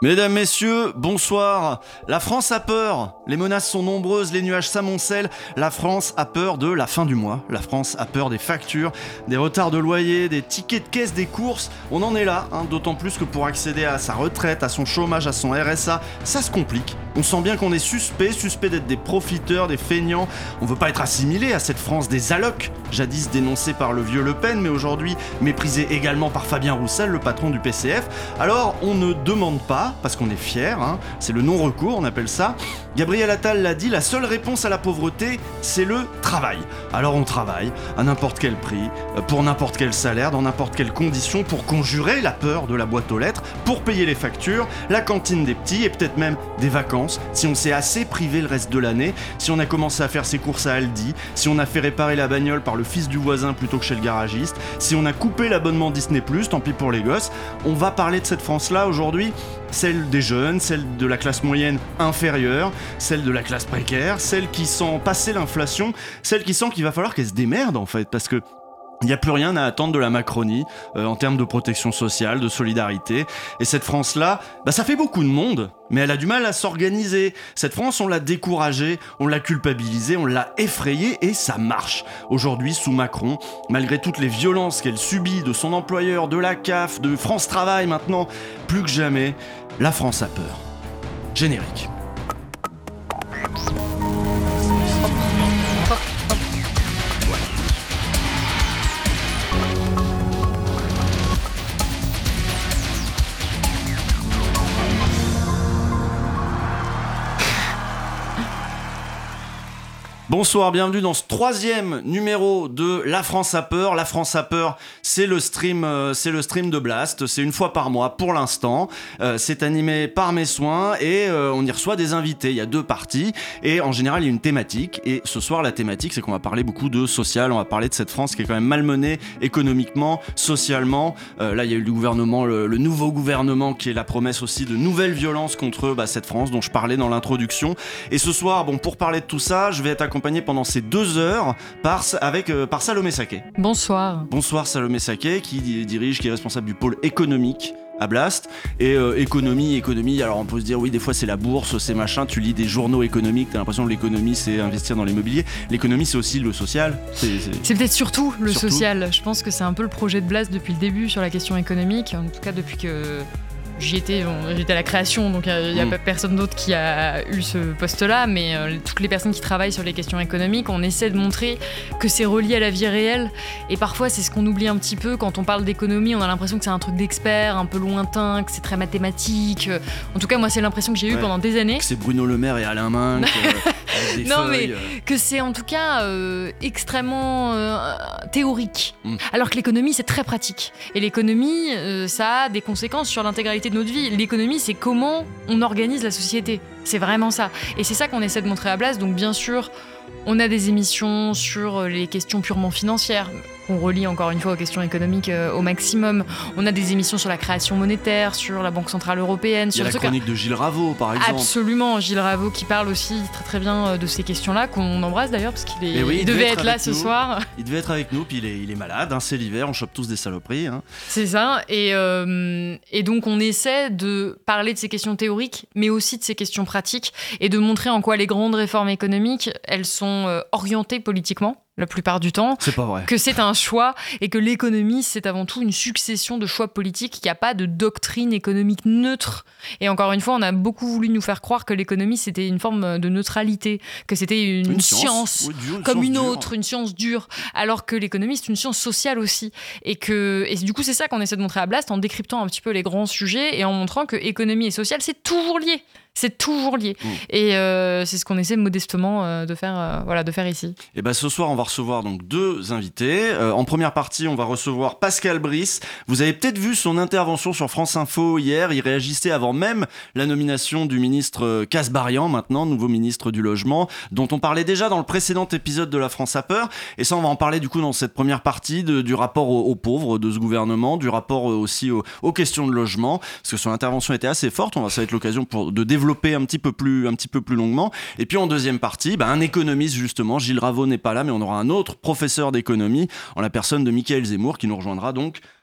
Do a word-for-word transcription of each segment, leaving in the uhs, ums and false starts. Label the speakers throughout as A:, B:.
A: Mesdames, messieurs, bonsoir. La France a peur. Les menaces sont nombreuses, les nuages s'amoncellent. La France a peur de la fin du mois. La France a peur des factures, des retards de loyer, des tickets de caisse, des courses. On en est là, hein, d'autant plus que pour accéder à sa retraite, à son chômage, à son R S A, ça se complique. On sent bien qu'on est suspect, suspect d'être des profiteurs, des feignants. On veut pas être assimilé à cette France des allocs, jadis dénoncée par le vieux Le Pen, mais aujourd'hui méprisée également par Fabien Roussel, le patron du P C F. Alors on ne demande pas, parce qu'on est fiers, hein, c'est le non-recours, on appelle ça. Gabriel Attal l'a dit, la seule réponse à la pauvreté, c'est le travail. Alors on travaille, à n'importe quel prix, pour n'importe quel salaire, dans n'importe quelles conditions, pour conjurer la peur de la boîte aux lettres, pour payer les factures, la cantine des petits et peut-être même des vacances. Si on s'est assez privé le reste de l'année, si on a commencé à faire ses courses à Aldi, si on a fait réparer la bagnole par le fils du voisin plutôt que chez le garagiste, si on a coupé l'abonnement Disney plus, tant pis pour les gosses, on va parler de cette France-là aujourd'hui, celle des jeunes, celle de la classe moyenne inférieure, celle de la classe précaire, celle qui sent passer l'inflation, celle qui sent qu'il va falloir qu'elle se démerde en fait, parce que il n'y a plus rien à attendre de la Macronie euh, en termes de protection sociale, de solidarité. Et cette France-là, bah ça fait beaucoup de monde, mais elle a du mal à s'organiser. Cette France, on l'a découragée, on l'a culpabilisée, on l'a effrayée et ça marche. Aujourd'hui, sous Macron, malgré toutes les violences qu'elle subit de son employeur, de la C A F, de France Travail maintenant, plus que jamais, la France a peur. Générique. Bonsoir, bienvenue dans ce troisième numéro de La France a peur. La France a peur, c'est le stream, euh, c'est le stream de Blast. C'est une fois par mois pour l'instant. Euh, c'est animé par mes soins et euh, on y reçoit des invités. Il y a deux parties et en général il y a une thématique. Et ce soir la thématique c'est qu'on va parler beaucoup de social. On va parler de cette France qui est quand même malmenée économiquement, socialement. Euh, là il y a eu le gouvernement, le, le nouveau gouvernement qui est la promesse aussi de nouvelles violences contre bah, cette France dont je parlais dans l'introduction. Et ce soir, bon pour parler de tout ça, je vais être accompagné pendant ces deux heures par, avec, euh, par Salomé Saquet.
B: Bonsoir.
A: Bonsoir Salomé Saquet qui dirige, qui est responsable du pôle économique à Blast. Et euh, économie, économie, alors on peut se dire oui des fois c'est la bourse, c'est machin, tu lis des journaux économiques, t'as l'impression que l'économie c'est investir dans l'immobilier. L'économie c'est aussi le social. C'est, c'est...
B: c'est peut-être surtout le
A: surtout.
B: social. Je pense que c'est un peu le projet de Blast depuis le début sur la question économique, en tout cas depuis que... J'y étais, bon, j'étais à la création, donc il n'y a, a mmh. pas personne d'autre qui a eu ce poste-là, mais euh, toutes les personnes qui travaillent sur les questions économiques, on essaie de montrer que c'est relié à la vie réelle, et parfois c'est ce qu'on oublie un petit peu quand on parle d'économie, on a l'impression que c'est un truc d'expert, un peu lointain, que c'est très mathématique. En tout cas, moi c'est l'impression que j'ai eue ouais. pendant des années.
A: Que c'est Bruno Le Maire et Alain Minc, euh, avec des
B: non,
A: feuilles.
B: mais euh... que c'est en tout cas euh, extrêmement euh, théorique, mmh. alors que l'économie c'est très pratique. Et l'économie, euh, ça a des conséquences sur l'intégralité de notre vie. L'économie, c'est comment on organise la société. C'est vraiment ça. Et c'est ça qu'on essaie de montrer à Blast. Donc bien sûr, on a des émissions sur les questions purement financières. On relie encore une fois aux questions économiques euh, au maximum. On a des émissions sur la création monétaire, sur la Banque Centrale Européenne.
A: Il y a
B: sur
A: la chronique de Gilles Raveau, par exemple.
B: Absolument, Gilles Raveau qui parle aussi très très bien de ces questions-là, qu'on embrasse d'ailleurs, parce qu'il est...
A: oui,
B: il,
A: il
B: devait,
A: devait
B: être, être là ce
A: nous.
B: soir.
A: Il devait être avec nous, puis il est, il est malade, hein, c'est l'hiver, on chope tous des saloperies. Hein.
B: C'est ça, et, euh, et donc on essaie de parler de ces questions théoriques, mais aussi de ces questions pratiques, et de montrer en quoi les grandes réformes économiques, elles sont euh, orientées politiquement. La plupart du temps,
A: c'est pas vrai.
B: Que c'est un choix et que l'économie, c'est avant tout une succession de choix politiques, qu'il n'y a pas de doctrine économique neutre. Et encore une fois, on a beaucoup voulu nous faire croire que l'économie, c'était une forme de neutralité, que c'était une, une science, science oui, dur, une comme science une dure. autre, une science dure, alors que l'économie, c'est une science sociale aussi. Et, que, et du coup, c'est ça qu'on essaie de montrer à Blast en décryptant un petit peu les grands sujets et en montrant que économie et social, c'est toujours lié. C'est toujours lié. Mmh. Et euh, c'est ce qu'on essaie modestement euh, de, faire, euh, voilà, de faire ici.
A: Et ben, ce soir, on va recevoir donc deux invités. Euh, en première partie, on va recevoir Pascal Brice. Vous avez peut-être vu son intervention sur France Info hier. Il réagissait avant même la nomination du ministre Kasbarian, maintenant nouveau ministre du Logement, dont on parlait déjà dans le précédent épisode de La France a peur. Et ça, on va en parler du coup dans cette première partie de, du rapport aux, aux pauvres de ce gouvernement, du rapport aussi aux, aux questions de logement, parce que son intervention était assez forte. On va, ça va être l'occasion pour, de développer développer un petit peu plus, un petit peu plus longuement. Et puis en deuxième partie, bah, un économiste justement, Gilles Raveau n'est pas là, mais on aura un autre professeur d'économie en la personne de Mickaël Zemmour qui nous rejoindra donc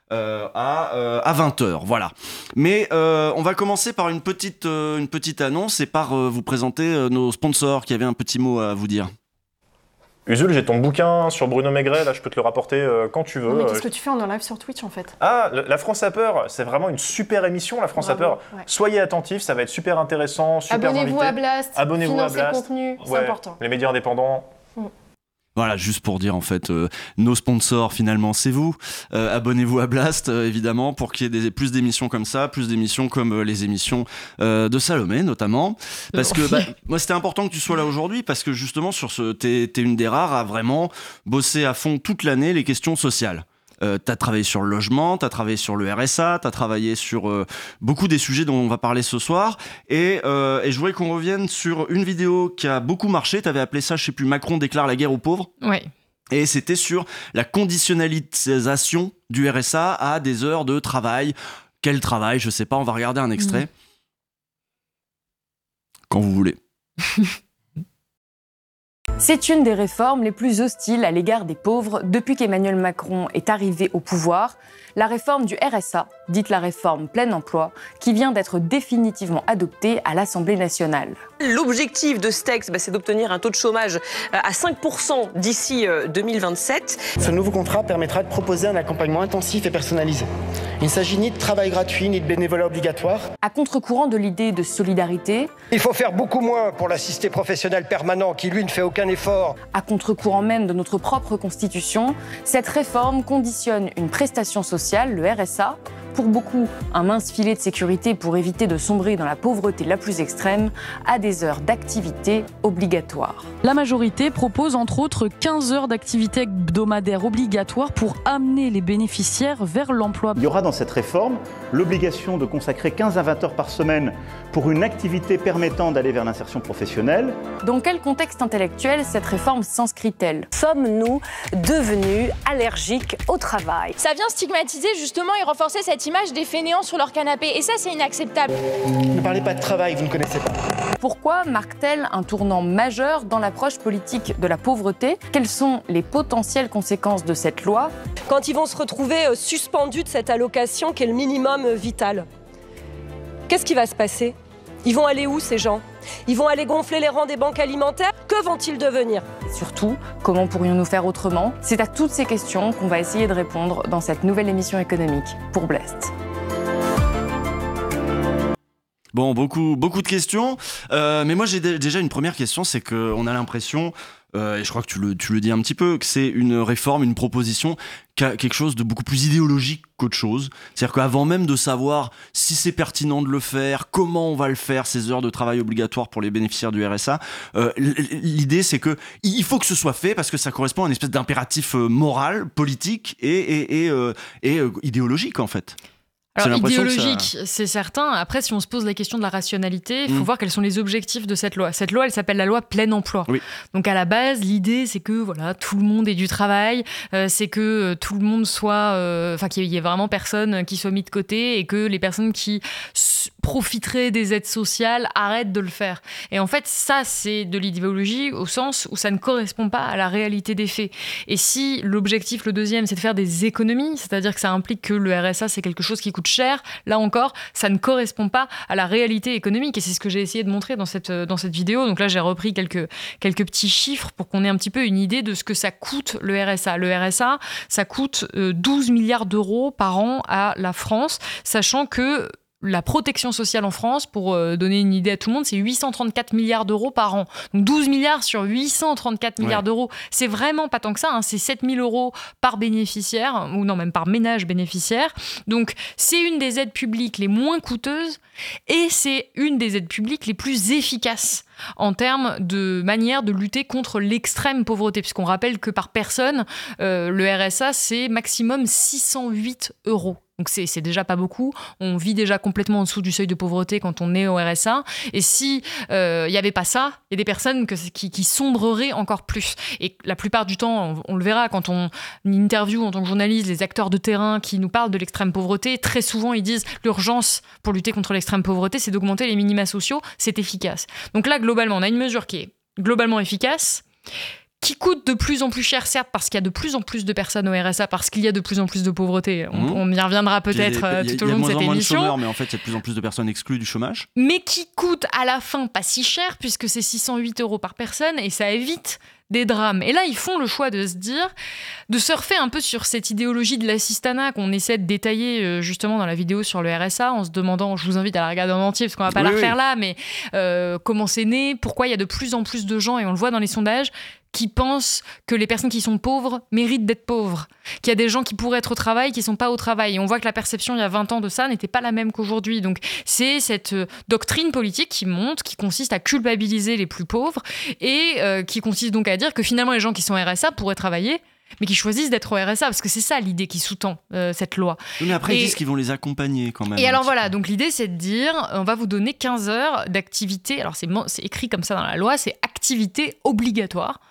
A: euh, à, euh, à vingt heures. Voilà. Mais euh, on va commencer par une petite, euh, une petite annonce et par euh, vous présenter euh, nos sponsors qui avaient un petit mot à vous dire.
C: Usul, j'ai ton bouquin sur Bruno Maigret, là je peux te le rapporter euh, quand tu veux.
D: Non, mais qu'est-ce que tu fais en live sur Twitch en fait?
C: Ah, La France a peur, c'est vraiment une super émission, La France
D: Bravo,
C: a peur.
D: ouais.
C: Soyez attentifs, ça va être super intéressant, super
D: Abonnez-vous
C: invité.
D: à Blast,
C: Abonnez-vous à
D: financez
C: Blast.
D: le contenu, c'est
C: Ouais,
D: important.
C: Les médias indépendants.
A: Voilà, juste pour dire en fait, euh, nos sponsors finalement c'est vous. Euh, abonnez-vous à Blast euh, évidemment pour qu'il y ait des, plus d'émissions comme ça, plus d'émissions comme euh, les émissions euh, de Salomé notamment. Parce que bah, moi c'était important que tu sois là aujourd'hui parce que justement sur ce, t'es, t'es une des rares à vraiment bosser à fond toute l'année les questions sociales. Euh, t'as travaillé sur le logement, t'as travaillé sur le R S A, t'as travaillé sur euh, beaucoup des sujets dont on va parler ce soir. Et, euh, et je voulais qu'on revienne sur une vidéo qui a beaucoup marché. T'avais appelé ça, je sais plus, Macron déclare la guerre aux pauvres.
B: Ouais.
A: Et c'était sur la conditionnalisation du R S A à des heures de travail. Quel travail, je sais pas, on va regarder un extrait. Mmh. Quand vous voulez.
E: C'est une des réformes les plus hostiles à l'égard des pauvres depuis qu'Emmanuel Macron est arrivé au pouvoir. La réforme du R S A, dite la réforme plein emploi, qui vient d'être définitivement adoptée à l'Assemblée nationale.
F: L'objectif de ce texte, bah, c'est d'obtenir un taux de chômage à cinq pour cent d'ici deux mille vingt-sept.
G: Ce nouveau contrat permettra de proposer un accompagnement intensif et personnalisé. Il ne s'agit ni de travail gratuit, ni de bénévolat obligatoire.
E: À contre-courant de l'idée de solidarité.
H: Il faut faire beaucoup moins pour l'assisté professionnel permanent qui, lui, ne fait aucun effort.
E: À contre-courant même de notre propre Constitution, cette réforme conditionne une prestation sociale, le R S A, pour beaucoup un mince filet de sécurité pour éviter de sombrer dans la pauvreté la plus extrême, à des heures d'activité obligatoires.
I: La majorité propose entre autres quinze heures d'activité hebdomadaire obligatoire pour amener les bénéficiaires vers l'emploi.
J: Il y aura dans cette réforme l'obligation de consacrer quinze à vingt heures par semaine pour une activité permettant d'aller vers l'insertion professionnelle.
E: Dans quel contexte intellectuel cette réforme s'inscrit-elle ?
F: Sommes-nous devenus allergiques au travail ?
K: Ça vient stigmatiser justement et renforcer cette image des fainéants sur leur canapé. Et ça, c'est inacceptable.
G: Ne parlez pas de travail, vous ne connaissez pas.
E: Pourquoi marque-t-elle un tournant majeur dans l'approche politique de la pauvreté ? Quelles sont les potentielles conséquences de cette loi ?
F: Quand ils vont se retrouver suspendus de cette allocation qui est le minimum vital, qu'est-ce qui va se passer ? Ils vont aller où, ces gens ? Ils vont aller gonfler les rangs des banques alimentaires ? Que vont-ils devenir ?
E: Et surtout, comment pourrions-nous faire autrement ? C'est à toutes ces questions qu'on va essayer de répondre dans cette nouvelle émission économique pour Blast.
A: Bon, beaucoup, beaucoup de questions, euh, mais moi j'ai d- déjà une première question, c'est qu'on a l'impression, euh, et je crois que tu le, tu le dis un petit peu, que c'est une réforme, une proposition, qui a quelque chose de beaucoup plus idéologique qu'autre chose. C'est-à-dire qu'avant même de savoir si c'est pertinent de le faire, comment on va le faire, ces heures de travail obligatoires pour les bénéficiaires du R S A, euh, l'idée c'est que il faut que ce soit fait parce que ça correspond à une espèce d'impératif moral, politique et, et, et, euh, et euh, idéologique en fait.
B: Alors, idéologique, ça... c'est certain. Après, si on se pose la question de la rationalité, il faut mmh. voir quels sont les objectifs de cette loi. Cette loi, elle s'appelle la loi plein emploi. Oui. Donc, à la base, l'idée, c'est que voilà, tout le monde ait du travail, euh, c'est que euh, tout le monde soit... Enfin, euh, qu'il y ait vraiment personne qui soit mis de côté et que les personnes qui s- profiteraient des aides sociales arrêtent de le faire. Et en fait, ça, c'est de l'idéologie au sens où ça ne correspond pas à la réalité des faits. Et si l'objectif, le deuxième, c'est de faire des économies, c'est-à-dire que ça implique que le R S A, c'est quelque chose qui coûte cher, là encore, ça ne correspond pas à la réalité économique et c'est ce que j'ai essayé de montrer dans cette, dans cette vidéo. Donc là, j'ai repris quelques, quelques petits chiffres pour qu'on ait un petit peu une idée de ce que ça coûte le R S A. Le R S A, ça coûte douze milliards d'euros par an à la France, sachant que la protection sociale en France, pour euh, donner une idée à tout le monde, c'est huit cent trente-quatre milliards d'euros par an. Donc douze milliards sur huit cent trente-quatre milliards ouais. d'euros, c'est vraiment pas tant que ça, hein. C'est sept mille euros par bénéficiaire, ou non, même par ménage bénéficiaire. Donc c'est une des aides publiques les moins coûteuses et c'est une des aides publiques les plus efficaces en termes de manière de lutter contre l'extrême pauvreté, puisqu'on rappelle que par personne, euh, le R S A, c'est maximum six cent huit euros. Donc c'est, c'est déjà pas beaucoup. On vit déjà complètement en dessous du seuil de pauvreté quand on est au R S A. Et si il euh, y avait pas ça, il y a des personnes que, qui, qui sombreraient encore plus. Et la plupart du temps, on, on le verra quand on interview en tant que journaliste les acteurs de terrain qui nous parlent de l'extrême pauvreté, très souvent ils disent l'urgence pour lutter contre l'extrême pauvreté, c'est d'augmenter les minima sociaux. C'est efficace. Donc là, globalement, on a une mesure qui est globalement efficace, qui coûte de plus en plus cher, certes, parce qu'il y a de plus en plus de personnes au R S A, parce qu'il y a de plus en plus de pauvreté. On, mmh. on y reviendra peut-être euh, tout au long de cette émission. Il y a de moins en moins de chômeurs,
A: mais en fait, il y a de plus en plus de personnes exclues du chômage.
B: Mais qui coûte à la fin pas si cher, puisque c'est six cent huit euros par personne, et ça évite des drames. Et là, ils font le choix de se dire, de surfer un peu sur cette idéologie de l'assistanat qu'on essaie de détailler euh, justement dans la vidéo sur le R S A, en se demandant, je vous invite à la regarder en entier, parce qu'on va pas oui, la refaire oui. là, mais euh, comment c'est né, pourquoi il y a de plus en plus de gens, et on le voit dans les sondages, qui pensent que les personnes qui sont pauvres méritent d'être pauvres, qu'il y a des gens qui pourraient être au travail, qui ne sont pas au travail. Et on voit que la perception il y a vingt ans de ça n'était pas la même qu'aujourd'hui. Donc c'est cette doctrine politique qui monte, qui consiste à culpabiliser les plus pauvres et euh, qui consiste donc à dire que finalement les gens qui sont R S A pourraient travailler, mais qui choisissent d'être au R S A, parce que c'est ça l'idée qui sous-tend euh, cette loi.
A: Oui, mais après, et... ils disent qu'ils vont les accompagner quand même.
B: Et alors voilà, donc l'idée c'est de dire, on va vous donner quinze heures d'activité, alors c'est, c'est écrit comme ça dans la loi, c'est activité obligatoire.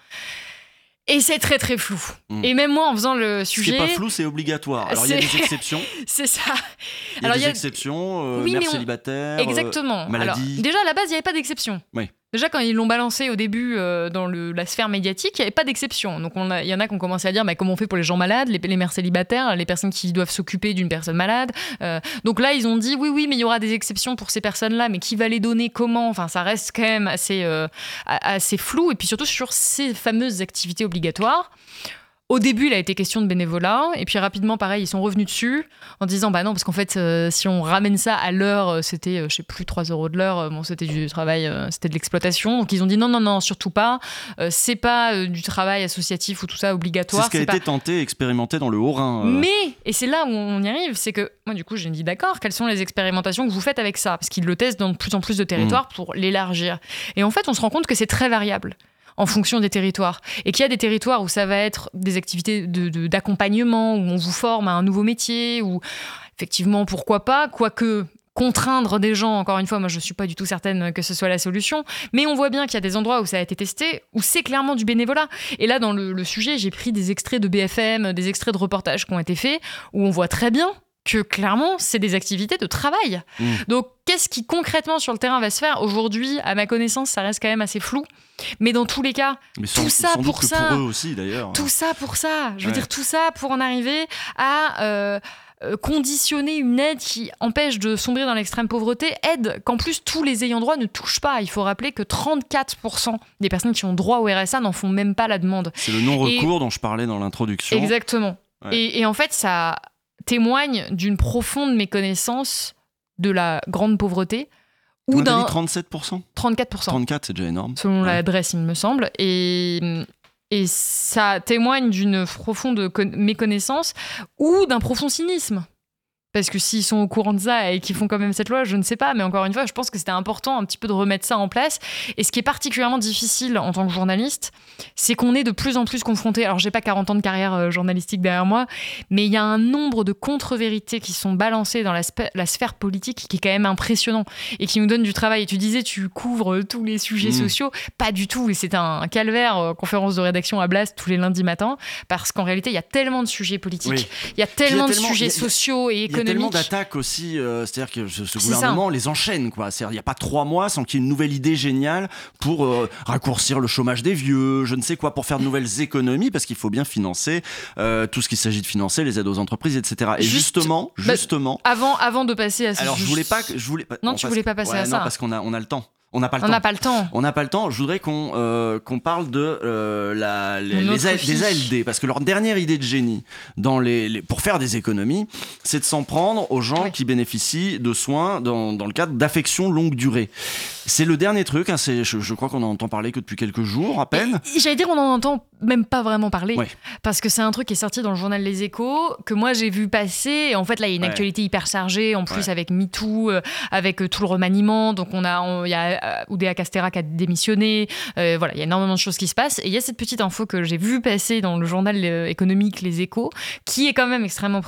B: Et c'est très très flou. Mmh. Et même moi, en faisant le sujet...
A: Ce qui n'est pas flou, c'est obligatoire. Alors, il y a des exceptions.
B: C'est ça.
A: Il y a alors, des y a... exceptions, euh, oui, mère on... célibataire,
B: Exactement.
A: Euh, maladie.
B: Alors, déjà, à la base, il n'y avait pas d'exception.
A: Oui.
B: Déjà, quand ils l'ont balancé au début euh, dans le, la sphère médiatique, il n'y avait pas d'exception. Donc, il y en a qui ont commencé à dire bah, comment on fait pour les gens malades, les, les mères célibataires, les personnes qui doivent s'occuper d'une personne malade. Euh, donc là, ils ont dit oui, oui, mais il y aura des exceptions pour ces personnes-là, mais qui va les donner, comment ? Enfin, ça reste quand même assez, euh, assez flou. Et puis surtout sur ces fameuses activités obligatoires. Au début, il a été question de bénévolat, et puis rapidement, pareil, ils sont revenus dessus en disant bah non, parce qu'en fait, euh, si on ramène ça à l'heure, c'était, euh, je sais plus, trois euros de l'heure, bon, c'était du travail, euh, c'était de l'exploitation. Donc ils ont dit non, non, non, surtout pas, euh, c'est pas euh, du travail associatif ou tout ça obligatoire.
A: C'est ce qui a
B: c'est
A: été
B: pas...
A: tenté, expérimenté dans le Haut-Rhin.
B: Euh... Mais, et c'est là où on y arrive, c'est que moi, du coup, j'ai dit d'accord, quelles sont les expérimentations que vous faites avec ça ? Parce qu'ils le testent dans de plus en plus de territoires mmh. pour l'élargir. Et en fait, on se rend compte que c'est très variable en fonction des territoires. Et qu'il y a des territoires où ça va être des activités de, de, d'accompagnement, où on vous forme à un nouveau métier, où effectivement, pourquoi pas, quoique contraindre des gens, encore une fois, moi je ne suis pas du tout certaine que ce soit la solution, mais on voit bien qu'il y a des endroits où ça a été testé, où c'est clairement du bénévolat. Et là, dans le, le sujet, j'ai pris des extraits de B F M, des extraits de reportages qui ont été faits, où on voit très bien que clairement, c'est des activités de travail. Mmh. Donc, qu'est-ce qui concrètement sur le terrain va se faire ? Aujourd'hui, à ma connaissance, ça reste quand même assez flou. Mais dans tous les cas,
A: Mais sans,
B: tout ça
A: sans
B: pour ça,
A: pour eux aussi, d'ailleurs.
B: tout ça pour ça, je veux
A: ouais.
B: dire tout ça pour en arriver à euh, euh, conditionner une aide qui empêche de sombrer dans l'extrême pauvreté, aide qu'en plus tous les ayants droit ne touchent pas. Il faut rappeler que trente-quatre pour cent des personnes qui ont droit au R S A n'en font même pas la demande.
A: C'est le non-recours Et... dont je parlais dans l'introduction.
B: Exactement. Ouais. Et, et en fait, ça témoigne d'une profonde méconnaissance de la grande pauvreté.
A: Ou d'un... trente-sept pour cent
B: trente-quatre pour cent.
A: trente-quatre, c'est déjà énorme.
B: Selon
A: ouais.
B: l'adresse, il me semble. Et, et ça témoigne d'une profonde méconnaissance ou d'un profond cynisme. Parce que s'ils sont au courant de ça et qu'ils font quand même cette loi, je ne sais pas. Mais encore une fois, je pense que c'était important un petit peu de remettre ça en place. Et ce qui est particulièrement difficile en tant que journaliste, c'est qu'on est de plus en plus confronté. Alors, j'ai pas quarante ans de carrière journalistique derrière moi, mais il y a un nombre de contre-vérités qui sont balancées dans la, sp- la sphère politique qui est quand même impressionnant et qui nous donne du travail. Et tu disais, tu couvres tous les sujets mmh. sociaux. Pas du tout. Et c'est un calvaire, euh, conférence de rédaction à Blast tous les lundis matins, parce qu'en réalité, il y a tellement de sujets politiques. Oui. Il y a tellement de tellement, sujets a, sociaux et économiques.
A: Il y a tellement d'attaques aussi, euh, c'est-à-dire que ce, ce gouvernement les enchaîne, quoi. C'est-à-dire, il n'y a pas trois mois sans qu'il y ait une nouvelle idée géniale pour euh, raccourcir le chômage des vieux, je ne sais quoi, pour faire de nouvelles économies, parce qu'il faut bien financer euh, tout ce qu'il s'agit de financer, les aides aux entreprises, et cetera. Et Juste, justement, bah, justement...
B: Avant, avant de passer à ce...
A: Alors, je voulais pas... Je voulais pas
B: non, tu voulais pas passer
A: ouais,
B: à
A: non,
B: ça.
A: Non, parce qu'on a, on a le temps. On n'a pas le
B: on
A: temps.
B: n'a pas le temps.
A: On n'a pas le temps. Je voudrais qu'on euh, qu'on parle de euh, la les, les A, des A L D, parce que leur dernière idée de génie dans les, les pour faire des économies, c'est de s'en prendre aux gens oui. qui bénéficient de soins dans dans le cadre d'affections longue durée. C'est le dernier truc. Hein, c'est je, je crois qu'on en entend parler que depuis quelques jours à peine.
B: Et, j'allais dire on en entend même pas vraiment parler,
A: ouais.
B: parce que c'est un truc qui est sorti dans le journal Les Échos que moi j'ai vu passer. Et en fait là il y a une ouais. actualité hyper chargée en plus ouais. avec MeToo, euh, avec euh, tout le remaniement. Donc on a il y a euh, Oudéa Castéra qui a démissionné. Euh, voilà, il y a énormément de choses qui se passent. Et il y a cette petite info que j'ai vue passer dans le journal euh, économique Les Échos, qui est quand même extrêmement préoccup-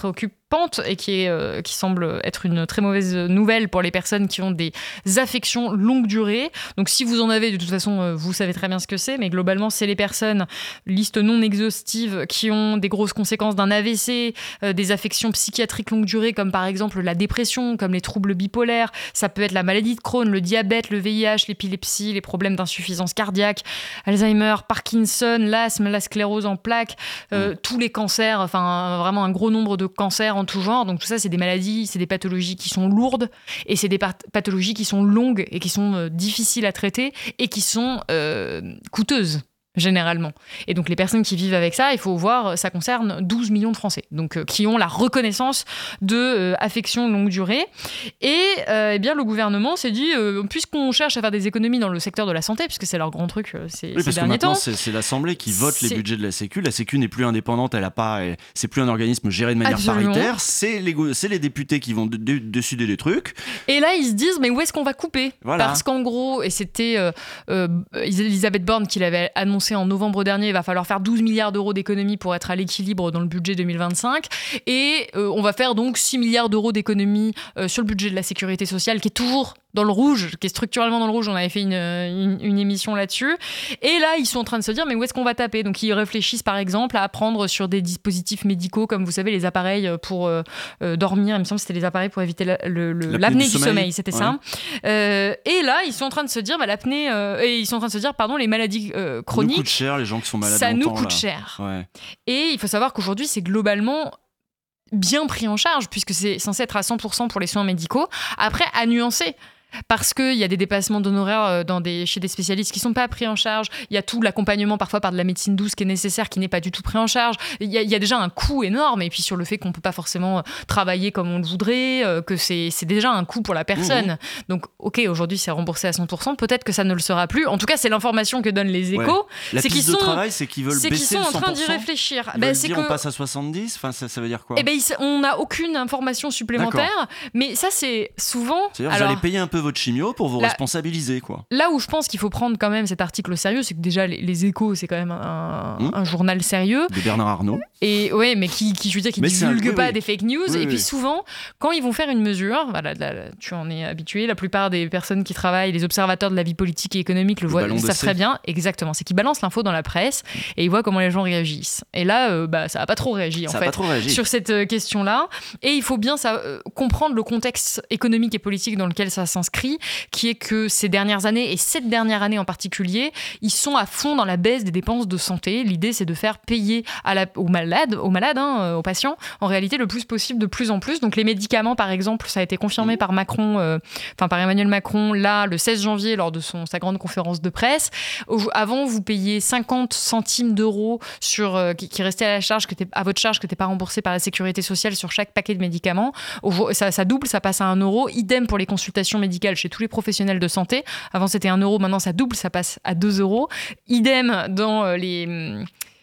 B: pente et qui, est, euh, qui semble être une très mauvaise nouvelle pour les personnes qui ont des affections longue durée. Donc si vous en avez, de toute façon, euh, vous savez très bien ce que c'est, mais globalement, c'est les personnes, liste non exhaustive, qui ont des grosses conséquences d'un A V C, euh, des affections psychiatriques longue durée, comme par exemple la dépression, comme les troubles bipolaires, ça peut être la maladie de Crohn, le diabète, le V I H, l'épilepsie, les problèmes d'insuffisance cardiaque, Alzheimer, Parkinson, l'asthme, la sclérose en plaques, euh, mmh. tous les cancers, enfin vraiment un gros nombre de cancers en tout genre. Donc tout ça, c'est des maladies, c'est des pathologies qui sont lourdes et c'est des pathologies qui sont longues et qui sont euh, difficiles à traiter et qui sont euh, coûteuses. Généralement. Et donc les personnes qui vivent avec ça, il faut voir, ça concerne douze millions de Français, donc euh, qui ont la reconnaissance de euh, affection longue durée. Et euh, eh bien le gouvernement s'est dit, euh, puisqu'on cherche à faire des économies dans le secteur de la santé, puisque c'est leur grand truc euh, ces,
A: oui,
B: ces derniers temps.
A: Oui, parce que maintenant c'est, c'est l'Assemblée qui vote c'est... les budgets de la Sécu. La Sécu n'est plus indépendante, elle a pas, elle, c'est plus un organisme géré de manière Absolument. paritaire. C'est les, c'est les députés qui vont de, de, décider des trucs.
B: Et là ils se disent, mais où est-ce qu'on va couper ?
A: Voilà.
B: Parce qu'en gros, et c'était euh, euh, Elisabeth Borne qui l'avait annoncé en novembre dernier, il va falloir faire douze milliards d'euros d'économies pour être à l'équilibre dans le budget deux mille vingt-cinq. Et euh, on va faire donc six milliards d'euros d'économies euh, sur le budget de la sécurité sociale, qui est toujours dans le rouge, qui est structurellement dans le rouge. On avait fait une, une, une émission là-dessus. Et là, ils sont en train de se dire, mais où est-ce qu'on va taper ? Donc, ils réfléchissent, par exemple, à prendre sur des dispositifs médicaux, comme vous savez, les appareils pour euh, euh, dormir. Il me semble que c'était les appareils pour éviter la, le, le, l'apnée du sommeil, sommeil c'était ouais. ça. Euh, et là, ils sont en train de se dire, bah, l'apnée, euh, et ils sont en train de se dire, pardon, les maladies euh, chroniques.
A: Ça nous coûte cher, les gens qui sont malades
B: Ça
A: longtemps,
B: nous coûte
A: là.
B: cher.
A: Ouais.
B: Et il faut savoir qu'aujourd'hui, c'est globalement bien pris en charge, puisque c'est censé être à cent pour cent pour les soins médicaux. Après, à nuancer. Parce qu'il y a des dépassements d'honoraires dans des, chez des spécialistes qui ne sont pas pris en charge. Il y a tout l'accompagnement parfois par de la médecine douce qui est nécessaire, qui n'est pas du tout pris en charge. Il y a, il y a déjà un coût énorme. Et puis sur le fait qu'on ne peut pas forcément travailler comme on le voudrait, que c'est, c'est déjà un coût pour la personne. Mmh. Donc ok, aujourd'hui c'est remboursé à cent pour cent. Peut-être que ça ne le sera plus. En tout cas, c'est l'information que donnent les Échos.
A: Ouais. La
B: c'est
A: piste
B: qu'ils
A: de
B: sont,
A: travail, c'est qu'ils veulent
B: c'est
A: baisser
B: qu'ils sont
A: le
B: en train
A: cent pour cent.
B: d'y réfléchir.
A: Ils
B: bah,
A: veulent
B: c'est
A: dire
B: que...
A: on passe à soixante-dix. Enfin, ça, ça veut dire quoi ?
B: Eh ben, on n'a aucune information supplémentaire. D'accord. Mais ça, c'est souvent...
A: C'est-à-dire alors, vous allez payer un peu votre chimio pour vous La... responsabiliser, quoi.
B: Là où je pense qu'il faut prendre quand même cet article au sérieux, c'est que déjà les, les Échos, c'est quand même un, mmh. un journal sérieux.
A: De Bernard Arnault.
B: Et ouais, mais qui, qui je veux dire, qui ne divulgue un... pas oui, oui. des fake news. Oui, et oui. puis souvent, quand ils vont faire une mesure, voilà, là, là, tu en es habitué. La plupart des personnes qui travaillent, les observateurs de la vie politique et économique le, le voient, le savent très bien. Exactement, c'est qu'ils balancent l'info dans la presse et ils voient comment les gens réagissent. Et là, euh, bah, ça n'a pas trop réagi en
A: ça
B: fait
A: pas trop réagi.
B: sur cette euh, question-là. Et il faut bien ça, euh, comprendre le contexte économique et politique dans lequel ça s'inscrit, qui est que ces dernières années et cette dernière année en particulier, ils sont à fond dans la baisse des dépenses de santé. L'idée, c'est de faire payer à la, aux malades, aux, malades hein, aux patients, en réalité, le plus possible, de plus en plus. Donc les médicaments, par exemple, ça a été confirmé mmh. par Macron, euh, enfin par Emmanuel Macron, là, le seize janvier, lors de son, sa grande conférence de presse. Avant, vous payiez cinquante centimes d'euros sur, euh, qui, qui restait à, la charge, que à votre charge, que n'était pas remboursé par la sécurité sociale sur chaque paquet de médicaments. Ça, ça double, ça passe à un euro. Idem pour les consultations médicales chez tous les professionnels de santé. Avant, c'était un euro, maintenant ça double, ça passe à deux euros. Idem dans les...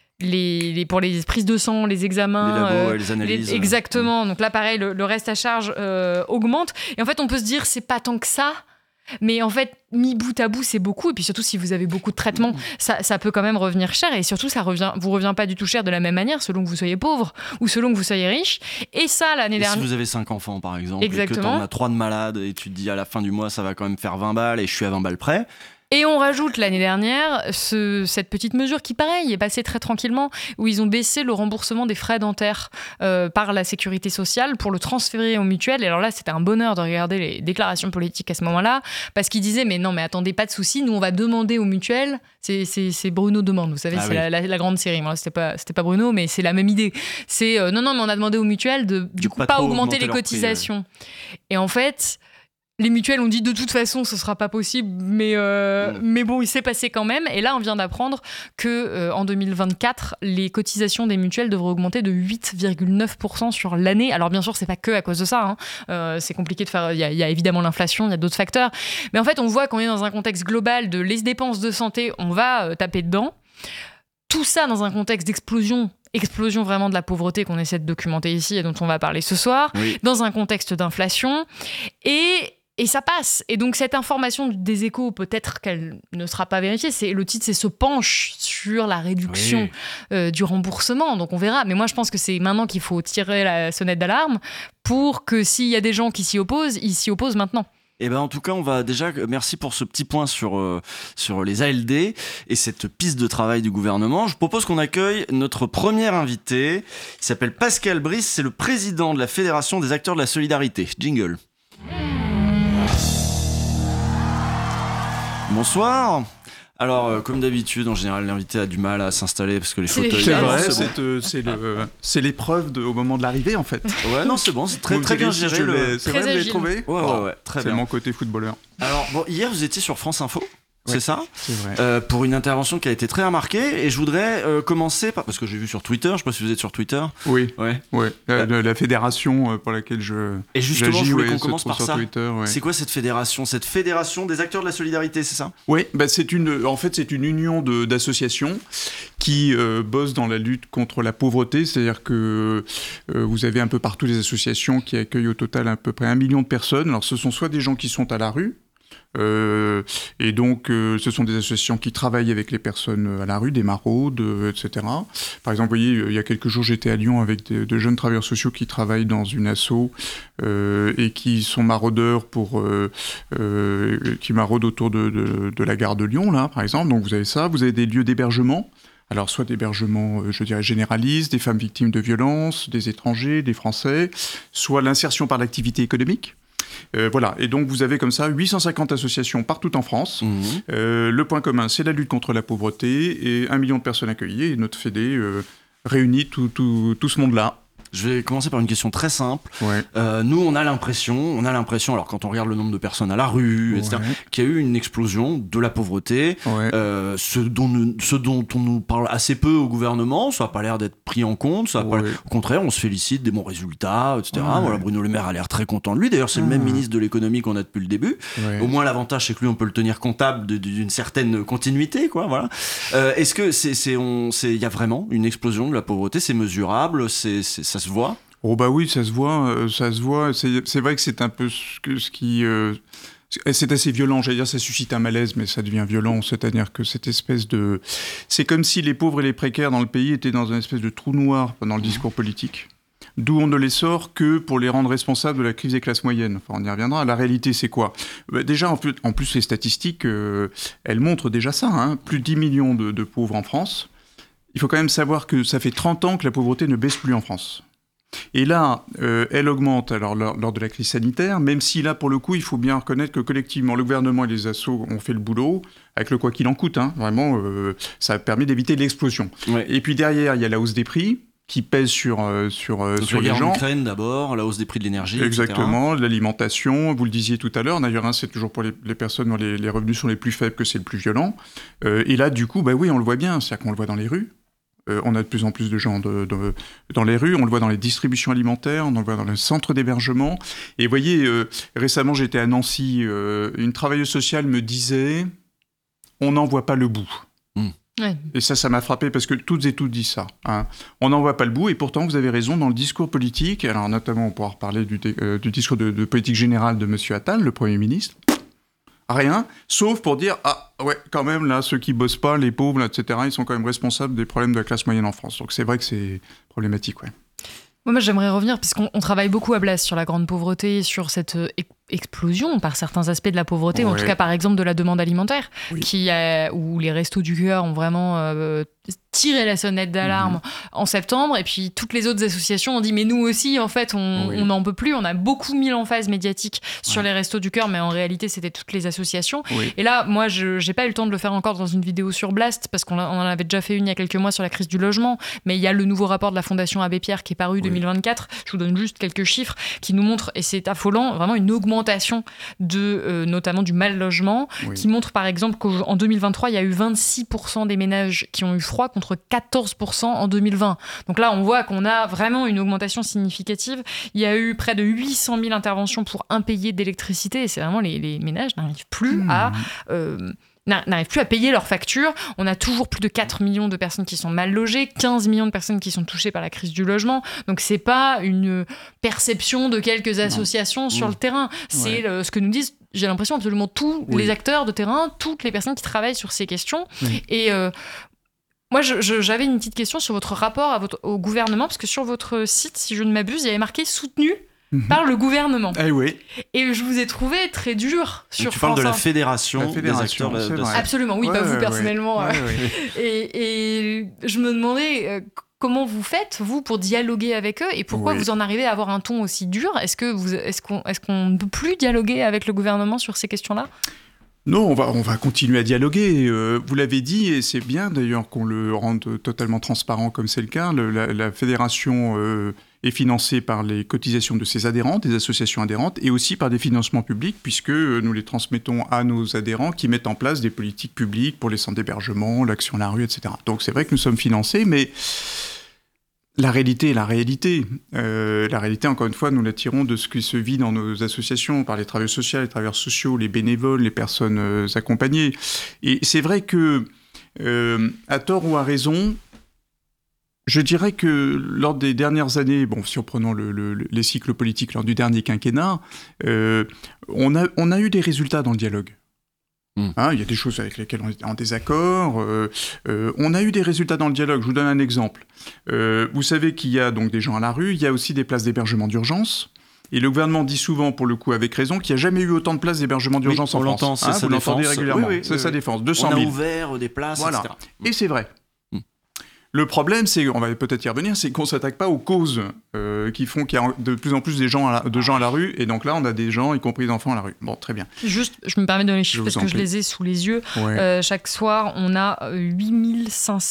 B: Les, les, pour les prises de sang, les examens,
A: les labos, euh, les analyses.
B: Les, exactement. Donc là, pareil, le, le reste à charge euh, augmente. Et en fait, on peut se dire, c'est pas tant que ça. Mais en fait, mis bout à bout, c'est beaucoup. Et puis surtout, si vous avez beaucoup de traitements, ça, ça peut quand même revenir cher. Et surtout, ça revient, vous revient pas du tout cher de la même manière selon que vous soyez pauvre ou selon que vous soyez riche. Et ça, l'année
A: et
B: dernière...
A: si vous avez cinq enfants, par exemple,
B: exactement.
A: Et que t'en as trois de malades, et tu te dis à la fin du mois, ça va quand même faire vingt balles, et je suis à vingt balles près...
B: Et on rajoute l'année dernière ce, cette petite mesure qui, pareil, est passée très tranquillement, où ils ont baissé le remboursement des frais dentaires euh, par la sécurité sociale pour le transférer aux mutuelles. Et alors là, c'était un bonheur de regarder les déclarations politiques à ce moment-là, parce qu'ils disaient, mais non, mais attendez, pas de souci, nous on va demander aux mutuelles, c'est, c'est, c'est Bruno demande, vous savez, ah c'est oui. la, la, la grande série. Moi, c'était pas, c'était pas Bruno, mais c'est la même idée. C'est, euh, non, non, mais on a demandé aux mutuelles de, du de coup, pas, pas augmenter, augmenter les cotisations. Prix, ouais. Et en fait... Les mutuelles ont dit de toute façon ce sera pas possible, mais euh, mmh. mais bon, il s'est passé quand même. Et là, on vient d'apprendre que euh, en deux mille vingt-quatre, les cotisations des mutuelles devraient augmenter de huit virgule neuf pour cent sur l'année. Alors bien sûr, c'est pas que à cause de ça. Hein. Euh, c'est compliqué de faire. Il y, y a évidemment l'inflation, il y a d'autres facteurs. Mais en fait, on voit qu'on est dans un contexte global de les dépenses de santé, on va euh, taper dedans. Tout ça dans un contexte d'explosion. Explosion vraiment de la pauvreté qu'on essaie de documenter ici et dont on va parler ce soir, oui. Dans un contexte d'inflation. Et Et ça passe. Et donc, cette information des Échos, peut-être qu'elle ne sera pas vérifiée. C'est, le titre, c'est « Se penche sur la réduction oui. euh, du remboursement ». Donc, on verra. Mais moi, je pense que c'est maintenant qu'il faut tirer la sonnette d'alarme pour que s'il y a des gens qui s'y opposent, ils s'y opposent maintenant.
A: Eh ben en tout cas, on va déjà merci pour ce petit point sur euh, sur les A L D et cette piste de travail du gouvernement. Je propose qu'on accueille notre premier invité. Il s'appelle Pascal Brice, c'est le président de la Fédération des acteurs de la solidarité. Jingle. Bonsoir. Alors, euh, comme d'habitude, en général, l'invité a du mal à s'installer parce que les fauteuils...
L: C'est vrai, c'est, c'est, euh, c'est, le, euh, c'est l'épreuve de, au moment de l'arrivée, en fait.
A: Ouais, non, c'est bon, c'est très, très bien géré. Le...
L: C'est vrai, vous l'avez trouvé ?
A: Ouais, ouais, ouais, très
L: c'est
A: bien.
L: mon côté footballeur.
A: Alors, bon, hier, vous étiez sur France Info.
L: Ouais,
A: c'est ça
L: c'est vrai.
A: Euh, pour une intervention qui a été très remarquée. Et je voudrais euh, commencer par... Parce que j'ai vu sur Twitter, je sais pas si vous êtes sur Twitter.
L: Oui,
A: ouais.
L: ouais. La, la, la fédération pour laquelle je
A: Et justement,
L: j'agis,
A: je voulais
L: ouais,
A: qu'on commence par ça.
L: Twitter, ouais.
A: C'est quoi cette fédération ? Cette fédération des acteurs de la solidarité, c'est ça ?
L: Oui, bah c'est une, en fait, c'est une union de, d'associations qui euh, bossent dans la lutte contre la pauvreté. C'est-à-dire que euh, vous avez un peu partout des associations qui accueillent au total à peu près un million de personnes. Alors, ce sont soit des gens qui sont à la rue, Euh, et donc, euh, ce sont des associations qui travaillent avec les personnes à la rue, des maraudes, euh, et cetera. Par exemple, vous voyez, il y a quelques jours, j'étais à Lyon avec de, de jeunes travailleurs sociaux qui travaillent dans une asso euh, et qui sont maraudeurs pour, euh, euh, qui maraudent autour de, de, de la gare de Lyon, là, par exemple. Donc, vous avez ça. Vous avez des lieux d'hébergement. Alors, soit d'hébergement, euh, je dirais, généraliste, des femmes victimes de violences, des étrangers, des Français, soit l'insertion par l'activité économique. Euh, voilà, et donc vous avez comme ça huit cent cinquante associations partout en France. Mmh. Euh, le point commun, c'est la lutte contre la pauvreté et un million de personnes accueillies. Et notre Fédé euh, réunit tout, tout, tout ce monde-là.
A: Je vais commencer par une question très simple.
L: Ouais.
A: Euh, nous, on a l'impression, on a l'impression, alors quand on regarde le nombre de personnes à la rue, et cetera, ouais. qu'il y a eu une explosion de la pauvreté,
L: ouais.
A: euh, ce, dont nous, ce dont on nous parle assez peu au gouvernement, ça n'a pas l'air d'être pris en compte, ça a ouais. pas, au contraire, on se félicite des bons résultats, et cetera. Ouais. Voilà, Bruno Le Maire a l'air très content de lui, d'ailleurs c'est ouais. le même ministre de l'économie qu'on a depuis le début. Ouais. Au moins l'avantage, c'est que lui, on peut le tenir comptable de, d'une certaine continuité, quoi, voilà. Euh, est-ce que c'est, c'est, on, c'est, y a vraiment une explosion de la pauvreté, c'est mesurable, c'est, c'est, ça se voit ?
L: Oh bah oui, ça se voit, euh, ça se voit. C'est, c'est vrai que c'est un peu ce, que, ce qui... Euh, c'est assez violent, j'allais dire, ça suscite un malaise, mais ça devient violent, c'est-à-dire que cette espèce de... C'est comme si les pauvres et les précaires dans le pays étaient dans une espèce de trou noir pendant le discours politique, d'où on ne les sort que pour les rendre responsables de la crise des classes moyennes. Enfin, on y reviendra. La réalité, c'est quoi ? bah Déjà, en plus, en plus, les statistiques, euh, elles montrent déjà ça, hein, plus de dix millions de, de pauvres en France. Il faut quand même savoir que ça fait trente ans que la pauvreté ne baisse plus en France. Et là, euh, elle augmente alors, lors, lors de la crise sanitaire, même si là, pour le coup, il faut bien reconnaître que collectivement, le gouvernement et les assos ont fait le boulot, avec le quoi qu'il en coûte. Hein, vraiment, euh, ça permet d'éviter l'explosion. Ouais. Et puis derrière, il y a la hausse des prix, qui pèse sur, euh, sur, euh, sur les gens.
A: En Ukraine d'abord, la hausse des prix de l'énergie,
L: exactement, et cetera. L'alimentation, vous le disiez tout à l'heure, d'ailleurs, hein, c'est toujours pour les, les personnes dont les, les revenus sont les plus faibles que c'est le plus violent. Euh, et là, du coup, bah oui, on le voit bien, c'est-à-dire qu'on le voit dans les rues. Euh, on a de plus en plus de gens de, de, dans les rues, on le voit dans les distributions alimentaires, on le voit dans les centres d'hébergement. Et vous voyez, euh, récemment j'étais à Nancy, euh, une travailleuse sociale me disait « on n'en voit pas le bout mmh. ». Ouais. Et ça, ça m'a frappé parce que toutes et toutes disent ça. Hein. On n'en voit pas le bout et pourtant vous avez raison, dans le discours politique, alors notamment on pourra reparler du, euh, du discours de, de politique générale de M. Attal, le Premier ministre, rien, sauf pour dire « ah ouais, quand même, là, ceux qui bossent pas, les pauvres, et cetera, ils sont quand même responsables des problèmes de la classe moyenne en France. » Donc c'est vrai que c'est problématique, ouais.
B: Moi, j'aimerais revenir, puisqu'on on travaille beaucoup à Blaise sur la grande pauvreté, sur cette euh, explosion par certains aspects de la pauvreté, ouais. ou en tout cas par exemple de la demande alimentaire, oui. qui a, où les restos du cœur ont vraiment euh, tiré la sonnette d'alarme mmh. en septembre, et puis toutes les autres associations ont dit mais nous aussi en fait on oui. n'en peut plus, on a beaucoup mis l'emphase médiatique sur ouais. les restos du cœur, mais en réalité c'était toutes les associations. Oui. Et là moi je j'ai pas eu le temps de le faire encore dans une vidéo sur Blast, parce qu'on a, on en avait déjà fait une il y a quelques mois sur la crise du logement, mais il y a le nouveau rapport de la Fondation Abbé Pierre qui est paru oui. deux mille vingt-quatre, je vous donne juste quelques chiffres qui nous montrent, et c'est affolant, vraiment une augmentation de, euh, notamment du mal logement, oui. qui montre par exemple qu'en deux mille vingt-trois il y a eu vingt-six pour cent des ménages qui ont eu froid contre quatorze pour cent en deux mille vingt. Donc là on voit qu'on a vraiment une augmentation significative. Il y a eu près de huit cent mille interventions pour impayés d'électricité, et c'est vraiment les, les ménages n'arrivent plus mmh. à euh, n'arrivent plus à payer leurs factures. On a toujours plus de quatre millions de personnes qui sont mal logées, quinze millions de personnes qui sont touchées par la crise du logement. Donc c'est pas une perception de quelques associations non. sur mmh. le terrain. C'est ouais. le, ce que nous disent, j'ai l'impression, absolument tous oui. les acteurs de terrain, toutes les personnes qui travaillent sur ces questions. Oui. Et euh, moi, je, je, j'avais une petite question sur votre rapport à votre, au gouvernement, parce que sur votre site, si je ne m'abuse, il y avait marqué « soutenu ». Mmh. Par le gouvernement.
L: Eh oui.
B: Et je vous ai trouvé très dur sur
A: tu
B: France
A: parles de la fédération,
L: la fédération
A: des acteurs de, de
B: Absolument, oui, ouais, pas ouais, vous personnellement.
L: Ouais,
B: euh,
L: ouais.
B: et, et je me demandais euh, comment vous faites, vous, pour dialoguer avec eux et pourquoi oui. vous en arrivez à avoir un ton aussi dur. Est-ce, que vous, est-ce, qu'on, est-ce qu'on ne peut plus dialoguer avec le gouvernement sur ces questions-là ?
L: Non, on va, on va continuer à dialoguer. Euh, vous l'avez dit, et c'est bien d'ailleurs qu'on le rende totalement transparent comme c'est le cas. Le, la, la fédération euh, est financée par les cotisations de ses adhérents, des associations adhérentes, et aussi par des financements publics, puisque nous les transmettons à nos adhérents qui mettent en place des politiques publiques pour les centres d'hébergement, l'action à la rue, et cetera. Donc c'est vrai que nous sommes financés, mais la réalité est la réalité. Euh, la réalité, encore une fois, nous la tirons de ce qui se vit dans nos associations, par les travailleurs sociaux, les travailleurs sociaux, les bénévoles, les personnes euh, accompagnées. Et c'est vrai que, euh, à tort ou à raison, je dirais que lors des dernières années, bon, si en prenant le, le, les cycles politiques lors du dernier quinquennat, euh, on a, on a eu des résultats dans le dialogue. Hein, il y a des choses avec lesquelles on est en désaccord. Euh, euh, on a eu des résultats dans le dialogue. Je vous donne un exemple. Euh, vous savez qu'il y a donc des gens à la rue, il y a aussi des places d'hébergement d'urgence. Et le gouvernement dit souvent, pour le coup avec raison, qu'il n'y a jamais eu autant de places d'hébergement d'urgence
A: oui,
L: en
A: on
L: France.
A: L'entend, c'est
L: hein,
A: sa
L: vous
A: défense.
L: l'entendez régulièrement.
A: Oui, oui,
L: c'est
A: oui,
L: sa
A: oui.
L: défense. deux cent mille.
A: On a ouvert des places,
L: voilà.
A: et cetera.
L: Et c'est vrai. Mm. Le problème, c'est, on va peut-être y revenir, c'est qu'on ne s'attaque pas aux causes euh, qui font qu'il y a de plus en plus des gens à la, de gens à la rue, et donc là, on a des gens, y compris des enfants à la rue. Bon, très bien.
B: Juste, je me permets de donner les chiffres parce que prie. je les ai sous les yeux. Ouais. Euh, chaque soir, on a huit mille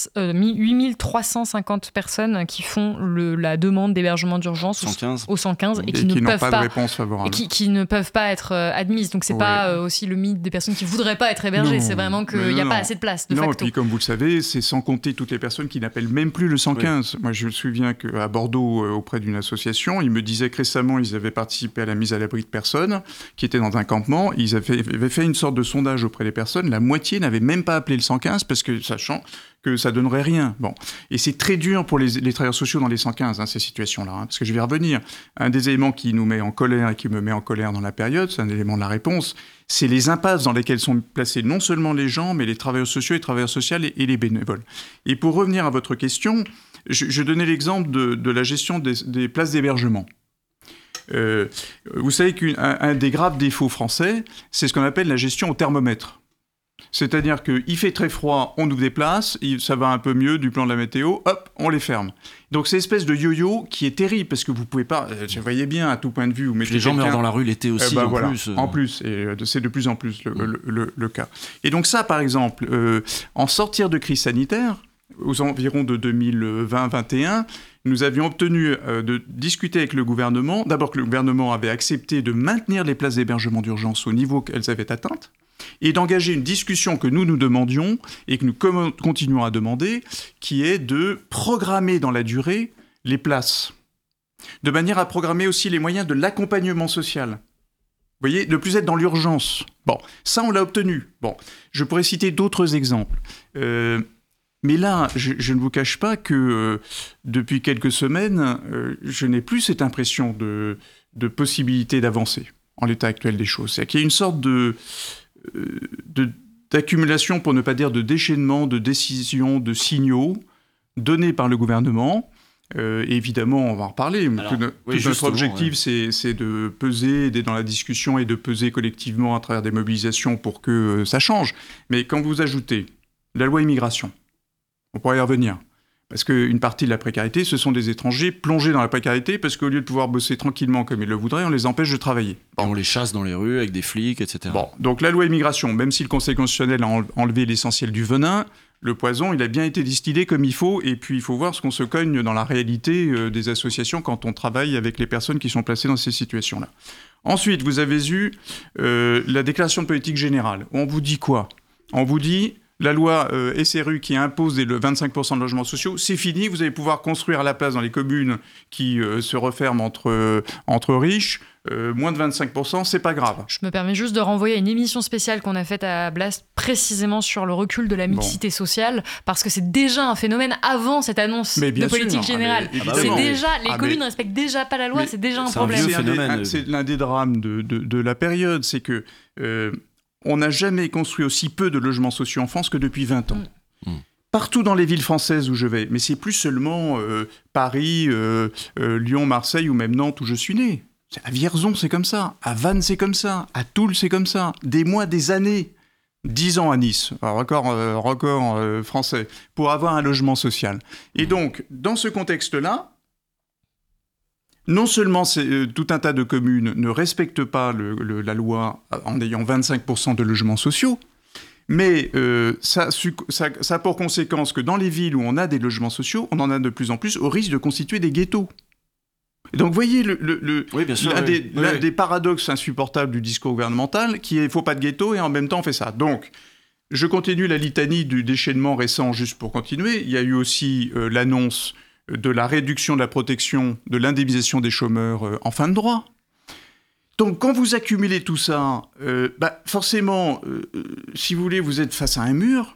B: trois cent cinquante personnes qui font le, la demande d'hébergement d'urgence
A: cent quinze.
B: Au, au cent quinze et,
L: et
B: qui,
L: qui
B: ne
L: n'ont
B: peuvent
L: pas,
B: pas
L: de réponse favorable.
B: Et qui, qui ne peuvent pas être euh, admises. Donc, c'est ouais. pas euh, aussi le mythe des personnes qui ne voudraient pas être hébergées. Non, c'est vraiment qu'il n'y a non. pas assez de place, de
L: non,
B: facto.
L: Et puis, comme vous le savez, c'est sans compter toutes les personnes qui n'appellent même plus le cent quinze. Oui. Moi, je me souviens qu'à Bordeaux, euh, auprès d'une association, ils me disaient que récemment, ils avaient participé à la mise à l'abri de personnes qui étaient dans un campement. Ils avaient, avaient fait une sorte de sondage auprès des personnes. La moitié n'avait même pas appelé le cent quinze parce que, sachant que ça donnerait rien. Bon. Et c'est très dur pour les, les travailleurs sociaux dans les cent quinze, hein, ces situations-là. Hein, parce que je vais y revenir. Un des éléments qui nous met en colère et qui me met en colère dans la période, c'est un élément de la réponse, c'est les impasses dans lesquelles sont placés non seulement les gens, mais les travailleurs sociaux, les travailleurs sociaux et, et les bénévoles. Et pour revenir à votre question, je, je donnais l'exemple de, de la gestion des, des places d'hébergement. Euh, vous savez qu'un un des graves défauts français, c'est ce qu'on appelle la gestion au thermomètre. C'est-à-dire qu'il fait très froid, on ouvre des places, ça va un peu mieux du plan de la météo, hop, on les ferme. Donc c'est une espèce de yo-yo qui est terrible, parce que vous pouvez pas, je voyez bien à tout point de vue... Vous mettez
A: les gens meurent dans la rue l'été aussi,
L: euh, bah,
A: en
L: voilà,
A: plus.
L: En plus, et c'est de plus en plus le, mmh. le, le, le cas. Et donc ça, par exemple, euh, en sortir de crise sanitaire, aux environs de deux mille vingt vingt et un, nous avions obtenu euh, de discuter avec le gouvernement, d'abord que le gouvernement avait accepté de maintenir les places d'hébergement d'urgence au niveau qu'elles avaient atteintes, et d'engager une discussion que nous nous demandions, et que nous com- continuons à demander, qui est de programmer dans la durée les places, de manière à programmer aussi les moyens de l'accompagnement social. Vous voyez, de plus être dans l'urgence. Bon, ça on l'a obtenu. Bon, je pourrais citer d'autres exemples. Euh, Mais là, je, je ne vous cache pas que euh, depuis quelques semaines, euh, je n'ai plus cette impression de, de possibilité d'avancer en l'état actuel des choses. C'est qu'il y a une sorte de, euh, de, d'accumulation, pour ne pas dire de déchaînement, de décisions, de signaux donnés par le gouvernement. Euh, et évidemment, on va en reparler. Alors, tout, oui, tout notre objectif, ouais. c'est, c'est de peser, d'être dans la discussion et de peser collectivement à travers des mobilisations pour que euh, ça change. Mais quand vous ajoutez la loi immigration, on pourrait y revenir. Parce qu'une partie de la précarité, ce sont des étrangers plongés dans la précarité parce qu'au lieu de pouvoir bosser tranquillement comme ils le voudraient, on les empêche de travailler.
A: Bon. Et on les chasse dans les rues avec des flics, et cetera. Bon,
L: donc la loi immigration, même si le Conseil constitutionnel a enlevé l'essentiel du venin, le poison, il a bien été distillé comme il faut, et puis il faut voir ce qu'on se cogne dans la réalité euh, des associations quand on travaille avec les personnes qui sont placées dans ces situations-là. Ensuite, vous avez eu euh, la déclaration de politique générale. On vous dit quoi ? On vous dit... la loi euh, S R U qui impose des, le vingt-cinq pour cent de logements sociaux, c'est fini, vous allez pouvoir construire à la place dans les communes qui euh, se referment entre, euh, entre riches, euh, moins de vingt-cinq pour cent, c'est pas grave.
B: Je me permets juste de renvoyer à une émission spéciale qu'on a faite à Blast, précisément sur le recul de la mixité bon. sociale, parce que c'est déjà un phénomène avant cette annonce de politique sûr. générale. Ah, c'est oui. déjà, les ah, communes ne respectent déjà pas la loi, mais c'est déjà un problème.
L: Un c'est, un, c'est l'un des drames de, de, de la période, c'est que euh, on n'a jamais construit aussi peu de logements sociaux en France que depuis vingt ans. Mmh. Partout dans les villes françaises où je vais, mais c'est plus seulement euh, Paris, euh, euh, Lyon, Marseille ou même Nantes où je suis né. À Vierzon, c'est comme ça. À Vannes, c'est comme ça. À Toul, c'est comme ça. Des mois, des années. Dix ans à Nice, record, euh, record euh, français, pour avoir un logement social. Et donc, dans ce contexte-là, non seulement euh, tout un tas de communes ne respectent pas le, le, la loi en ayant vingt-cinq pour cent de logements sociaux, mais euh, ça, ça, ça a pour conséquence que dans les villes où on a des logements sociaux, on en a de plus en plus au risque de constituer des ghettos. Donc, vous voyez, le, le, le, oui, sûr, l'un, oui. Des, oui, l'un oui. des paradoxes insupportables du discours gouvernemental, qui est « il ne faut pas de ghetto » et en même temps on fait ça. Donc, je continue la litanie du déchaînement récent, juste pour continuer. Il y a eu aussi euh, l'annonce de la réduction de la protection, de l'indemnisation des chômeurs euh, en fin de droit. Donc, quand vous accumulez tout ça, euh, bah, forcément, euh, si vous voulez, vous êtes face à un mur.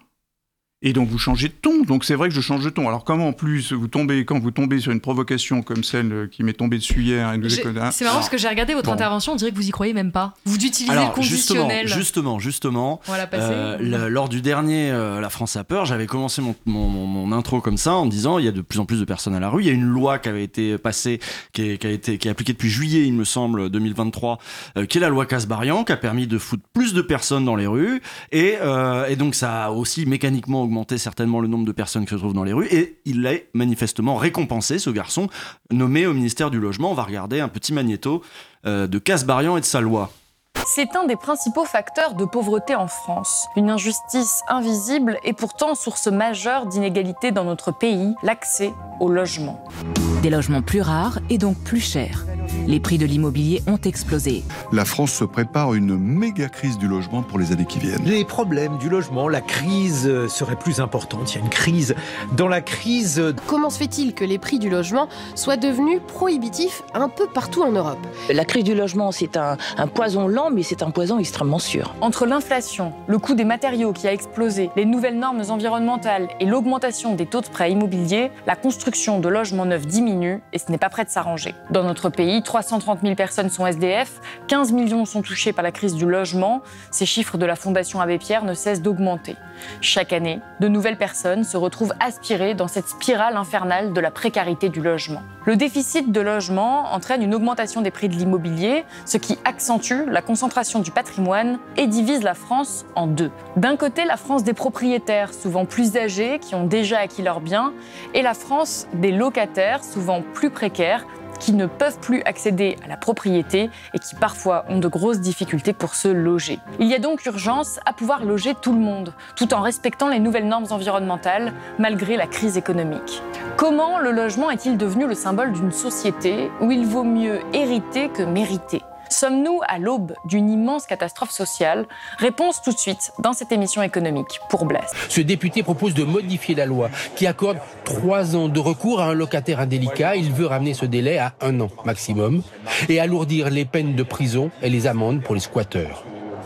L: Et donc vous changez de ton, donc c'est vrai que je change de ton. Alors comment en plus vous tombez, quand vous tombez sur une provocation comme celle qui m'est tombée dessus hier... Et
B: c'est marrant alors, parce que j'ai regardé votre bon. intervention, on dirait que vous y croyez même pas. Vous utilisez alors, le conditionnel.
A: Justement, justement, justement.
B: On va la passer. Euh,
A: le, lors du dernier euh, La France a peur, j'avais commencé mon, mon, mon, mon intro comme ça en disant il y a de plus en plus de personnes à la rue. Il y a une loi qui avait été passée, qui est, qui a été qui est appliquée depuis juillet, il me semble, deux mille vingt-trois, euh, qui est la loi Kasbarian, qui a permis de foutre plus de personnes dans les rues. Et, euh, et donc ça a aussi mécaniquement augmenter certainement le nombre de personnes qui se trouvent dans les rues, et il est manifestement récompensé, ce garçon, nommé au ministère du Logement. On va regarder un petit magnéto euh, de Kasbarian et de sa loi.
E: C'est un des principaux facteurs de pauvreté en France. Une injustice invisible et pourtant source majeure d'inégalités dans notre pays, l'accès au logement.
M: Des logements plus rares et donc plus chers. Les prix de l'immobilier ont explosé.
N: La France se prépare à une méga crise du logement pour les années qui viennent.
O: Les problèmes du logement, la crise serait plus importante. Il y a une crise dans la crise.
P: Comment se fait-il que les prix du logement soient devenus prohibitifs un peu partout en Europe ?
Q: La crise du logement, c'est un, un poison lent, mais c'est un poison extrêmement sûr.
E: Entre l'inflation, le coût des matériaux qui a explosé, les nouvelles normes environnementales et l'augmentation des taux de prêts immobiliers, la construction de logements neufs diminue et ce n'est pas prêt de s'arranger. Dans notre pays, trois cent trente mille personnes sont S D F, quinze millions sont touchés par la crise du logement. Ces chiffres de la Fondation Abbé Pierre ne cessent d'augmenter. Chaque année, de nouvelles personnes se retrouvent aspirées dans cette spirale infernale de la précarité du logement. Le déficit de logement entraîne une augmentation des prix de l'immobilier, ce qui accentue la concentration du patrimoine et divise la France en deux. D'un côté, la France des propriétaires, souvent plus âgés, qui ont déjà acquis leurs biens, et la France des locataires, souvent plus précaires, qui ne peuvent plus accéder à la propriété et qui parfois ont de grosses difficultés pour se loger. Il y a donc urgence à pouvoir loger tout le monde, tout en respectant les nouvelles normes environnementales, malgré la crise économique. Comment le logement est-il devenu le symbole d'une société où il vaut mieux hériter que mériter ? Sommes-nous à l'aube d'une immense catastrophe sociale ? Réponse tout de suite dans cette émission économique pour Blast.
O: Ce député propose de modifier la loi qui accorde trois ans de recours à un locataire indélicat. Il veut ramener ce délai à un an maximum et alourdir les peines de prison et les amendes pour les squatteurs.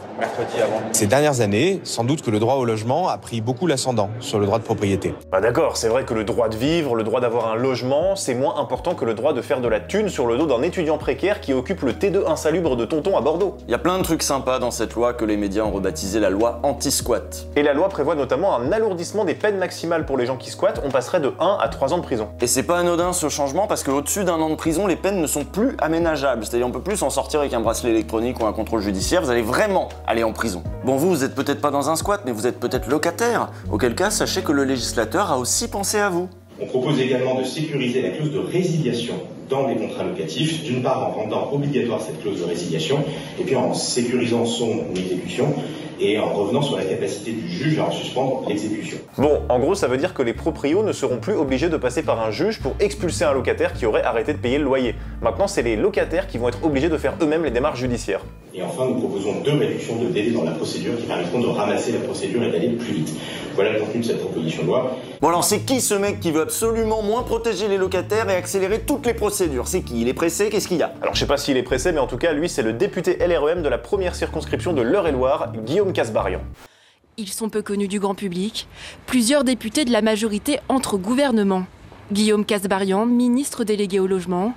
R: Ces dernières années, sans doute que le droit au logement a pris beaucoup l'ascendant sur le droit de propriété.
C: Bah d'accord, c'est vrai que le droit de vivre, le droit d'avoir un logement, c'est moins important que le droit de faire de la thune sur le dos d'un étudiant précaire qui occupe le T deux insalubre de Tonton à Bordeaux.
A: Il y a plein de trucs sympas dans cette loi que les médias ont rebaptisé la loi anti-squat.
C: Et la loi prévoit notamment un alourdissement des peines maximales pour les gens qui squattent, on passerait de un à trois ans de prison.
A: Et c'est pas anodin ce changement parce qu'au-dessus d'un an de prison, les peines ne sont plus aménageables. C'est-à-dire on peut plus s'en sortir avec un bracelet électronique ou un contrôle judiciaire, vous allez vraiment aller en prison. Bon, vous, vous êtes peut-être pas dans un squat, mais vous êtes peut-être locataire. Auquel cas, sachez que le législateur a aussi pensé à vous.
S: On propose également de sécuriser la clause de résiliation dans les contrats locatifs, d'une part en rendant obligatoire cette clause de résiliation, et puis en sécurisant son exécution, et en revenant sur la capacité du juge à en suspendre l'exécution.
C: Bon, en gros, ça veut dire que les proprios ne seront plus obligés de passer par un juge pour expulser un locataire qui aurait arrêté de payer le loyer. Maintenant, c'est les locataires qui vont être obligés de faire eux-mêmes les démarches judiciaires.
S: Et enfin, nous proposons deux réductions de délai dans la procédure qui permettront de ramasser la procédure et d'aller plus vite. Voilà le contenu de cette proposition de loi.
T: Bon alors, c'est qui ce mec qui veut absolument moins protéger les locataires et accélérer toutes les procédures? C'est qui? Il est pressé? Qu'est-ce qu'il y a?
C: Alors je sais pas s'il est pressé, mais en tout cas, lui, c'est le député L R E M de la première circonscription de l'Eure-et-Loire, Guillaume Kasbarian.
U: Ils sont peu connus du grand public. Plusieurs députés de la majorité entrent au gouvernement. Guillaume Kasbarian, ministre délégué au logement.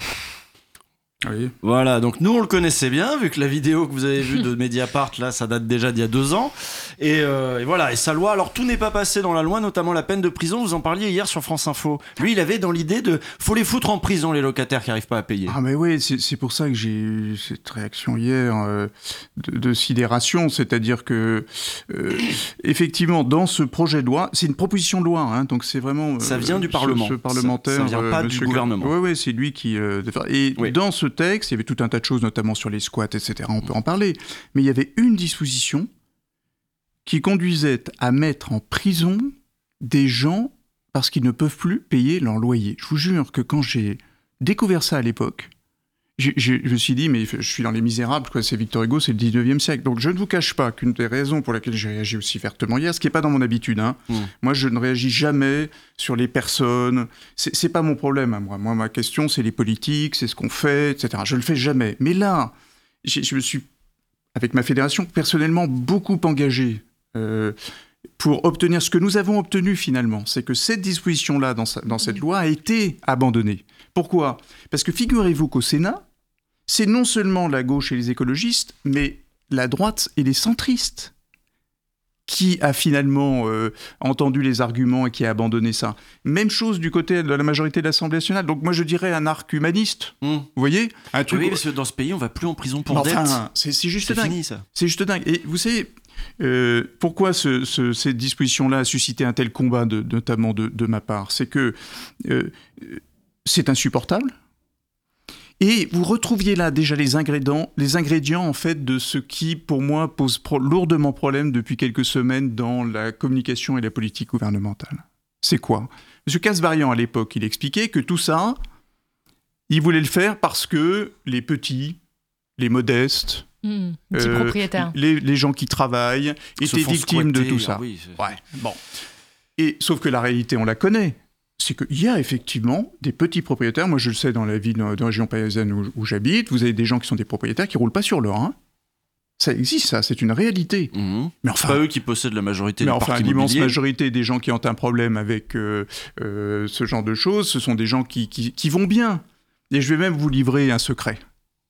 A: Oui. Voilà, donc nous on le connaissait bien, vu que la vidéo que vous avez vue de Mediapart, là, ça date déjà d'il y a deux ans. Et, euh, et voilà, et sa loi, alors tout n'est pas passé dans la loi, notamment la peine de prison, vous en parliez hier sur France Info. Lui, il avait dans l'idée de, faut les foutre en prison, les locataires qui n'arrivent pas à payer.
L: Ah mais oui, c'est, c'est pour ça que j'ai eu cette réaction hier euh, de, de sidération, c'est-à-dire que, euh, effectivement, dans ce projet de loi, c'est une proposition de loi, hein, donc c'est vraiment... Euh,
A: ça vient du Parlement.
L: Ce, ce parlementaire...
A: Ça, ça vient pas euh, du gouvernement.
L: Oui, oui, c'est lui qui... Euh, et oui. Dans ce texte, il y avait tout un tas de choses, notamment sur les squats, et cetera. On peut en parler. Mais il y avait une disposition qui conduisait à mettre en prison des gens parce qu'ils ne peuvent plus payer leur loyer. Je vous jure que quand j'ai découvert ça à l'époque, je, je, je me suis dit, mais je suis dans Les Misérables, quoi, c'est Victor Hugo, c'est le dix-neuvième siècle. Donc je ne vous cache pas qu'une des raisons pour lesquelles j'ai réagi aussi vertement hier, ce qui n'est pas dans mon habitude, hein. Mmh. Moi je ne réagis jamais sur les personnes, c'est, c'est pas mon problème à moi. Moi ma question c'est les politiques, c'est ce qu'on fait, et cetera. Je le fais jamais. Mais là, je me suis, avec ma fédération, personnellement beaucoup engagé euh, pour obtenir ce que nous avons obtenu finalement. C'est que cette disposition-là dans, sa, dans cette loi a été abandonnée. Pourquoi ? Parce que figurez-vous qu'au Sénat, c'est non seulement la gauche et les écologistes, mais la droite et les centristes qui a finalement euh, entendu les arguments et qui a abandonné ça. Même chose du côté de la majorité de l'Assemblée nationale. Donc moi je dirais un arc humaniste, mmh. vous voyez un truc...
A: Oui, parce que dans ce pays on va plus en prison pour
L: enfin,
A: dette.
L: C'est, c'est juste
A: c'est
L: dingue.
A: Fini, ça.
L: C'est juste dingue. Et vous savez, euh, pourquoi ce, ce, cette disposition-là a suscité un tel combat, de, notamment de, de ma part ? C'est que euh, c'est insupportable. Et vous retrouviez là déjà les ingrédients, les ingrédients en fait de ce qui, pour moi, pose pro- lourdement problème depuis quelques semaines dans la communication et la politique gouvernementale. C'est quoi ? M. Kasbarian, à l'époque, il expliquait que tout ça, il voulait le faire parce que les petits, les modestes,
B: mmh, petits euh, propriétaires,
L: les, les gens qui travaillent étaient victimes de tout ça.
A: Oui,
L: ouais, bon. Et sauf que la réalité, on la connaît. C'est qu'il y a effectivement des petits propriétaires. Moi, je le sais dans la ville de la région parisienne où, où j'habite. Vous avez des gens qui sont des propriétaires qui ne roulent pas sur l'or. Hein. Ça existe, ça. C'est une réalité.
A: Mmh.
L: Mais enfin,
A: c'est pas eux qui possèdent la majorité
L: mais
A: du
L: enfin,
A: parc
L: l'immense
A: immobilier.
L: majorité des gens qui ont un problème avec euh, euh, ce genre de choses, ce sont des gens qui, qui, qui vont bien. Et je vais même vous livrer un secret.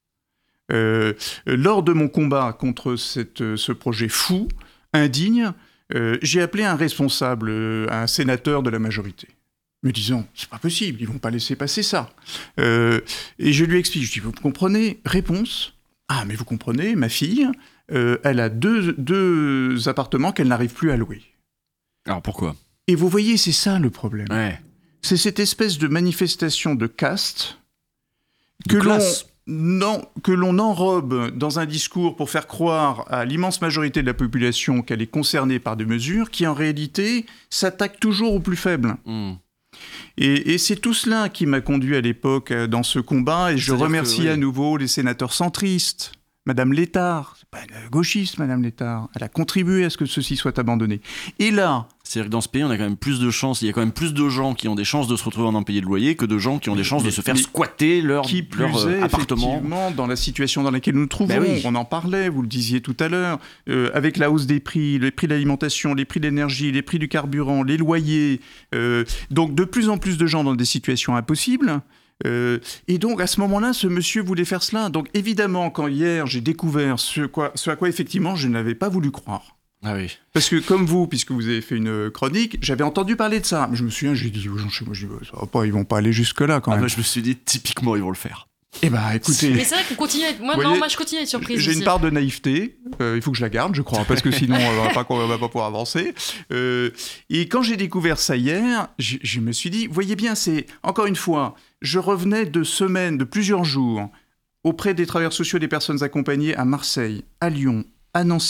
L: Euh, lors de mon combat contre cette, ce projet fou, indigne, euh, j'ai appelé un responsable, un sénateur de la majorité, me disant, c'est pas possible, ils vont pas laisser passer ça. Euh, et je lui explique, je dis, vous comprenez ? Réponse, ah mais vous comprenez, ma fille, euh, elle a deux, deux appartements qu'elle n'arrive plus à louer.
A: Alors pourquoi ?
L: Et vous voyez, c'est ça le problème.
A: Ouais.
L: C'est cette espèce de manifestation de caste que l'on, non, que l'on enrobe dans un discours pour faire croire à l'immense majorité de la population qu'elle est concernée par des mesures qui en réalité s'attaquent toujours aux plus faibles. Mmh. Et, et c'est tout cela qui m'a conduit à l'époque dans ce combat, et je C'est-à-dire remercie que, oui. à nouveau les sénateurs centristes. Madame Létard, c'est pas une gauchiste, Madame Létard, elle a contribué à ce que ceci soit abandonné. Et là...
A: C'est-à-dire que dans ce pays, on a quand même plus de chances, il y a quand même plus de gens qui ont des chances de se retrouver en impayé de loyer que de gens qui ont des chances mais, de se faire squatter leur,
L: qui plus
A: leur
L: est,
A: appartement.
L: Effectivement, dans la situation dans laquelle nous nous trouvons, ben oui. on en parlait, vous le disiez tout à l'heure, euh, avec la hausse des prix, les prix de l'alimentation, les prix de l'énergie, les prix du carburant, les loyers, euh, donc de plus en plus de gens dans des situations impossibles. Euh, et donc à ce moment-là, ce monsieur voulait faire cela. Donc évidemment, quand hier j'ai découvert ce, quoi, ce à quoi effectivement je n'avais pas voulu croire.
A: Ah oui.
L: Parce que comme vous, puisque vous avez fait une chronique, j'avais entendu parler de ça. Mais je me souviens, j'ai dit aux gens chez moi, je dis, ça va pas, ils vont pas aller jusque-là quand
A: ah
L: même.
A: Bah, je me suis dit, typiquement, ils vont le faire.
L: Eh ben, écoutez...
B: Mais c'est vrai qu'on continue à être... Moi,
L: voyez,
B: non, moi, je continue à être surprise
L: J'ai
B: aussi.
L: une part de naïveté, euh, il faut que je la garde, je crois, parce que sinon, on va pas, on va pas pouvoir avancer. Euh, et quand j'ai découvert ça hier, je, je me suis dit, voyez bien, c'est... Encore une fois, je revenais de semaines, de plusieurs jours, auprès des travailleurs sociaux et des personnes accompagnées à Marseille, à Lyon, à Nancy,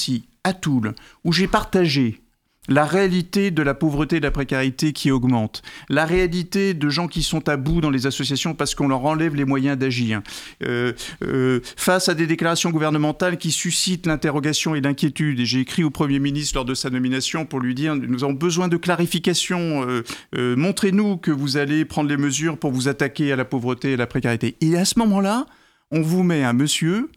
L: à Toul, où j'ai partagé la réalité de la pauvreté et de la précarité qui augmente, la réalité de gens qui sont à bout dans les associations parce qu'on leur enlève les moyens d'agir, euh, euh, face à des déclarations gouvernementales qui suscitent l'interrogation et l'inquiétude. Et j'ai écrit au Premier ministre lors de sa nomination pour lui dire « Nous avons besoin de clarification, euh, euh, montrez-nous que vous allez prendre les mesures pour vous attaquer à la pauvreté et à la précarité ». Et à ce moment-là, on vous met un monsieur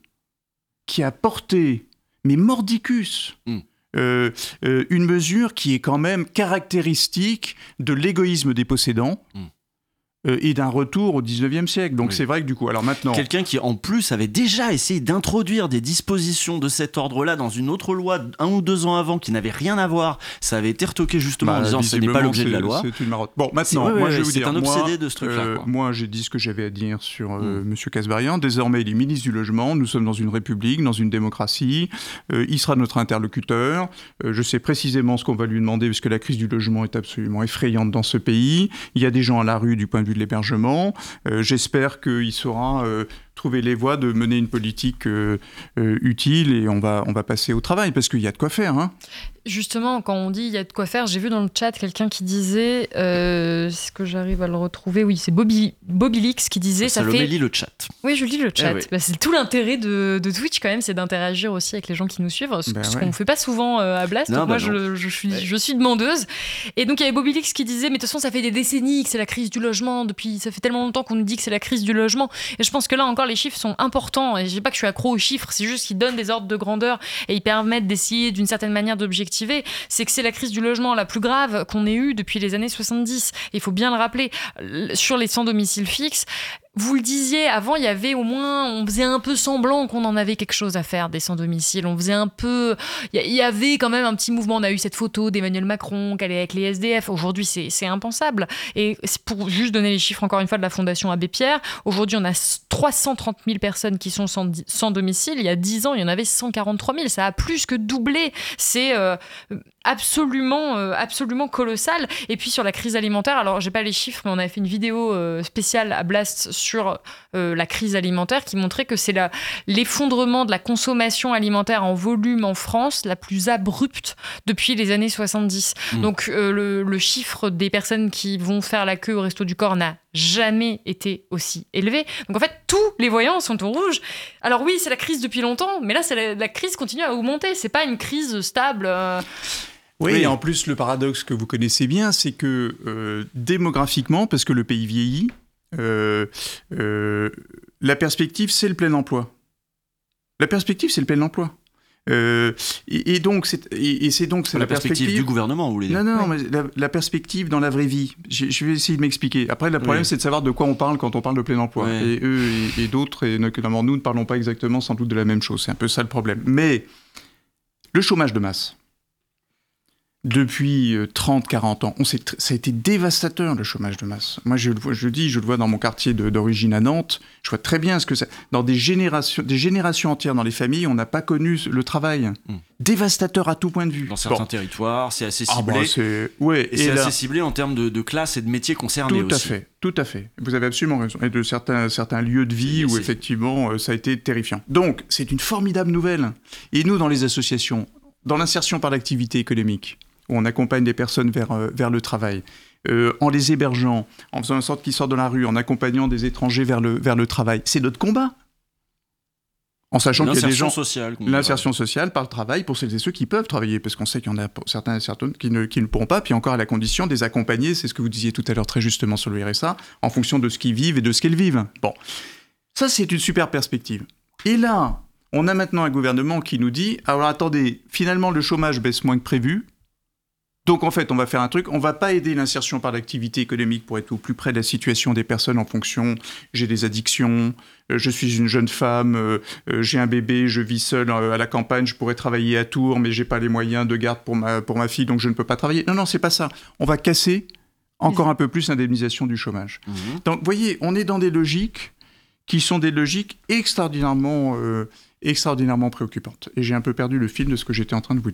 L: qui a porté, mais mordicus, mmh. Euh, euh, une mesure qui est quand même caractéristique de l'égoïsme des possédants mmh. euh, et d'un retour au dix-neuvième siècle. Donc oui. c'est vrai que du coup, alors maintenant...
A: Quelqu'un qui en plus avait déjà essayé d'introduire des dispositions de cet ordre-là dans une autre loi un ou deux ans avant qui n'avait rien à voir, ça avait été retoqué justement bah, en disant ce n'est pas l'objet de la loi.
L: C'est une marotte. Bon, maintenant, ouais, moi ouais, je vais vous
A: c'est
L: dire...
A: C'est un obsédé
L: moi,
A: de ce truc-là.
L: Euh, moi j'ai dit ce que j'avais à dire sur euh, mmh. M. Kasbarian. Désormais, il est ministre du Logement, nous sommes dans une république, dans une démocratie, euh, il sera notre interlocuteur, euh, je sais précisément ce qu'on va lui demander parce que la crise du logement est absolument effrayante dans ce pays, il y a des gens à la rue du point de vue de l'hébergement, euh, j'espère qu'il saura... Euh, trouver les voies de mener une politique euh, euh, utile et on va, on va passer au travail parce qu'il y a de quoi faire. Hein.
B: Justement, quand on dit il y a de quoi faire, j'ai vu dans le chat quelqu'un qui disait, euh, est-ce que j'arrive à le retrouver ? Oui, c'est Bobby, Bobby qui disait...
A: Ça fait... lit le chat.
B: Oui, je lis le chat.
A: Eh oui.
B: Bah, c'est tout l'intérêt de, de Twitch quand même, c'est d'interagir aussi avec les gens qui nous suivent, ce,
L: ben
B: ce
L: ouais.
B: qu'on ne fait pas souvent euh, à Blast.
A: Non,
B: donc
A: bah
B: moi,
A: non.
B: je, je, suis,
A: ouais.
B: je suis demandeuse. Et donc il y avait Bobby qui disait, mais de toute façon, ça fait des décennies que c'est la crise du logement, depuis, ça fait tellement longtemps qu'on nous dit que c'est la crise du logement. Et je pense que là encore, les chiffres sont importants. Et je dis pas que je suis accro aux chiffres, c'est juste qu'ils donnent des ordres de grandeur et ils permettent d'essayer d'une certaine manière d'objectiver. C'est que c'est la crise du logement la plus grave qu'on ait eue depuis les années soixante-dix. Il faut bien le rappeler. Sur les sans domicile fixe, vous le disiez, avant, il y avait au moins, on faisait un peu semblant qu'on en avait quelque chose à faire des sans-domicile. On faisait un peu, il y avait quand même un petit mouvement. On a eu cette photo d'Emmanuel Macron qui allait avec les S D F. Aujourd'hui, c'est, c'est impensable. Et pour juste donner les chiffres, encore une fois, de la Fondation Abbé Pierre, aujourd'hui, on a trois cent trente mille personnes qui sont sans, sans domicile. Il y a dix ans, il y en avait cent quarante-trois mille. Ça a plus que doublé. C'est euh, absolument, euh, absolument colossal. Et puis, sur la crise alimentaire, alors, j'ai pas les chiffres, mais on avait fait une vidéo euh, spéciale à Blast sur euh, la crise alimentaire qui montrait que c'est la, l'effondrement de la consommation alimentaire en volume en France la plus abrupte depuis les années soixante-dix. Mmh. Donc euh, le, le chiffre des personnes qui vont faire la queue au Resto du Corps n'a jamais été aussi élevé. Donc en fait, tous les voyants sont au rouge. Alors oui, c'est la crise depuis longtemps, mais là, c'est la, la crise continue à augmenter. C'est pas une crise stable. Euh...
L: Oui, oui, et en plus, le paradoxe que vous connaissez bien, c'est que euh, démographiquement, parce que le pays vieillit, Euh, euh, la perspective, c'est le plein emploi. La perspective, c'est le plein emploi. Euh, et, et donc, c'est, et, et c'est donc c'est
A: la,
L: la
A: perspective, perspective du gouvernement, vous voulez dire ?
L: Non, non,
A: oui.
L: mais la, la perspective dans la vraie vie. Je, je vais essayer de m'expliquer. Après, le problème, oui. c'est de savoir de quoi on parle quand on parle de plein emploi. Oui. Et eux et, et d'autres, et notamment nous, ne parlons pas exactement, sans doute, de la même chose. C'est un peu ça le problème. Mais le chômage de masse. Depuis trente à quarante ans, on sait, ça a été dévastateur, le chômage de masse. Moi, je le vois, je le dis, je le vois dans mon quartier de, d'origine à Nantes, je vois très bien ce que ça... Dans des générations, des générations entières dans les familles, on n'a pas connu le travail. Mmh. Dévastateur à tout point de vue.
A: Dans certains bon. territoires, c'est assez ciblé.
L: Ah bah c'est... Ouais,
A: et, et c'est là... assez ciblé en termes de, de classes et de métiers concernés
L: tout
A: aussi.
L: Tout à fait, tout à fait. Vous avez absolument raison. Et de certains, certains lieux de vie où, effectivement, ça a été terrifiant. Donc, c'est une formidable nouvelle. Et nous, dans les associations, dans l'insertion par l'activité économique, où on accompagne des personnes vers, euh, vers le travail, euh, en les hébergeant, en faisant en sorte qu'ils sortent de la rue, en accompagnant des étrangers vers le, vers le travail. C'est notre combat. En sachant qu'il y a des gens...
A: Sociale,
L: l'insertion sociale par le travail pour celles et ceux qui peuvent travailler, parce qu'on sait qu'il y en a certains et certaines qui ne, qui ne pourront pas, puis encore à la condition de les accompagner, c'est ce que vous disiez tout à l'heure très justement sur le R S A, en fonction de ce qu'ils vivent et de ce qu'elles vivent. Bon, ça c'est une super perspective. Et là, on a maintenant un gouvernement qui nous dit, alors attendez, finalement le chômage baisse moins que prévu, donc en fait, on va faire un truc, on va pas aider l'insertion par l'activité économique pour être au plus près de la situation des personnes en fonction, j'ai des addictions, euh, je suis une jeune femme, euh, euh, j'ai un bébé, je vis seule euh, à la campagne, je pourrais travailler à Tours, mais j'ai pas les moyens de garde pour ma, pour ma fille, donc je ne peux pas travailler. Non, non, c'est pas ça. On va casser encore un peu plus l'indemnisation du chômage. Mmh. Donc, vous voyez, on est dans des logiques qui sont des logiques extraordinairement, euh, extraordinairement préoccupantes. Et j'ai un peu perdu le fil de ce que j'étais en train de vous dire.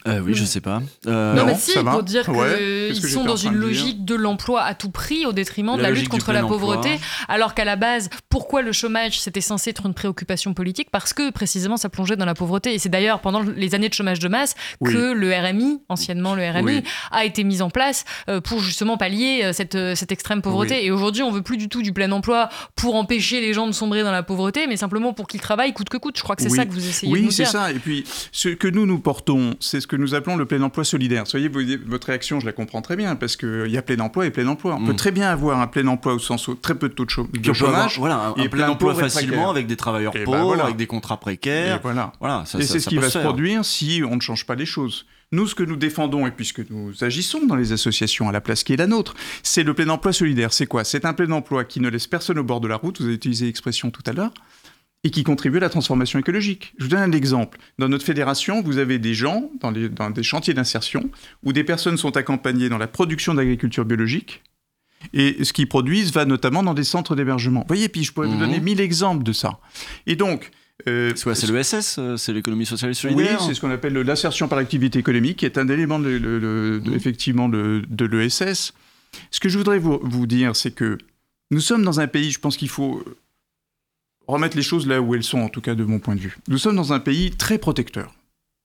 A: Euh, oui, je sais pas. Euh,
B: non, mais si,
L: ça va.
B: pour dire qu'ils
L: Ouais, qu'est-ce que
B: sont
L: j'étais
B: dans
L: en train
B: une
L: de dire
B: logique de l'emploi à tout prix au détriment de
A: La
B: la lutte
A: logique du
B: contre la
A: plein emploi.
B: pauvreté, alors qu'à la base, pourquoi le chômage, c'était censé être une préoccupation politique? Parce que, précisément, ça plongeait dans la pauvreté. Et c'est d'ailleurs pendant les années de chômage de masse
L: Oui.
B: que le R M I, anciennement le R M I,
A: Oui.
B: a été mis en place euh, pour justement pallier euh, cette, euh, cette extrême pauvreté.
L: Oui.
B: Et aujourd'hui, on veut plus du tout du plein emploi pour empêcher les gens de sombrer dans la pauvreté, mais simplement pour qu'ils travaillent coûte que coûte. Je crois que c'est
L: Oui.
B: ça que vous essayez
L: oui,
B: de nous
L: c'est
B: dire.
L: ça. Et puis, ce que nous, nous portons, c'est ce que nous appelons le plein emploi solidaire. Soyez, vous- votre réaction, je la comprends très bien, parce qu'il y a plein emploi et plein emploi. On
A: Mm.
L: peut très bien avoir un plein emploi au sens où très peu de taux de, chau- de
A: Puis on peut avoir,
L: chômage.
A: voilà, un,
L: et
A: un plein emploi
L: pauvres et
A: facilement
L: précaires.
A: avec des travailleurs
L: Et ben
A: pauvres,
L: voilà.
A: avec des contrats précaires.
L: Et voilà.
A: Voilà, ça,
L: et
A: ça-
L: c'est
A: ça
L: ce qui
A: peut
L: va
A: se
L: se
A: faire.
L: produire si on ne change pas les choses. Nous, ce que nous défendons, et puisque nous agissons dans les associations à la place qui est la nôtre, c'est le plein emploi solidaire. C'est quoi? C'est un plein emploi qui ne laisse personne au bord de la route, vous avez utilisé l'expression tout à l'heure, et qui contribue à la transformation écologique. Je vous donne un exemple. Dans notre fédération, vous avez des gens dans, les, dans des chantiers d'insertion où des personnes sont accompagnées dans la production d'agriculture biologique, et ce qu'ils produisent va notamment dans des centres d'hébergement. Vous voyez, puis je pourrais
A: Mhm.
L: vous donner mille exemples de ça. Et donc... euh,
A: C'est quoi, c'est l'E S S, euh, c'est l'économie sociale et
L: oui,
A: solidaire.
L: c'est ce qu'on appelle le- l'insertion par l'activité économique, qui est un élément de, le- le- de-
A: Mmh.
L: effectivement de, de l'E S S. Ce que je voudrais vous, vous dire, c'est que nous sommes dans un pays, je pense qu'il faut remettre les choses là où elles sont, en tout cas de mon point de vue. Nous sommes dans un pays très protecteur.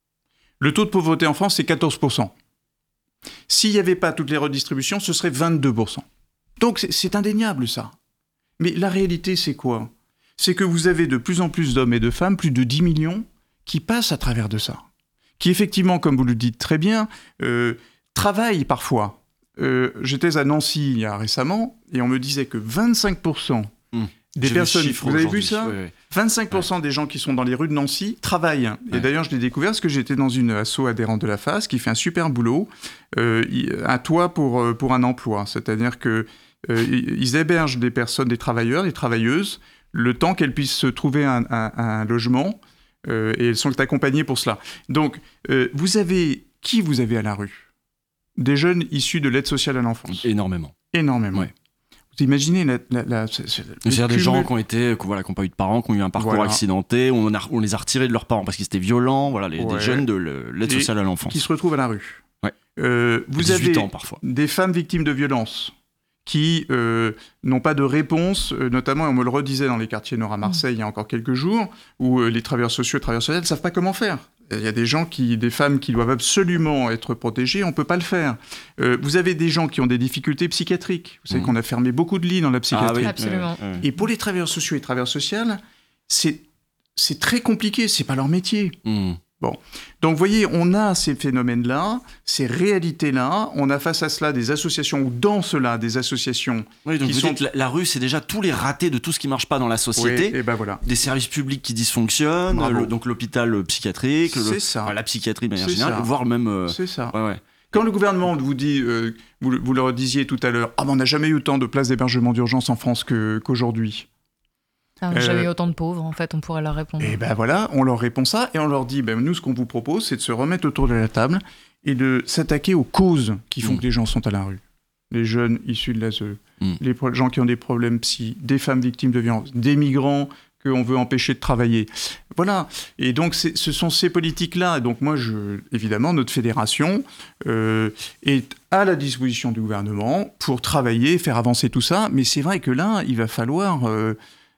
L: Le taux de pauvreté en France, c'est quatorze pour cent. S'il n'y avait pas toutes les redistributions, ce serait vingt-deux pour cent. Donc c'est- c'est indéniable, ça. Mais la réalité, c'est quoi? C'est que vous avez de plus en plus d'hommes et de femmes, plus de dix millions, qui passent à travers de ça. Qui, effectivement, comme vous le dites très bien, euh, travaillent parfois. Euh, J'étais à Nancy il y a récemment, et on me disait que vingt-cinq pour cent
A: Mmh.
L: des
A: J'ai vu
L: personnes...
A: le chiffre
L: Vous avez vu
A: aujourd'hui.
L: ça?
A: Oui, oui.
L: vingt-cinq pour cent des gens qui sont dans les rues de Nancy travaillent. Et
A: Ouais.
L: d'ailleurs, je l'ai découvert parce que j'étais dans une asso adhérente de la F A S qui fait un super boulot, euh, il- un toit pour, euh, pour un emploi. C'est-à-dire que euh, ils ils hébergent des personnes, des travailleurs, des travailleuses, le temps qu'elles puissent se trouver un, un- un logement, euh, et elles sont accompagnées pour cela. Donc, euh, vous avez... Qui vous avez à la rue? Des jeunes issus de l'aide sociale à l'enfance.
A: Énormément.
L: Énormément.
A: Ouais.
L: Vous imaginez la... la, la- c'est- c'est- le
A: C'est-à-dire des
L: cumul-
A: gens qui ont été, qui, voilà, qui n'ont pas eu de parents, qui ont eu un parcours
L: Voilà.
A: accidenté, on, a- on les a retirés de leurs parents parce qu'ils étaient violents, voilà, les,
L: Ouais.
A: des jeunes de le- l'aide
L: Et
A: sociale à l'enfance.
L: qui se retrouvent à la rue.
A: Ouais.
L: Euh, vous
A: dix-huit
L: avez
A: ans parfois.
L: des femmes victimes de violences qui euh, n'ont pas de réponse, euh, notamment, on me le redisait dans les quartiers nord à Marseille il y a encore quelques jours, où euh, les travailleurs sociaux et travailleurs sociaux ne savent pas comment faire. Il y a des gens qui, des femmes qui doivent absolument être protégées, on ne peut pas le faire. Euh, vous avez des gens qui ont des difficultés psychiatriques. Vous savez
A: Mmh.
L: qu'on a fermé beaucoup de lits dans la psychiatrie.
A: oui.
B: Absolument.
A: Ouais, ouais.
L: Et pour les travailleurs sociaux et travailleurs sociales, c'est c'est très compliqué, c'est pas leur métier.
A: Mmh.
L: Bon, donc vous voyez, on a ces phénomènes-là, ces réalités-là, on a face à cela des associations, ou dans cela, des associations
A: Oui, donc
L: qui
A: vous
L: sont...
A: dites, la, la rue, c'est déjà tous les ratés de tout ce qui marche pas dans la société.
L: Oui, et ben voilà.
A: Des services publics qui dysfonctionnent,
L: Bravo.
A: le- donc l'hôpital euh, psychiatrique, le-
L: C'est ça.
A: enfin, la psychiatrie de manière
L: C'est
A: générale,
L: ça.
A: voire même... euh,
L: C'est ça.
A: ouais, ouais.
L: Quand le gouvernement vous dit, euh, vous, le- vous le disiez tout à l'heure, ah ben on n'a jamais eu autant de places d'hébergement d'urgence en France que- qu'aujourd'hui.
B: Ah,
L: Euh,
B: J'avais autant de pauvres, en fait, on pourrait leur répondre.
L: Et ben voilà, on leur répond ça et on leur dit, ben nous ce qu'on vous propose, c'est de se remettre autour de la table et de s'attaquer aux causes qui font
A: Mm.
L: que les gens sont à la rue. Les jeunes issus de l'A S E,
A: Mm.
L: les pro- gens qui ont des problèmes psy, des femmes victimes de violences, des migrants qu'on veut empêcher de travailler. Voilà. Et donc, c'est- ce sont ces politiques-là. Et donc, moi, je, évidemment, notre fédération euh, est à la disposition du gouvernement pour travailler, faire avancer tout ça. Mais c'est vrai que là, il va falloir euh,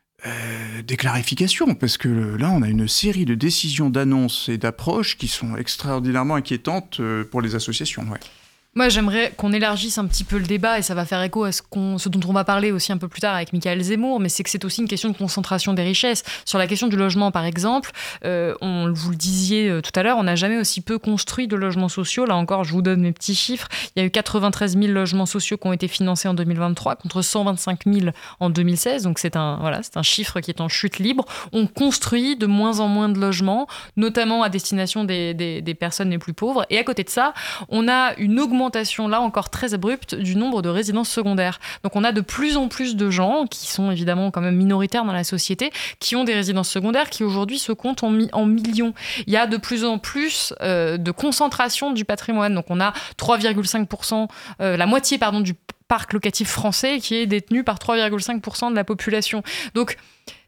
L: euh, des clarifications, parce que là, on a une série de décisions, d'annonces et d'approches qui sont extraordinairement inquiétantes euh, pour les associations. Ouais.
B: Moi, j'aimerais qu'on élargisse un petit peu le débat, et ça va faire écho à ce, qu'on, ce dont on va parler aussi un peu plus tard avec Michael Zemmour, mais c'est que c'est aussi une question de concentration des richesses. Sur la question du logement, par exemple, euh, on, vous le disiez euh, tout à l'heure, on n'a jamais aussi peu construit de logements sociaux. Là encore, je vous donne mes petits chiffres. Il y a eu quatre-vingt-treize mille logements sociaux qui ont été financés en deux mille vingt-trois, contre cent vingt-cinq mille en deux mille seize, donc c'est un, voilà, c'est un chiffre qui est en chute libre. On construit de moins en moins de logements, notamment à destination des, des, des personnes les plus pauvres, et à côté de ça, on a une augmentation augmentation là encore très abrupte du nombre de résidences secondaires. Donc on a de plus en plus de gens qui sont évidemment quand même minoritaires dans la société, qui ont des résidences secondaires qui aujourd'hui se comptent en, mi- en millions. Il y a de plus en plus euh, de concentration du patrimoine. Donc on a trois virgule cinq pour cent, euh, la moitié pardon du parc locatif français qui est détenu par trois virgule cinq pour cent de la population. Donc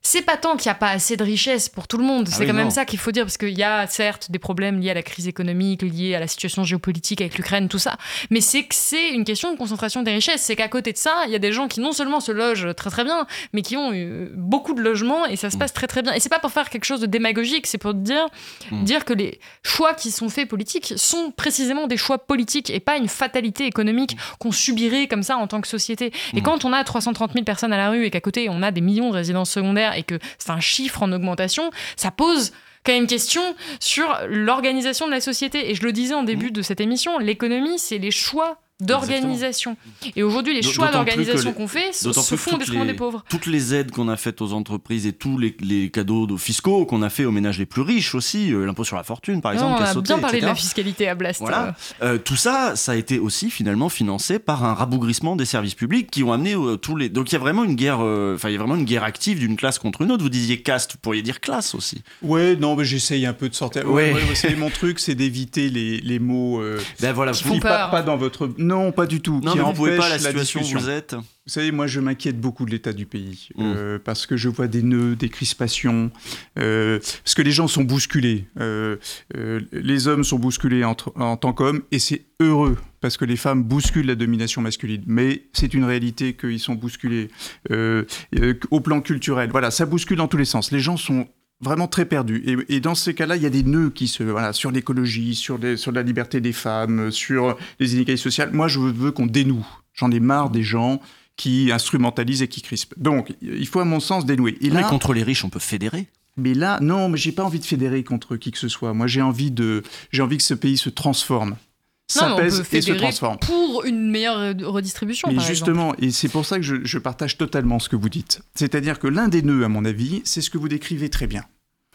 B: c'est pas tant qu'il n'y a pas assez de richesse pour tout le monde,
A: Ah
B: c'est
A: oui,
B: quand même
A: non.
B: ça qu'il faut dire, parce qu'il y a certes des problèmes liés à la crise économique, liés à la situation géopolitique avec l'Ukraine, tout ça, mais c'est que c'est une question de concentration des richesses, c'est qu'à côté de ça, il y a des gens qui non seulement se logent très très bien, mais qui ont eu beaucoup de logements et ça se passe très très bien. Et c'est pas pour faire quelque chose de démagogique, c'est pour dire,
A: Mm.
B: dire que les choix qui sont faits politiques sont précisément des choix politiques et pas une fatalité économique qu'on subirait comme ça en tant que société. Et
A: Mm.
B: quand on a trois cent trente mille personnes à la rue et qu'à côté on a des millions de résidences secondaires et que c'est un chiffre en augmentation, ça pose quand même une question sur l'organisation de la société. Et je le disais en début de cette émission, l'économie, c'est les choix d'organisation. Et aujourd'hui, les
A: D'autant
B: choix
A: plus que
B: d'organisation
A: les-
B: qu'on fait se,
A: d'autant
B: se
A: plus que
B: font au
A: toutes
B: détriment
A: les-
B: des pauvres.
A: Toutes les aides qu'on a faites aux entreprises et tous les, les cadeaux de fiscaux qu'on a fait aux ménages les plus riches aussi, euh, l'impôt sur la fortune par exemple,
B: Non, on
A: qui a
B: a
A: sauté,
B: bien parlé de
A: et cetera.
B: la fiscalité à Blast.
A: Voilà. Euh, tout ça, ça a été aussi finalement financé par un rabougrissement des services publics qui ont amené euh, tous les. Donc il y a vraiment une guerre, euh, enfin il y a vraiment une guerre active d'une classe contre une autre. Vous disiez caste, vous pourriez dire classe aussi.
L: Ouais, non, mais j'essaye un peu de sortir.
A: Ouais.
L: Ouais, ouais, c'est mon truc, c'est d'éviter les, les mots. Euh,
A: ben voilà,
L: qui
A: vous-
L: pas, pas dans votre. Non, pas du tout.
A: Non,
L: qui
A: mais vous pouvez pas,
L: empêchent
A: la situation où
L: discussion.
A: vous êtes.
L: Vous savez, moi, je m'inquiète beaucoup de l'état du pays euh, parce que je vois des nœuds, des crispations, euh, parce que les gens sont bousculés. Euh, euh, les hommes sont bousculés entre, en tant qu'hommes et c'est heureux parce que les femmes bousculent la domination masculine. Mais c'est une réalité qu'ils sont bousculés euh, euh, au plan culturel. Voilà, ça bouscule dans tous les sens. Les gens sont vraiment très perdus. Et, et dans ces cas-là, il y a des nœuds qui se... Voilà, sur l'écologie, sur, les, sur la liberté des femmes, sur les inégalités sociales. Moi, je veux qu'on dénoue. J'en ai marre des gens qui instrumentalisent et qui crispent. Donc, il faut à mon sens dénouer. Et
A: Mais
L: là,
A: contre les riches, on peut fédérer.
L: mais là, non, mais j'ai pas envie de fédérer contre qui que ce soit. Moi, j'ai envie de, j'ai envie que ce pays se transforme,
B: Non, mais on
L: s'apaise
B: peut
L: et se
B: fédérer
L: transforme.
B: pour une meilleure redistribution,
L: Mais
B: par
L: justement, et c'est pour ça que je, je partage totalement ce que vous dites. C'est-à-dire que l'un des nœuds, à mon avis, c'est ce que vous décrivez très bien.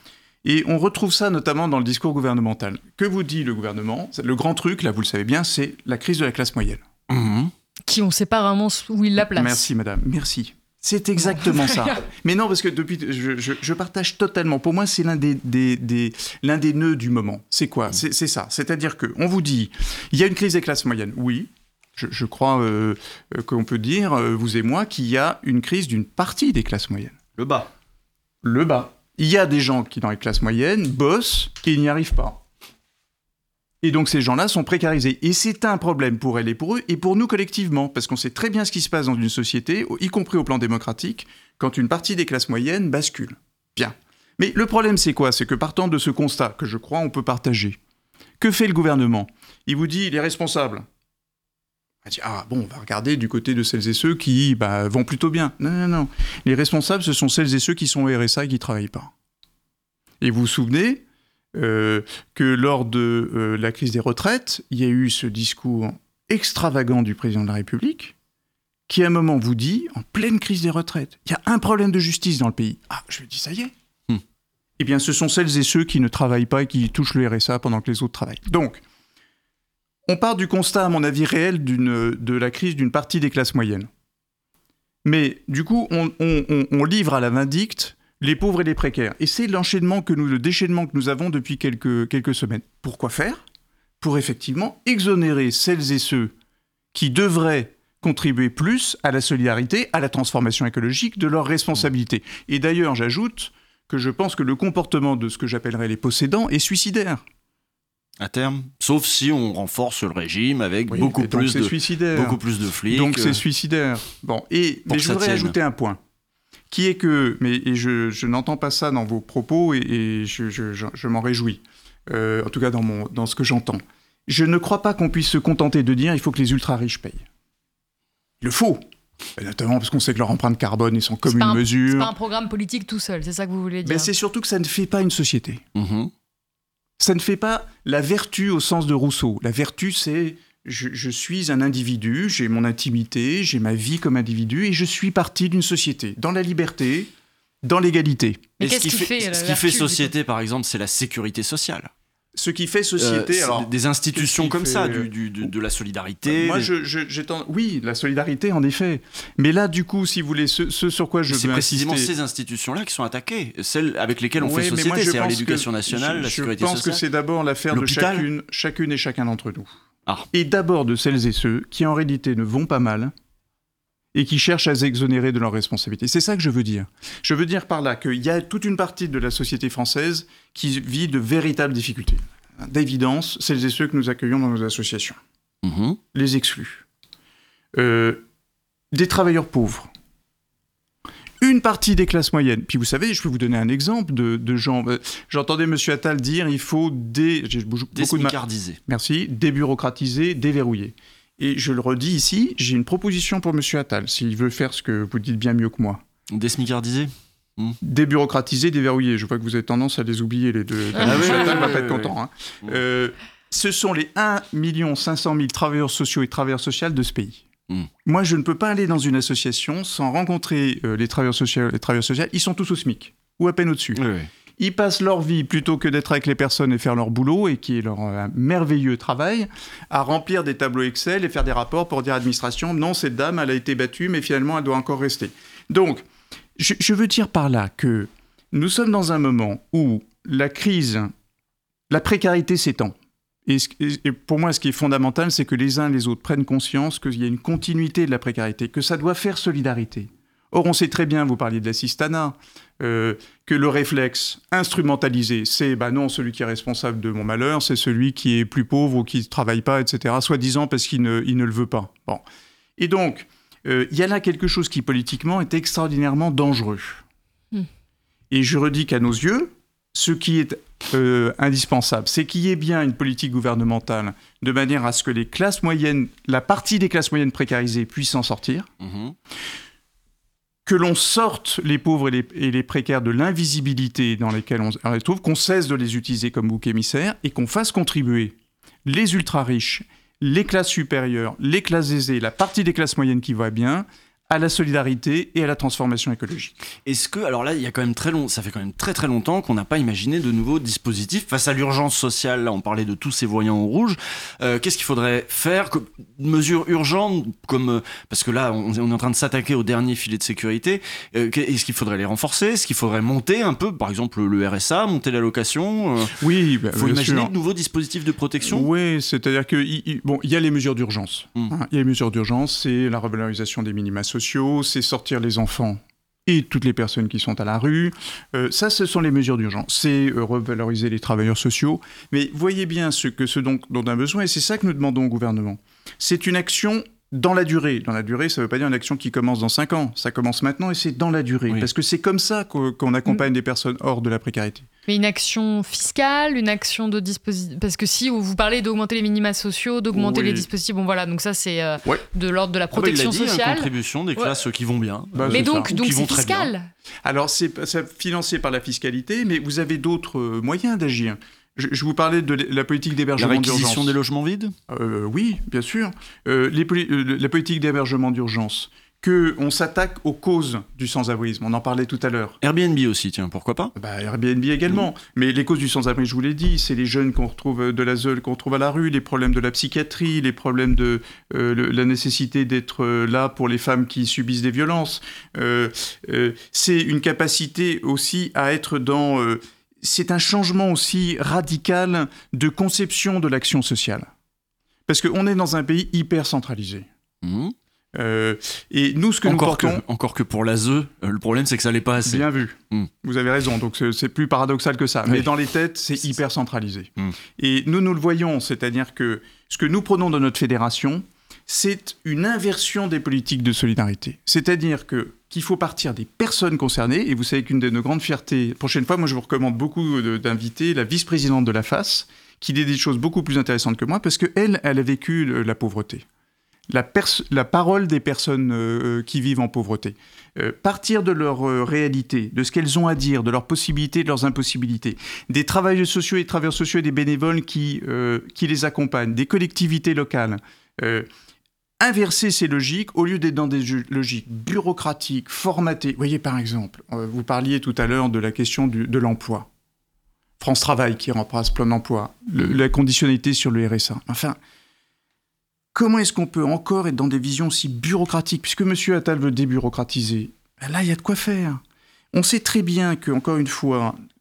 L: Et on retrouve ça notamment dans le discours gouvernemental. Que vous dit le gouvernement ? Le grand truc, là, vous le savez bien, c'est la crise de la classe moyenne.
B: exemple. Qui on sait pas vraiment où il la place.
L: Merci, madame. Merci. C'est exactement ça. Mais non, parce que depuis, je, je, je partage totalement. Pour moi, c'est l'un des, des, des, l'un des nœuds du moment. C'est quoi ? C'est, c'est ça. C'est-à-dire qu'on vous dit, il y a une crise des classes moyennes. Oui, je, je crois euh, qu'on peut dire, euh, vous et moi, qu'il y a une crise d'une partie des classes moyennes.
A: Le bas.
L: Le bas. Il y a des gens qui, dans les classes moyennes, bossent, qui n'y arrivent pas. Et donc ces gens-là sont précarisés. Et c'est un problème pour elles et pour eux, et pour nous collectivement, parce qu'on sait très bien ce qui se passe dans une société, y compris au plan démocratique, quand une partie des classes moyennes bascule. Bien. Mais le problème, c'est quoi ? C'est que partant de ce constat, que je crois on peut partager, que fait le gouvernement ? Il vous dit, il est responsable. Il dit, ah bon, on va regarder du côté de celles et ceux qui bah, vont plutôt bien. Non, non, non. Les responsables, ce sont celles et ceux qui sont au R S A et qui ne travaillent pas. Et vous vous souvenez euh, que lors de euh, la crise des retraites, il y a eu ce discours extravagant du président de la République qui, à un moment, vous dit, en pleine crise des retraites, il y a un problème de justice dans le pays. Ah, je lui dis, ça y est. Hmm. Eh bien, ce sont celles et ceux qui ne travaillent pas et qui touchent le R S A pendant que les autres travaillent. Donc, on part du constat, à mon avis, réel d'une, de la crise d'une partie des classes moyennes. Mais du coup, on, on, on, on livre à la vindicte les pauvres et les précaires. Et c'est l'enchaînement que nous, le déchaînement que nous avons depuis quelques, quelques semaines. Pourquoi faire ? Pour effectivement exonérer celles et ceux qui devraient contribuer plus à la solidarité, à la transformation écologique de leurs responsabilités. Et d'ailleurs, j'ajoute que je pense que le comportement de ce que j'appellerais les possédants est suicidaire.
A: À terme, sauf si on renforce le régime avec
L: Oui,
A: beaucoup,
L: et donc
A: plus
L: c'est
A: de,
L: suicidaire.
A: beaucoup plus de flics.
L: Donc c'est suicidaire. Bon, et
A: Pour
L: mais
A: que
L: je
A: ça
L: voudrais
A: tienne.
L: ajouter un point, qui est que, mais et je, je n'entends pas ça dans vos propos et, et je, je, je, je m'en réjouis, euh, en tout cas dans, mon, dans ce que j'entends. Je ne crois pas qu'on puisse se contenter de dire il faut que les ultra-riches payent. Il le faut, et notamment parce qu'on sait que leur empreinte carbone est sans commune
B: C'est pas un-
L: mesure.
B: C'est pas un programme politique tout seul, c'est ça que vous voulez dire.
L: Mais c'est surtout que ça ne fait pas une société.
A: Mmh.
L: Ça ne fait pas la vertu au sens de Rousseau. La vertu, c'est je, je suis un individu, j'ai mon intimité, j'ai ma vie comme individu et je suis partie d'une société, dans la liberté, dans l'égalité.
B: Mais
A: Et
B: qu'est-ce
A: ce qui
B: qui
A: fait,
B: fait, la
A: ce qui
B: vertu,
A: fait
B: du
A: société, par exemple, c'est la sécurité sociale.
L: Ce qui fait société,
A: Euh, c'est
L: alors...
A: des institutions
L: qu'est-ce qui
A: comme ça,
L: fait-
A: du, du- du- de la solidarité.
L: Moi,
A: des-
L: je, je, j'ai ten- oui, la solidarité, en effet. Mais là, du coup, si vous voulez, ce, ce sur quoi je
A: c'est
L: veux
A: précisément
L: insister...
A: ces institutions-là qui sont attaquées, celles avec lesquelles on
L: Oui,
A: fait
L: mais
A: société,
L: moi, je
A: c'est-à-dire
L: pense
A: l'éducation
L: que-
A: nationale,
L: je,
A: la sécurité
L: Je pense
A: sociale.
L: que c'est d'abord l'affaire de
A: L'hôpital.
L: chacune, chacune et chacun d'entre nous.
A: Ah.
L: Et d'abord de celles et ceux qui, en réalité, ne vont pas mal et qui cherchent à s'exonérer de leurs responsabilités. C'est ça que je veux dire. Je veux dire par là qu'il y a toute une partie de la société française qui vit de véritables difficultés. D'évidence, celles et ceux que nous accueillons dans nos associations. Mmh. Les exclus. Euh, des travailleurs pauvres. Une partie des classes moyennes. Puis vous savez, je peux vous donner un exemple de, de gens... Euh, j'entendais M. Attal dire il faut dé... J'ai beaucoup de ma... Merci. Débureaucratiser, déverrouiller. Et je le redis ici, j'ai une proposition pour M. Attal, s'il veut faire ce que vous dites bien mieux que moi.
A: Désmicardiser mmh.
L: Débureaukratiser, déverrouiller. Je vois que vous avez tendance à les oublier, les deux. Ah, M. oui, Attal ne oui, va oui, pas oui, être content. Oui. Hein. Mmh. Euh, ce sont les un million cinq cent mille travailleurs sociaux et travailleurs sociales de ce pays. Mmh. Moi, je ne peux pas aller dans une association sans rencontrer euh, les travailleurs sociaux et travailleurs sociales. Ils sont tous au SMIC, ou à peine au-dessus. Oui, oui. Ils passent leur vie, plutôt que d'être avec les personnes et faire leur boulot, et qui est leur euh, merveilleux travail, à remplir des tableaux Excel et faire des rapports pour dire à l'administration « Non, cette dame, elle a été battue, mais finalement, elle doit encore rester. » Donc, je, je veux dire par là que nous sommes dans un moment où la crise, la précarité s'étend. Et, et pour moi, ce qui est fondamental, c'est que les uns et les autres prennent conscience qu'il y a une continuité de la précarité, que ça doit faire solidarité. Or, on sait très bien, vous parliez de l'assistanat, euh, que le réflexe instrumentalisé, c'est bah non, celui qui est responsable de mon malheur, c'est celui qui est plus pauvre ou qui ne travaille pas, et cetera, soi-disant parce qu'il ne, il ne le veut pas. Bon. Et donc, euh, il y a là quelque chose qui, politiquement, est extraordinairement dangereux. Mmh. Et je redis qu'à nos yeux, ce qui est euh, indispensable, c'est qu'il y ait bien une politique gouvernementale de manière à ce que les classes moyennes, la partie des classes moyennes précarisées puisse s'en sortir, mmh. que l'on sorte les pauvres et les, et les précaires de l'invisibilité dans laquelle on, on les trouve, qu'on cesse de les utiliser comme bouc émissaire et qu'on fasse contribuer les ultra-riches, les classes supérieures, les classes aisées, la partie des classes moyennes qui va bien, à la solidarité et à la transformation écologique.
A: Est-ce que, alors là, il y a quand même très long, ça fait quand même très très longtemps qu'on n'a pas imaginé de nouveaux dispositifs face à l'urgence sociale. Là, on parlait de tous ces voyants au rouge. Euh, qu'est-ce qu'il faudrait faire que, mesures urgentes, comme parce que là, on, on est en train de s'attaquer au dernier filet de sécurité. Euh, est-ce qu'il faudrait les renforcer ? Est-ce qu'il faudrait monter un peu, par exemple, le R S A, monter l'allocation ? euh,
L: Oui,
A: il
L: bah,
A: faut imaginer
L: sûr.
A: de nouveaux dispositifs de protection.
L: Oui, c'est-à-dire que il, il, bon, il y a les mesures d'urgence. Mmh. Hein, il y a les mesures d'urgence, c'est la revalorisation des minima sociaux. C'est sortir les enfants et toutes les personnes qui sont à la rue. Euh, ça, ce sont les mesures d'urgence. C'est euh, revaloriser les travailleurs sociaux. Mais voyez bien ce, que ce dont, dont on a besoin, et c'est ça que nous demandons au gouvernement. C'est une action dans la durée. Dans la durée, ça ne veut pas dire une action qui commence dans cinq ans. Ça commence maintenant et c'est dans la durée. Oui. Parce que c'est comme ça qu'on, qu'on accompagne mmh. des personnes hors de la précarité.
B: Mais une action fiscale, une action de dispositif... Parce que si vous parlez d'augmenter les minima sociaux, d'augmenter oui. les dispositifs, bon voilà, donc ça c'est euh, ouais. de l'ordre de la protection
A: ah bah, il a dit,
B: sociale.
A: Une contribution des classes ouais. qui vont bien.
L: Bah,
B: mais donc, donc c'est fiscal.
L: Alors c'est, c'est financé par la fiscalité, mais vous avez d'autres euh, moyens d'agir. Je, je vous parlais de la politique d'hébergement d'urgence. La réquisition
A: d'urgence. Des logements vides
L: euh, Oui, bien sûr. Euh, les poli- euh, la politique d'hébergement d'urgence. Qu'on s'attaque aux causes du sans-abrisme. On en parlait tout à l'heure.
A: Airbnb aussi, tiens, pourquoi pas ?
L: bah, Airbnb également. Mmh. Mais les causes du sans-abrisme, je vous l'ai dit, c'est les jeunes qu'on retrouve de la Z E L, qu'on retrouve à la rue, les problèmes de la psychiatrie, les problèmes de euh, le, la nécessité d'être là pour les femmes qui subissent des violences. Euh, euh, c'est une capacité aussi à être dans... Euh, c'est un changement aussi radical de conception de l'action sociale. Parce qu'on est dans un pays hyper centralisé. Mmh. Euh, et nous, ce que
A: encore
L: nous portons...
A: Que, encore que pour l'A S E, euh, le problème, c'est que ça l'est pas assez.
L: Bien vu. Mm. Vous avez raison. Donc, c'est, c'est plus paradoxal que ça. Oui. Mais dans les têtes, c'est hyper centralisé. Mm. Et nous, nous le voyons. C'est-à-dire que ce que nous prenons dans notre fédération, c'est une inversion des politiques de solidarité. C'est-à-dire que, qu'il faut partir des personnes concernées. Et vous savez qu'une de nos grandes fiertés... Prochaine fois, moi, je vous recommande beaucoup de, d'inviter la vice-présidente de la F A S, qui dit des choses beaucoup plus intéressantes que moi, parce qu'elle, elle a vécu le, la pauvreté. La, pers- la parole des personnes euh, qui vivent en pauvreté. Euh, partir de leur euh, réalité, de ce qu'elles ont à dire, de leurs possibilités, de leurs impossibilités. Des travailleurs sociaux et des travailleurs sociaux et des bénévoles qui, euh, qui les accompagnent, des collectivités locales. Euh, inverser ces logiques au lieu d'être dans des ju- logiques bureaucratiques, formatées. Vous voyez, par exemple, euh, vous parliez tout à l'heure de la question du, de l'emploi. France Travail qui remplace plein d'emplois. Le, la conditionnalité sur le R S A. Enfin... Comment est-ce qu'on peut encore être dans des visions aussi bureaucratiques ? Puisque M. Attal veut débureaucratiser, ben là, il y a de quoi faire. On sait très bien que, encore une fois,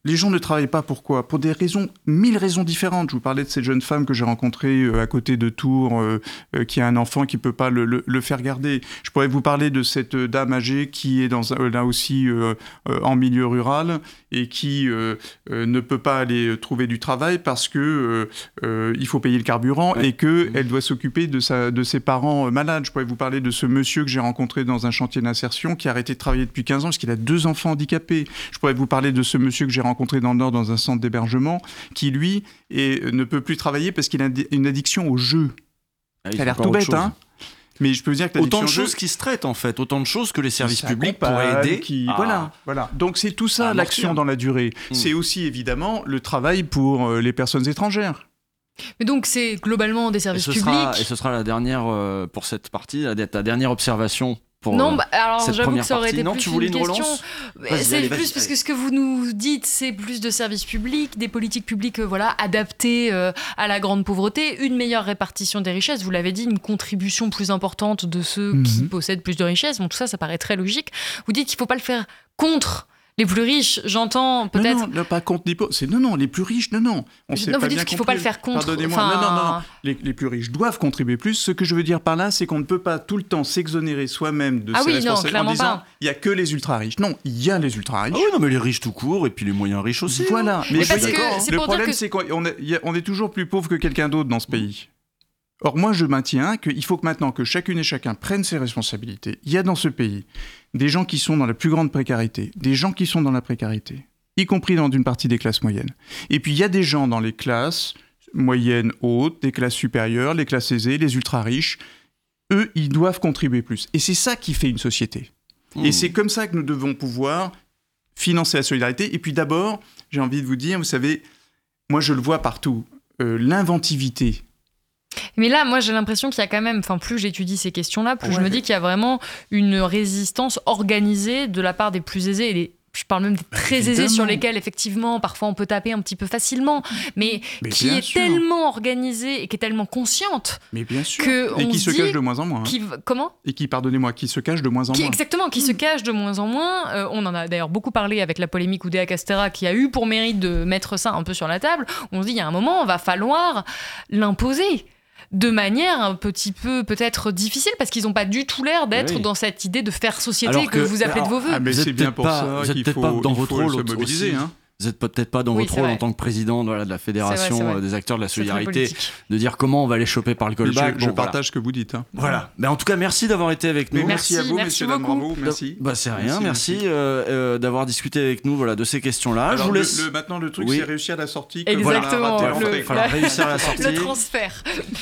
L: Les gens ne travaillent pas, pourquoi ? Pour des raisons, mille raisons différentes. Je vous parlais de cette jeune femme que j'ai rencontrée euh, à côté de Tours, euh, euh, qui a un enfant qui ne peut pas le, le, le faire garder. Je pourrais vous parler de cette dame âgée qui est dans, euh, là aussi euh, euh, en milieu rural et qui euh, euh, ne peut pas aller trouver du travail parce que euh, euh, il faut payer le carburant ouais. et qu'elle doit s'occuper de, sa, de ses parents euh, malades. Je pourrais vous parler de ce monsieur que j'ai rencontré dans un chantier d'insertion qui a arrêté de travailler depuis quinze ans parce qu'il a deux enfants handicapés. Je pourrais vous parler de ce monsieur que j'ai rencontré rencontré dans le Nord dans un centre d'hébergement, qui lui est, ne peut plus travailler parce qu'il a une addiction au jeu. Ah, ça a l'air tout bête, hein. Mais je peux vous dire que
A: autant de
L: jeu...
A: choses qui se traitent en fait, autant de choses que les services publics pourraient aider.
L: Qui...
A: Ah.
L: Voilà, voilà. Donc c'est tout ça, ah, l'action dans la durée. Mmh. C'est aussi évidemment le travail pour euh, les personnes étrangères.
B: Mais donc c'est globalement des services
A: et
B: publics.
A: Sera, et ce sera la dernière euh, pour cette partie, la, ta dernière observation. Pour,
B: non, bah, alors
A: cette
B: j'avoue que ça aurait
A: partie.
B: été
A: non,
B: plus
A: tu voulais
B: une,
A: une
B: question.
A: Relance
B: c'est
A: allez,
B: plus parce que ce que vous nous dites, c'est plus de services publics, des politiques publiques, euh, voilà, adaptées euh, à la grande pauvreté, une meilleure répartition des richesses. Vous l'avez dit, une contribution plus importante de ceux mm-hmm. qui possèdent plus de richesses. Bon, tout ça, ça paraît très logique. Vous dites qu'il ne faut pas le faire contre les plus riches, j'entends peut-être...
L: Non, non, pas contre les pauvres. C'est non, non, les plus riches, non, non.
B: On non, vous dites qu'il ne faut pas le faire contre...
L: Pardonnez-moi, enfin... non, non, non, non. Les, les plus riches doivent contribuer plus. Ce que je veux dire par là, c'est qu'on ne peut pas tout le temps s'exonérer soi-même de
B: ah
L: ses
B: oui,
L: responsabilités
B: non,
L: en disant
B: pas.
L: il n'y a que les ultra-riches. Non, il y a les ultra-riches.
A: Ah oui, non, mais les riches tout court, et puis les moyens riches aussi.
L: Voilà.
A: Hein.
L: Mais,
B: mais
L: parce
B: voyez,
L: que
B: c'est
L: le
B: pour
L: problème,
B: dire que...
L: c'est qu'on est, on est toujours plus pauvre que quelqu'un d'autre dans ce pays. Or, moi, je maintiens qu'il faut que maintenant que chacune et chacun prenne ses responsabilités, il y a dans ce pays des gens qui sont dans la plus grande précarité, des gens qui sont dans la précarité, y compris dans une partie des classes moyennes. Et puis, il y a des gens dans les classes moyennes hautes, des classes supérieures, les classes aisées, les ultra-riches. Eux, ils doivent contribuer plus. Et c'est ça qui fait une société. Mmh. Et c'est comme ça que nous devons pouvoir financer la solidarité. Et puis d'abord, j'ai envie de vous dire, vous savez, moi, je le vois partout, euh, l'inventivité.
B: Mais là, moi, j'ai l'impression qu'il y a quand même, enfin, plus j'étudie ces questions-là, plus
L: ouais.
B: je me dis qu'il y a vraiment une résistance organisée de la part des plus aisés et des je parle même des très
L: bah,
B: aisés sur lesquels, effectivement, parfois on peut taper un petit peu facilement, mais,
L: mais
B: qui est
L: sûr.
B: tellement organisée et qui est tellement consciente.
L: Mais bien sûr.
B: Que
L: et
B: on
L: qui se
B: dit
L: cache de moins en moins. Hein.
B: Qui, comment ?
L: Et qui, pardonnez-moi, qui se cache de moins en
B: qui,
L: moins.
B: Exactement, qui mmh. se cache de moins en moins. Euh, on en a d'ailleurs beaucoup parlé avec la polémique Oudéa Castéra, qui a eu pour mérite de mettre ça un peu sur la table. On se dit, il y a un moment, on va falloir l'imposer. De manière un petit peu peut-être difficile parce qu'ils n'ont pas du tout l'air d'être oui. dans cette idée de faire société que, que vous appelez alors, de vos voeux.
L: Ah mais
A: vous
L: c'est bien pour
A: pas,
L: ça
A: vous êtes
L: qu'il
A: peut-être
L: faut,
A: pas dans
L: il
A: votre
L: faut
A: rôle
L: se mobiliser.
A: Aussi.
L: Hein.
A: Vous n'êtes peut-être pas dans
B: oui,
A: votre rôle en tant que président voilà, de la fédération
B: c'est vrai, c'est vrai.
A: des acteurs de la solidarité de dire comment on va les choper par le callback.
L: Je, je
A: bon,
L: partage
A: voilà.
L: ce que vous dites. Hein.
A: Voilà. Mais en tout cas, merci d'avoir été avec nous.
L: Mais merci, merci à vous,
B: merci
L: messieurs, dames, bravo. Merci.
A: Bah, c'est rien, merci,
L: merci,
A: merci. Euh, euh, d'avoir discuté avec nous voilà, de ces questions-là.
L: Alors,
A: je vous laisse...
L: le, le, maintenant, le truc,
A: oui.
L: c'est réussir la sortie.
B: Exactement.
L: Voilà,
B: le,
A: il va falloir réussir la sortie.
B: Le transfert.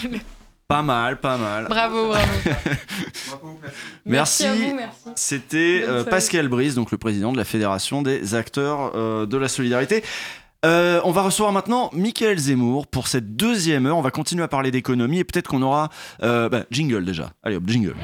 A: Pas mal, pas mal.
B: Bravo, bravo.
L: Bravo, merci.
A: Merci.
B: Merci à vous, merci.
A: C'était euh, Pascal Brice, donc le président de la Fédération des acteurs euh, de la solidarité. Euh, on va recevoir maintenant Mickaël Zemmour pour cette deuxième heure. On va continuer à parler d'économie et peut-être qu'on aura... Euh, bah, jingle déjà. Allez hop, jingle.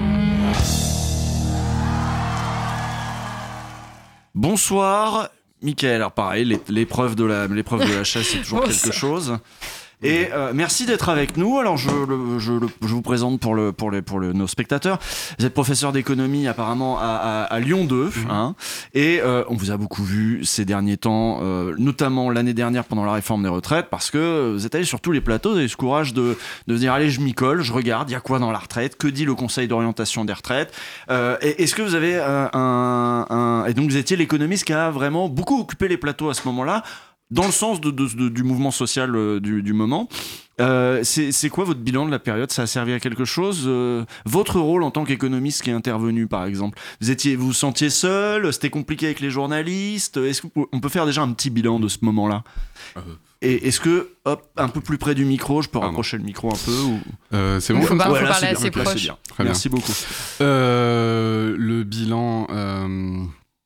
A: Bonsoir, Mickaël. Alors pareil, l'épreuve de la, l'épreuve de la chaise, c'est toujours quelque chose. Et euh, merci d'être avec nous. Alors je, le, je, le, je vous présente pour, le, pour, les, pour le, nos spectateurs. Vous êtes professeur d'économie apparemment à, à, à Lyon deux. Mmh. Hein, et euh, on vous a beaucoup vu ces derniers temps, euh, notamment l'année dernière pendant la réforme des retraites, parce que vous êtes allé sur tous les plateaux, vous avez ce courage de, de dire allez je m'y colle, je regarde, il y a quoi dans la retraite, que dit le Conseil d'orientation des retraites. euh, et, Est-ce que vous avez un, un, un... Et donc vous étiez l'économiste qui a vraiment beaucoup occupé les plateaux à ce moment-là, dans le sens de, de, de, du mouvement social euh, du, du moment. Euh, c'est, c'est quoi votre bilan de la période ? Ça a servi à quelque chose ? euh, Votre rôle en tant qu'économiste qui est intervenu, par exemple, vous étiez, vous vous sentiez seul ? C'était compliqué avec les journalistes ? Est-ce qu'on peut faire déjà un petit bilan de ce moment-là ? euh... Et est-ce que, hop, un peu plus près du micro, je peux rapprocher le micro un peu ou...
D: euh, C'est bon,
B: il faut, pas,
D: ouais,
B: faut
D: là,
B: parler
D: c'est
B: assez
D: bien,
B: proche.
D: c'est bien. Très
A: Merci
D: bien.
A: beaucoup.
D: Euh, le bilan... Euh...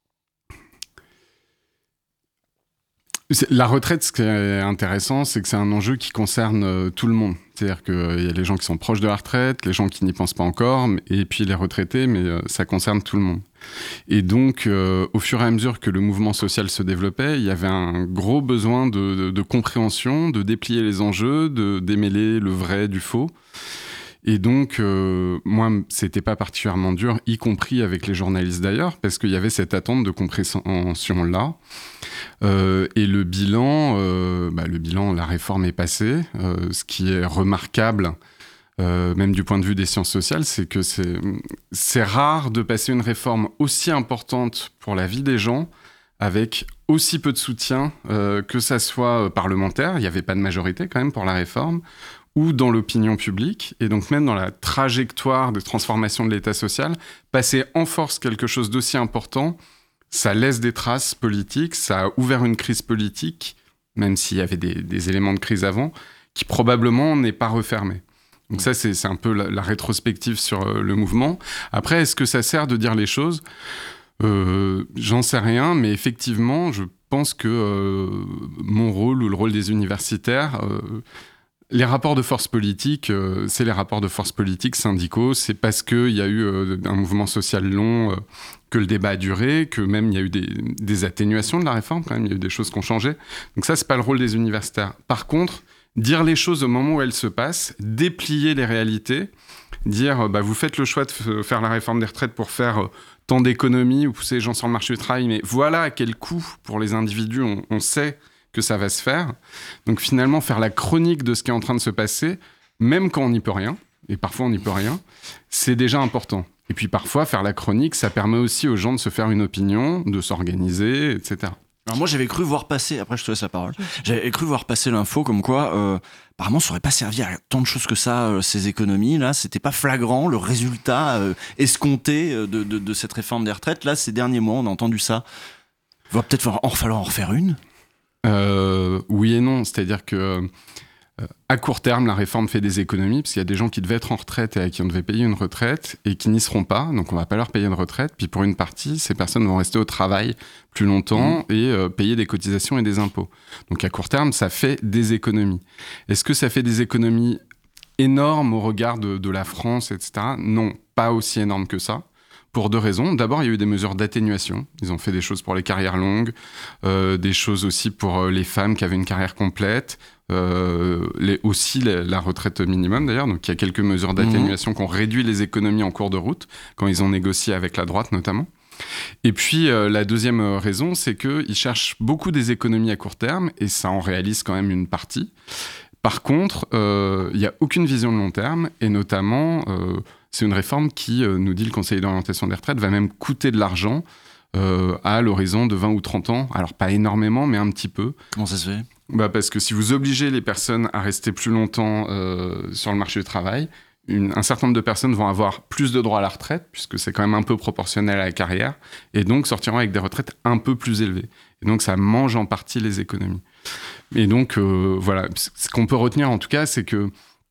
D: La retraite, ce qui est intéressant, c'est que c'est un enjeu qui concerne euh, tout le monde. C'est-à-dire qu'il euh, y a les gens qui sont proches de la retraite, les gens qui n'y pensent pas encore, et puis les retraités, mais euh, ça concerne tout le monde. Et donc, euh, au fur et à mesure que le mouvement social se développait, il y avait un gros besoin de, de, de compréhension, de déplier les enjeux, de démêler le vrai du faux. Et donc, euh, moi, c'était pas particulièrement dur, y compris avec les journalistes d'ailleurs, parce qu'il y avait cette attente de compréhension-là. Euh, et le bilan, euh, bah, le bilan, la réforme est passée. Euh, ce qui est remarquable, euh, même du point de vue des sciences sociales, c'est que c'est, c'est rare de passer une réforme aussi importante pour la vie des gens avec aussi peu de soutien, euh, que ça soit parlementaire, il n'y avait pas de majorité quand même pour la réforme, ou dans l'opinion publique, et donc même dans la trajectoire de transformation de l'État social, passer en force quelque chose d'aussi important, ça laisse des traces politiques, ça a ouvert une crise politique, même s'il y avait des, des éléments de crise avant, qui probablement n'est pas refermée. Donc ça, c'est, c'est un peu la, la rétrospective sur euh, le mouvement. Après, est-ce que ça sert de dire les choses ? Euh, j'en sais rien, mais effectivement, je pense que euh, mon rôle ou le rôle des universitaires... Euh, Les rapports de force politique, euh, c'est les rapports de force politique syndicaux. C'est parce qu'il y a eu euh, un mouvement social long euh, que le débat a duré, que même il y a eu des, des atténuations de la réforme, quand même, il y a eu des choses qui ont changé. Donc ça, c'est pas le rôle des universitaires. Par contre, dire les choses au moment où elles se passent, déplier les réalités, dire bah, vous faites le choix de f- faire la réforme des retraites pour faire euh, tant d'économies ou pousser les gens sur le marché du travail, mais voilà à quel coût pour les individus on, on sait que ça va se faire. Donc finalement, faire la chronique de ce qui est en train de se passer, même quand on n'y peut rien, et parfois on n'y peut rien, c'est déjà important. Et puis parfois, faire la chronique, ça permet aussi aux gens de se faire une opinion, de s'organiser, et cetera.
A: Alors moi, j'avais cru voir passer, après je te laisse la parole, j'avais cru voir passer l'info comme quoi, euh, apparemment, ça n'aurait pas servi à tant de choses que ça, euh, ces économies, là, c'était pas flagrant, le résultat euh, escompté de, de, de cette réforme des retraites. Là, ces derniers mois, on a entendu ça. Il va peut-être en falloir en refaire une.
D: Euh, oui et non, c'est-à-dire que euh, à court terme, la réforme fait des économies, parce qu'il y a des gens qui devaient être en retraite et à qui on devait payer une retraite et qui n'y seront pas, donc on va pas leur payer une retraite. Puis pour une partie, ces personnes vont rester au travail plus longtemps mmh. et euh, payer des cotisations et des impôts. Donc à court terme, ça fait des économies. Est-ce que ça fait des économies énormes au regard de, de la France, et cetera ? Non, pas aussi énormes que ça. Pour deux raisons. D'abord, il y a eu des mesures d'atténuation. Ils ont fait des choses pour les carrières longues, euh, des choses aussi pour euh, les femmes qui avaient une carrière complète, euh, les, aussi les, la retraite minimum d'ailleurs. Donc il y a quelques mesures d'atténuation mmh. qui ont réduit les économies en cours de route, quand ils ont négocié avec la droite notamment. Et puis euh, la deuxième raison, c'est qu'ils cherchent beaucoup des économies à court terme, et ça en réalise quand même une partie. Par contre, il euh, n'y a aucune vision de long terme, et notamment... Euh, c'est une réforme qui, euh, nous dit le Conseil d'orientation des retraites, va même coûter de l'argent euh, à l'horizon de vingt ou trente ans. Alors, pas énormément, mais un petit peu.
A: Comment ça se fait ?
D: Bah, parce que si vous obligez les personnes à rester plus longtemps euh, sur le marché du travail, une, un certain nombre de personnes vont avoir plus de droits à la retraite, puisque c'est quand même un peu proportionnel à la carrière, et donc sortiront avec des retraites un peu plus élevées. Et donc, ça mange en partie les économies. Et donc, euh, voilà, ce qu'on peut retenir en tout cas, c'est que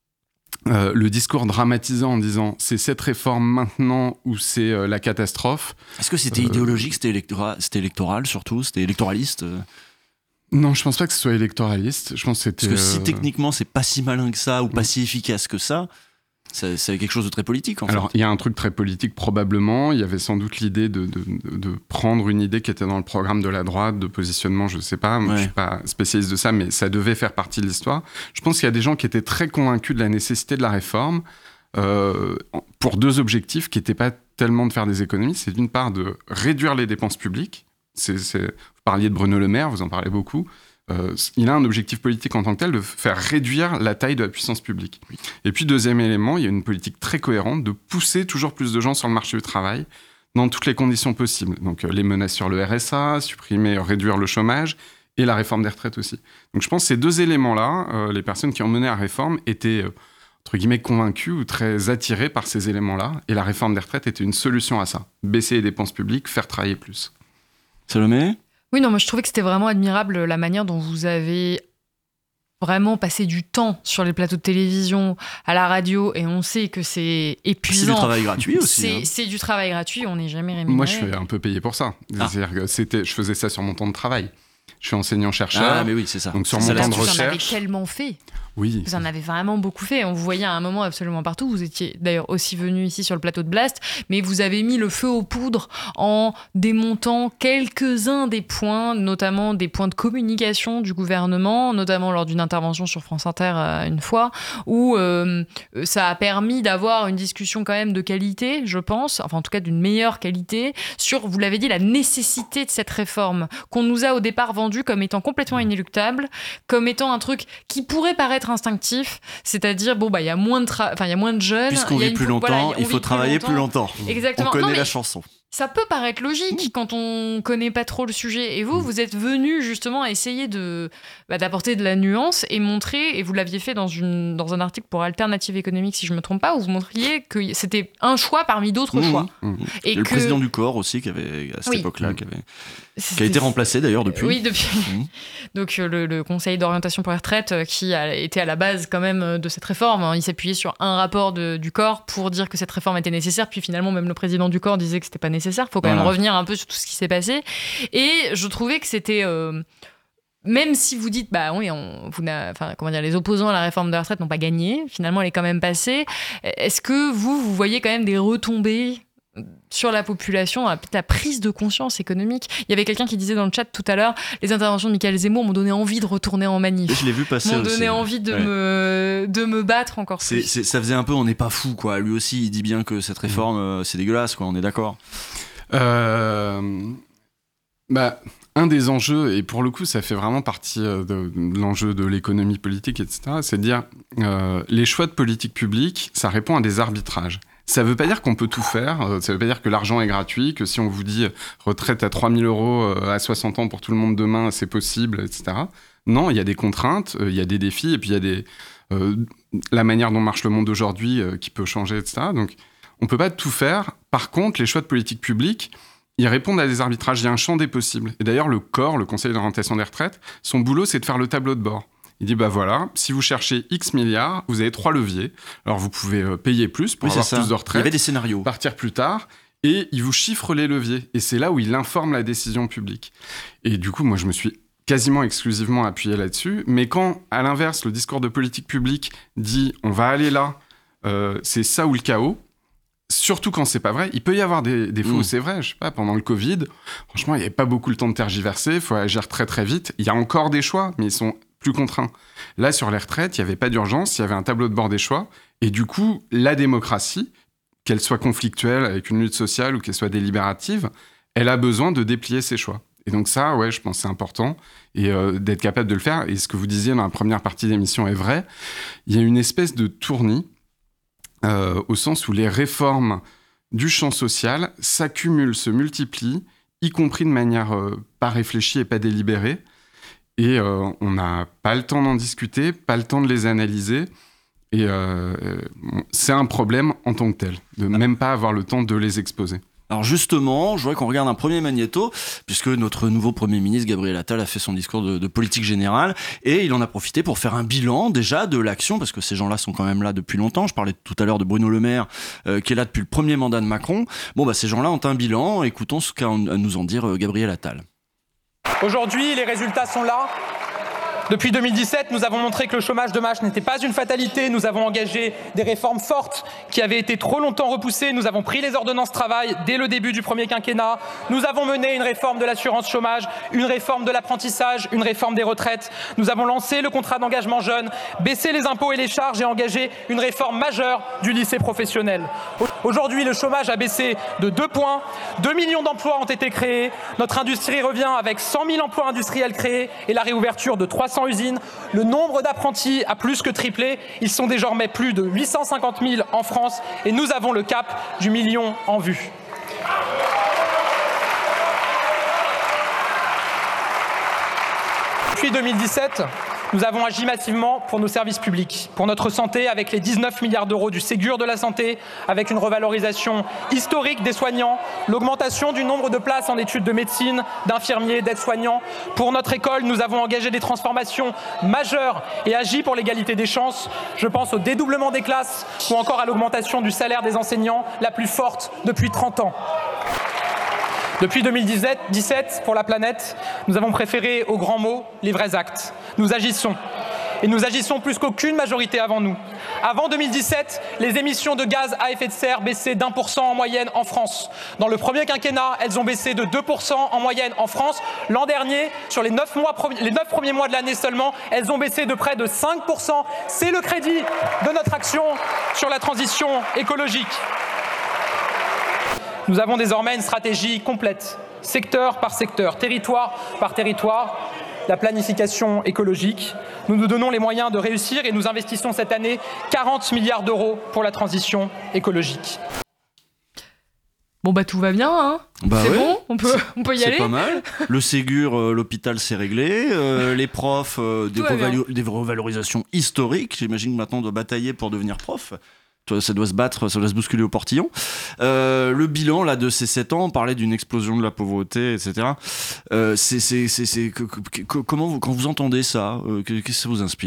D: Euh, le discours dramatisant en disant c'est cette réforme maintenant ou c'est euh, la catastrophe.
A: Est-ce que c'était euh, idéologique, c'était, électora- c'était électoral surtout, c'était électoraliste euh...
D: Non, je pense pas que ce soit électoraliste. Je pense que c'était.
A: Parce que si
D: euh...
A: techniquement c'est pas si malin que ça ou pas si efficace que ça, c'est, c'est quelque chose de très politique en
D: Alors,
A: fait.
D: il y a un truc très politique probablement. Il y avait sans doute l'idée de, de, de, de prendre une idée qui était dans le programme de la droite, de positionnement, je sais pas. Moi, ouais. Je suis pas spécialiste de ça, mais ça devait faire partie de l'histoire. Je pense qu'il y a des gens qui étaient très convaincus de la nécessité de la réforme euh, pour deux objectifs qui n'étaient pas tellement de faire des économies. C'est d'une part de réduire les dépenses publiques. C'est, c'est... Vous parliez de Bruno Le Maire, vous en parlez beaucoup. Euh, il a un objectif politique en tant que tel de faire réduire la taille de la puissance publique. Oui. Et puis, deuxième élément, il y a une politique très cohérente de pousser toujours plus de gens sur le marché du travail dans toutes les conditions possibles. Donc, euh, les menaces sur le R S A, supprimer, réduire le chômage et la réforme des retraites aussi. Donc, je pense que ces deux éléments-là, euh, les personnes qui ont mené la réforme étaient, euh, entre guillemets, convaincues ou très attirées par ces éléments-là. Et la réforme des retraites était une solution à ça. Baisser les dépenses publiques, faire travailler plus.
A: Salomé ?
B: Oui, non, moi je trouvais que c'était vraiment admirable la manière dont vous avez vraiment passé du temps sur les plateaux de télévision, à la radio, et on sait que c'est épuisant.
A: C'est du travail gratuit aussi.
B: C'est,
A: hein.
B: c'est du travail gratuit, on n'est jamais rémunéré.
D: Moi, je suis un peu payé pour ça. Ah. C'est-à-dire que c'était, je faisais ça sur mon temps de travail. Je suis enseignant-chercheur.
A: Ah, mais oui, c'est ça.
D: Donc sur
A: c'est
D: mon temps de
B: recherche. J'en avais
D: recherche.
B: tellement fait.
D: Oui.
B: Vous en avez vraiment beaucoup fait. On vous voyait à un moment absolument partout. Vous étiez d'ailleurs aussi venu ici sur le plateau de Blast, mais vous avez mis le feu aux poudres en démontant quelques-uns des points, notamment des points de communication du gouvernement, notamment lors d'une intervention sur France Inter euh, une fois, où euh, ça a permis d'avoir une discussion quand même de qualité, je pense, enfin en tout cas d'une meilleure qualité, sur, vous l'avez dit, la nécessité de cette réforme qu'on nous a au départ vendue comme étant complètement inéluctable, comme étant un truc qui pourrait paraître instinctif, c'est-à-dire bon bah il y a moins de tra- enfin il y a moins de jeunes,
A: puisqu'on
B: y a
A: vit
B: une
A: plus
B: fo-
A: longtemps,
B: voilà,
A: il faut travailler plus longtemps.
B: Exactement.
A: On connaît
B: Non, mais
A: la chanson.
B: Ça peut paraître logique quand on connaît pas trop le sujet. Et vous, vous êtes venu justement essayer de, bah, d'apporter de la nuance et montrer, et vous l'aviez fait dans, une, dans un article pour Alternative économique, si je me trompe pas, où vous montriez que c'était un choix parmi d'autres
A: Mmh,
B: choix.
A: Mmh.
B: Et,
A: et
B: que...
A: le président du corps aussi, qui avait, à cette
B: oui.
A: époque-là, qui, avait, qui a été remplacé d'ailleurs depuis.
B: Oui, depuis.
A: Mmh.
B: Donc euh, le, le Conseil d'orientation pour les retraites, euh, qui a été à la base quand même euh, de cette réforme, hein, il s'appuyait sur un rapport de, du corps pour dire que cette réforme était nécessaire, puis finalement même le président du corps disait que c'était pas nécessaire. Faut quand voilà. même revenir un peu sur tout ce qui s'est passé. Et je trouvais que c'était... Euh, même si vous dites, bah oui, on, vous enfin, comment dire, les opposants à la réforme de la retraite n'ont pas gagné, finalement elle est quand même passée. Est-ce que vous, vous voyez quand même des retombées sur la population, la prise de conscience économique? Il y avait quelqu'un qui disait dans le chat tout à l'heure, les interventions de Michael Zemmour m'ont donné envie de retourner en manif.
A: Et je l'ai vu passer
B: m'ont
A: aussi.
B: donné envie de,
A: ouais.
B: me, de me battre encore
A: c'est,
B: plus.
A: C'est, ça faisait un peu, on n'est pas fou, quoi. Lui aussi, il dit bien que cette réforme, euh, c'est dégueulasse, quoi. On est d'accord.
D: Euh... Bah, un des enjeux, et pour le coup, ça fait vraiment partie de, de l'enjeu de l'économie politique, et cetera, c'est de dire euh, les choix de politique publique, ça répond à des arbitrages. Ça ne veut pas dire qu'on peut tout faire, ça ne veut pas dire que l'argent est gratuit, que si on vous dit retraite à trois mille euros à soixante ans pour tout le monde demain, c'est possible, et cetera. Non, il y a des contraintes, il y a des défis, et puis il y a des, euh, la manière dont marche le monde aujourd'hui euh, qui peut changer, et cetera. Donc, on ne peut pas tout faire. Par contre, les choix de politique publique, ils répondent à des arbitrages, il y a un champ des possibles. Et d'ailleurs, le corps, le Conseil d'orientation des retraites, son boulot, c'est de faire le tableau de bord. Il dit, bah voilà, si vous cherchez X milliards, vous avez trois leviers. Alors, vous pouvez euh, payer plus pour
A: oui,
D: avoir
A: ça.
D: plus de retraite.
A: Il y avait des scénarios.
D: Partir plus tard. Et il vous chiffre les leviers. Et c'est là où il informe la décision publique. Et du coup, moi, je me suis quasiment exclusivement appuyé là-dessus. Mais quand, à l'inverse, le discours de politique publique dit, on va aller là, euh, c'est ça ou le chaos, surtout quand c'est pas vrai, il peut y avoir des, des faux, mmh. c'est vrai, je sais pas, pendant le Covid, franchement, il n'y avait pas beaucoup le temps de tergiverser, il faut agir très très vite. Il y a encore des choix, mais ils sont plus contraints. Là, sur les retraites, il n'y avait pas d'urgence, il y avait un tableau de bord des choix, et du coup, la démocratie, qu'elle soit conflictuelle avec une lutte sociale ou qu'elle soit délibérative, elle a besoin de déplier ses choix. Et donc ça, ouais, je pense que c'est important, et euh, d'être capable de le faire. Et ce que vous disiez dans la première partie d'émission est vrai, il y a une espèce de tournis, Euh, au sens où les réformes du champ social s'accumulent, se multiplient, y compris de manière euh, pas réfléchie et pas délibérée. Et euh, on n'a pas le temps d'en discuter, pas le temps de les analyser. Et euh, bon, c'est un problème en tant que tel, de même pas avoir le temps de les exposer.
A: Alors justement, je voudrais qu'on regarde un premier magnéto, puisque notre nouveau Premier ministre, Gabriel Attal, a fait son discours de, de politique générale, et il en a profité pour faire un bilan déjà de l'action, parce que ces gens-là sont quand même là depuis longtemps. Je parlais tout à l'heure de Bruno Le Maire, euh, qui est là depuis le premier mandat de Macron. Bon, bah ces gens-là ont un bilan, écoutons ce qu'a à nous en dire euh, Gabriel Attal.
H: Aujourd'hui, les résultats sont là. Depuis deux mille dix-sept, nous avons montré que le chômage de masse n'était pas une fatalité. Nous avons engagé des réformes fortes qui avaient été trop longtemps repoussées. Nous avons pris les ordonnances travail dès le début du premier quinquennat. Nous avons mené une réforme de l'assurance chômage, une réforme de l'apprentissage, une réforme des retraites. Nous avons lancé le contrat d'engagement jeune, baissé les impôts et les charges et engagé une réforme majeure du lycée professionnel. Aujourd'hui, le chômage a baissé de deux points. deux millions d'emplois ont été créés. Notre industrie revient avec cent mille emplois industriels créés et la réouverture de trois cents usines. Le nombre d'apprentis a plus que triplé. Ils sont désormais plus de huit cent cinquante mille en France et nous avons le cap du million en vue. Depuis deux mille dix-sept, nous avons agi massivement pour nos services publics, pour notre santé avec les dix-neuf milliards d'euros du Ségur de la santé, avec une revalorisation historique des soignants, l'augmentation du nombre de places en études de médecine, d'infirmiers, d'aides-soignants. Pour notre école, nous avons engagé des transformations majeures et agi pour l'égalité des chances. Je pense au dédoublement des classes ou encore à l'augmentation du salaire des enseignants, la plus forte depuis trente ans. Depuis deux mille dix-sept, pour la planète, nous avons préféré aux grands mots les vrais actes. Nous agissons. Et nous agissons plus qu'aucune majorité avant nous. Avant deux mille dix-sept, les émissions de gaz à effet de serre baissaient d'un pour cent en moyenne en France. Dans le premier quinquennat, elles ont baissé de deux pour cent en moyenne en France. L'an dernier, sur les neuf mois, les neuf premiers mois de l'année seulement, elles ont baissé de près de cinq pour cent. C'est le crédit de notre action sur la transition écologique. Nous avons désormais une stratégie complète, secteur par secteur, territoire par territoire, la planification écologique. Nous nous donnons les moyens de réussir et nous investissons cette année quarante milliards d'euros pour la transition écologique.
B: Bon bah tout va bien, hein
A: bah
B: c'est
A: ouais.
B: bon, on peut, on peut y
A: c'est
B: aller.
A: C'est pas mal. Le Ségur, euh, l'hôpital, c'est réglé. Euh, les profs, euh, des, revalu- des revalorisations historiques. J'imagine que maintenant on doit batailler pour devenir prof. Ça doit se battre, ça doit se bousculer au portillon. Euh, le bilan là de ces sept ans, on parlait d'une explosion de la pauvreté, et cetera. Euh, c'est, c'est, c'est, c'est, que, que, que, comment vous, quand vous entendez ça, euh, qu'est-ce que ça vous inspire ?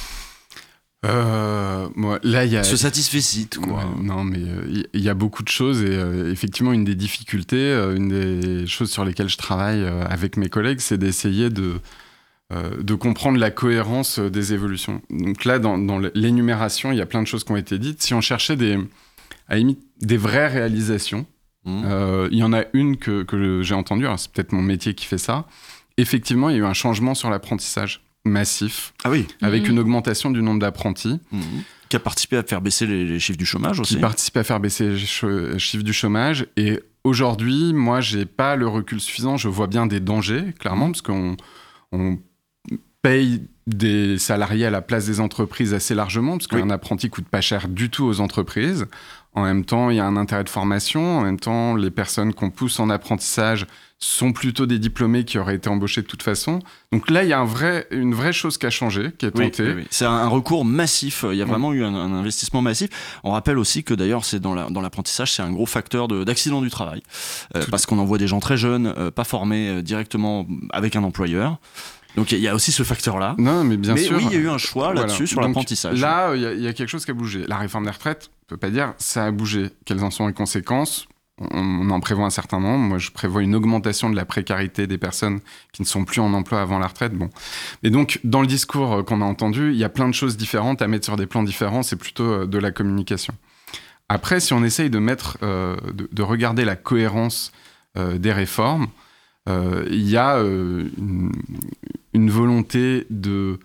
D: Euh, moi, là, il y a.
A: Se satisfait-il, quoi.
D: Ouais, non, mais il euh, y, y a beaucoup de choses et euh, effectivement, une des difficultés, euh, une des choses sur lesquelles je travaille euh, avec mes collègues, c'est d'essayer de, euh, de comprendre la cohérence des évolutions. Donc là, dans, dans l'énumération, il y a plein de choses qui ont été dites. Si on cherchait des, à la limite, des vraies réalisations, il mmh. euh, y en a une que, que j'ai entendue, alors c'est peut-être mon métier qui fait ça. Effectivement, il y a eu un changement sur l'apprentissage massif,
A: ah oui.
D: avec
A: mmh.
D: une augmentation du nombre d'apprentis.
A: Mmh. Qui a participé à faire baisser les, les chiffres du chômage aussi.
D: Qui participe à faire baisser les ch- chiffres du chômage. Et aujourd'hui, moi, j'ai pas le recul suffisant. Je vois bien des dangers, clairement, parce qu'on on paye des salariés à la place des entreprises assez largement, parce qu'un oui. apprenti coûte pas cher du tout aux entreprises. En même temps, il y a un intérêt de formation. En même temps, les personnes qu'on pousse en apprentissage sont plutôt des diplômés qui auraient été embauchés de toute façon. Donc là, il y a un vrai, une vraie chose qui a changé, qui est tentée.
A: Oui, oui, oui. C'est un, un recours massif. Il y a oui. vraiment eu un, un investissement massif. On rappelle aussi que d'ailleurs, c'est dans, la, dans l'apprentissage, c'est un gros facteur de, d'accident du travail. Euh, parce qu'on envoie des gens très jeunes, euh, pas formés euh, directement avec un employeur. Donc il y a aussi ce facteur-là.
D: Non, mais bien
A: mais
D: sûr.
A: Mais oui, il y a eu un choix là-dessus voilà. sur
D: Donc,
A: l'apprentissage.
D: Là, il y, y a quelque chose qui a bougé. La réforme des retraites, on peut pas dire ça a bougé. Quelles en sont les conséquences ? On en prévoit un certain nombre. Moi, je prévois une augmentation de la précarité des personnes qui ne sont plus en emploi avant la retraite. Bon. Et donc, dans le discours qu'on a entendu, il y a plein de choses différentes à mettre sur des plans différents. C'est plutôt de la communication. Après, si on essaye de mettre, euh, de, de regarder la cohérence euh, des réformes, euh, il y a euh, une, une volonté de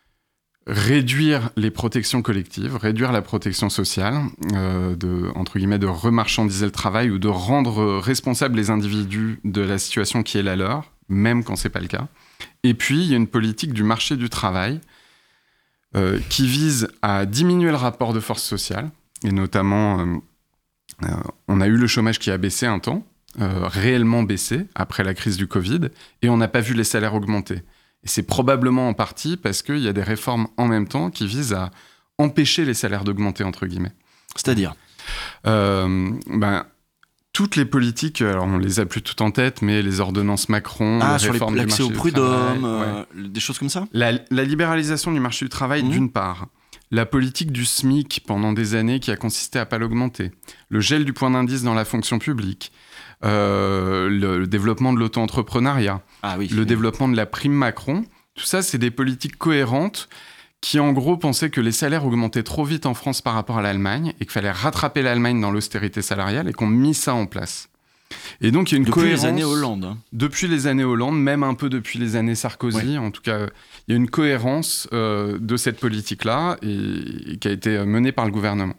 D: réduire les protections collectives, réduire la protection sociale, euh, de, entre guillemets, de remarchandiser le travail ou de rendre responsables les individus de la situation qui est la leur, même quand c'est pas le cas. Et puis, il y a une politique du marché du travail euh, qui vise à diminuer le rapport de force sociale, et notamment, euh, euh, on a eu le chômage qui a baissé un temps, euh, réellement baissé après la crise du Covid, et on n'a pas vu les salaires augmenter. Et c'est probablement en partie parce qu'il y a des réformes en même temps qui visent à empêcher les salaires d'augmenter, entre guillemets.
A: C'est-à-dire
D: euh, ben, toutes les politiques, alors on les a plus toutes en tête, mais les ordonnances Macron,
A: ah,
D: les
A: sur
D: réformes
A: les,
D: du
A: l'accès
D: marché
A: au prud'homme,
D: euh,
A: ouais. des choses comme ça
D: la, la libéralisation du marché du travail, mmh. d'une part. La politique du SMIC pendant des années qui a consisté à ne pas l'augmenter. Le gel du point d'indice dans la fonction publique. Euh, le, le développement de l'auto-entrepreneuriat,
A: ah oui,
D: le
A: oui.
D: développement de la prime Macron, tout ça, c'est des politiques cohérentes qui, en gros, pensaient que les salaires augmentaient trop vite en France par rapport à l'Allemagne et qu'il fallait rattraper l'Allemagne dans l'austérité salariale et qu'on mis ça en place. Et donc, il y a une
A: depuis
D: cohérence...
A: les années Hollande. Hein.
D: Depuis les années Hollande, même un peu depuis les années Sarkozy. Oui. En tout cas, il y a une cohérence euh, de cette politique-là et, et qui a été menée par le gouvernement.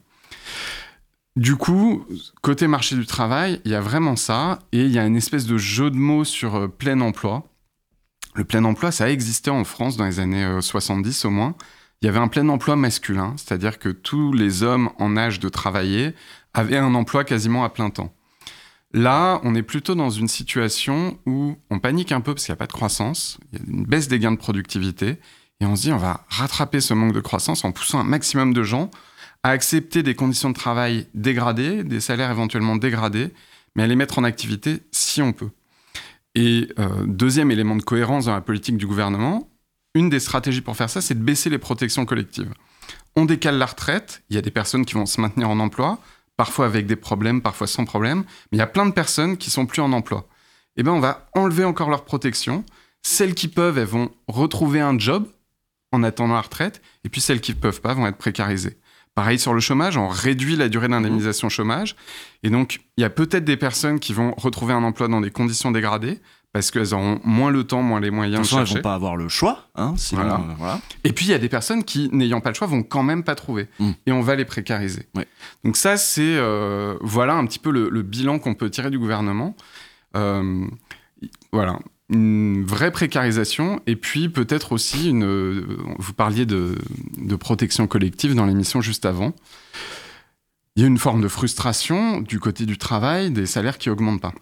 D: Du coup, côté marché du travail, il y a vraiment ça, et il y a une espèce de jeu de mots sur euh, plein emploi. Le plein emploi, ça a existé en France dans les années euh, soixante-dix au moins. Il y avait un plein emploi masculin, c'est-à-dire que tous les hommes en âge de travailler avaient un emploi quasiment à plein temps. Là, on est plutôt dans une situation où on panique un peu parce qu'il n'y a pas de croissance, il y a une baisse des gains de productivité, et on se dit on va rattraper ce manque de croissance en poussant un maximum de gens à accepter des conditions de travail dégradées, des salaires éventuellement dégradés, mais à les mettre en activité si on peut. Et euh, deuxième élément de cohérence dans la politique du gouvernement, une des stratégies pour faire ça, c'est de baisser les protections collectives. On décale la retraite, il y a des personnes qui vont se maintenir en emploi, parfois avec des problèmes, parfois sans problème, mais il y a plein de personnes qui sont plus en emploi. Eh bien, on va enlever encore leurs protections. Celles qui peuvent, elles vont retrouver un job, en attendant la retraite, et puis celles qui ne peuvent pas vont être précarisées. Pareil sur le chômage, on réduit la durée d'indemnisation chômage, et donc il y a peut-être des personnes qui vont retrouver un emploi dans des conditions dégradées, parce qu'elles auront moins le temps, moins les moyens de, de chercher.
A: Elles vont pas avoir le choix. Hein, sinon,
D: voilà.
A: Euh, voilà.
D: Et puis il y a des personnes qui, n'ayant pas le choix, vont quand même pas trouver, mmh. et on va les précariser.
A: Ouais.
D: Donc ça, c'est euh, voilà un petit peu le, le bilan qu'on peut tirer du gouvernement. Euh, voilà. Une vraie précarisation, et puis peut-être aussi une... Vous parliez de, de protection collective dans l'émission juste avant. Il y a une forme de frustration du côté du travail, des salaires qui n'augmentent pas.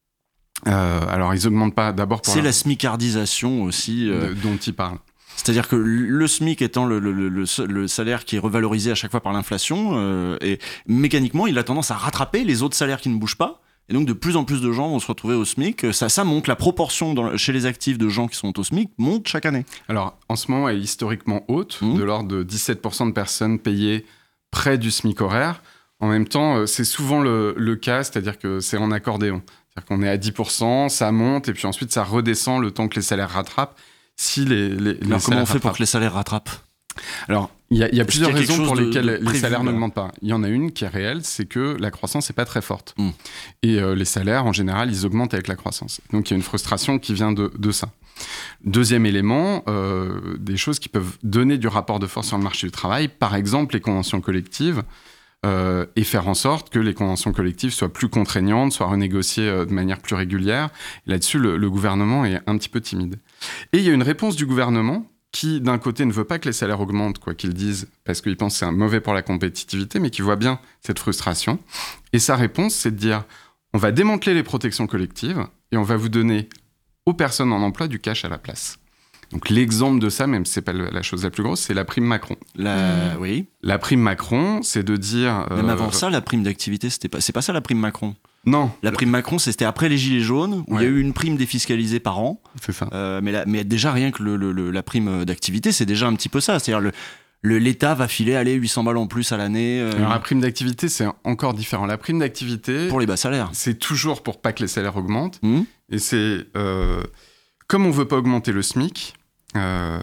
D: Euh, alors, ils n'augmentent pas d'abord pour...
A: C'est
D: la,
A: la smicardisation aussi. Euh...
D: De, dont il parle.
A: C'est-à-dire que le SMIC étant le, le, le, le salaire qui est revalorisé à chaque fois par l'inflation, euh, et mécaniquement, il a tendance à rattraper les autres salaires qui ne bougent pas. Et donc, de plus en plus de gens vont se retrouver au SMIC. Ça, ça monte, la proportion dans, chez les actifs de gens qui sont au SMIC monte chaque année.
D: Alors, en ce moment, elle est historiquement haute, mmh. de l'ordre de dix-sept pour cent de personnes payées près du SMIC horaire. En même temps, c'est souvent le, le cas, c'est-à-dire que c'est en accordéon. C'est-à-dire qu'on est à dix pour cent, ça monte, et puis ensuite, ça redescend le temps que les salaires rattrapent. Si les, les, les
A: Alors, comment on fait
D: rattrapent.
A: pour que les salaires rattrapent ?
D: Alors, il y a, y a plusieurs
A: y a
D: raisons pour
A: de,
D: lesquelles
A: de
D: les
A: prévu,
D: salaires
A: là.
D: n'augmentent pas. Il y en a une qui est réelle, c'est que la croissance n'est pas très forte.
A: Mm.
D: Et euh, les salaires, en général, ils augmentent avec la croissance. Donc, il y a une frustration qui vient de, de ça. Deuxième élément, euh, des choses qui peuvent donner du rapport de force sur le marché du travail, par exemple les conventions collectives, euh, et faire en sorte que les conventions collectives soient plus contraignantes, soient renégociées euh, de manière plus régulière. Et là-dessus, le, le gouvernement est un petit peu timide. Et il y a une réponse du gouvernement qui, d'un côté, ne veut pas que les salaires augmentent, quoi qu'ils disent, parce qu'ils pensent que c'est mauvais pour la compétitivité, mais qui voit bien cette frustration. Et sa réponse, c'est de dire, on va démanteler les protections collectives et on va vous donner aux personnes en emploi du cash à la place. Donc l'exemple de ça, même si c'est pas la chose la plus grosse, c'est la prime Macron.
A: La... Oui.
D: La prime Macron, c'est de dire...
A: Même
D: euh...
A: avant ça, la prime d'activité, c'était pas... c'est pas ça la prime Macron.
D: Non.
A: La prime Macron, c'était après les Gilets jaunes, où ouais. il y a eu une prime défiscalisée par an.
D: C'est ça.
A: Euh, mais, la, mais déjà, rien que le, le, le, la prime d'activité, c'est déjà un petit peu ça. C'est-à-dire le, le, l'État va filer allez, huit cents balles en plus à l'année. Euh...
D: Alors la prime d'activité, c'est encore différent. La prime d'activité...
A: Pour les bas salaires.
D: C'est toujours pour pas que les salaires augmentent.
A: Mmh.
D: Et c'est... Euh, comme on veut pas augmenter le SMIC, euh,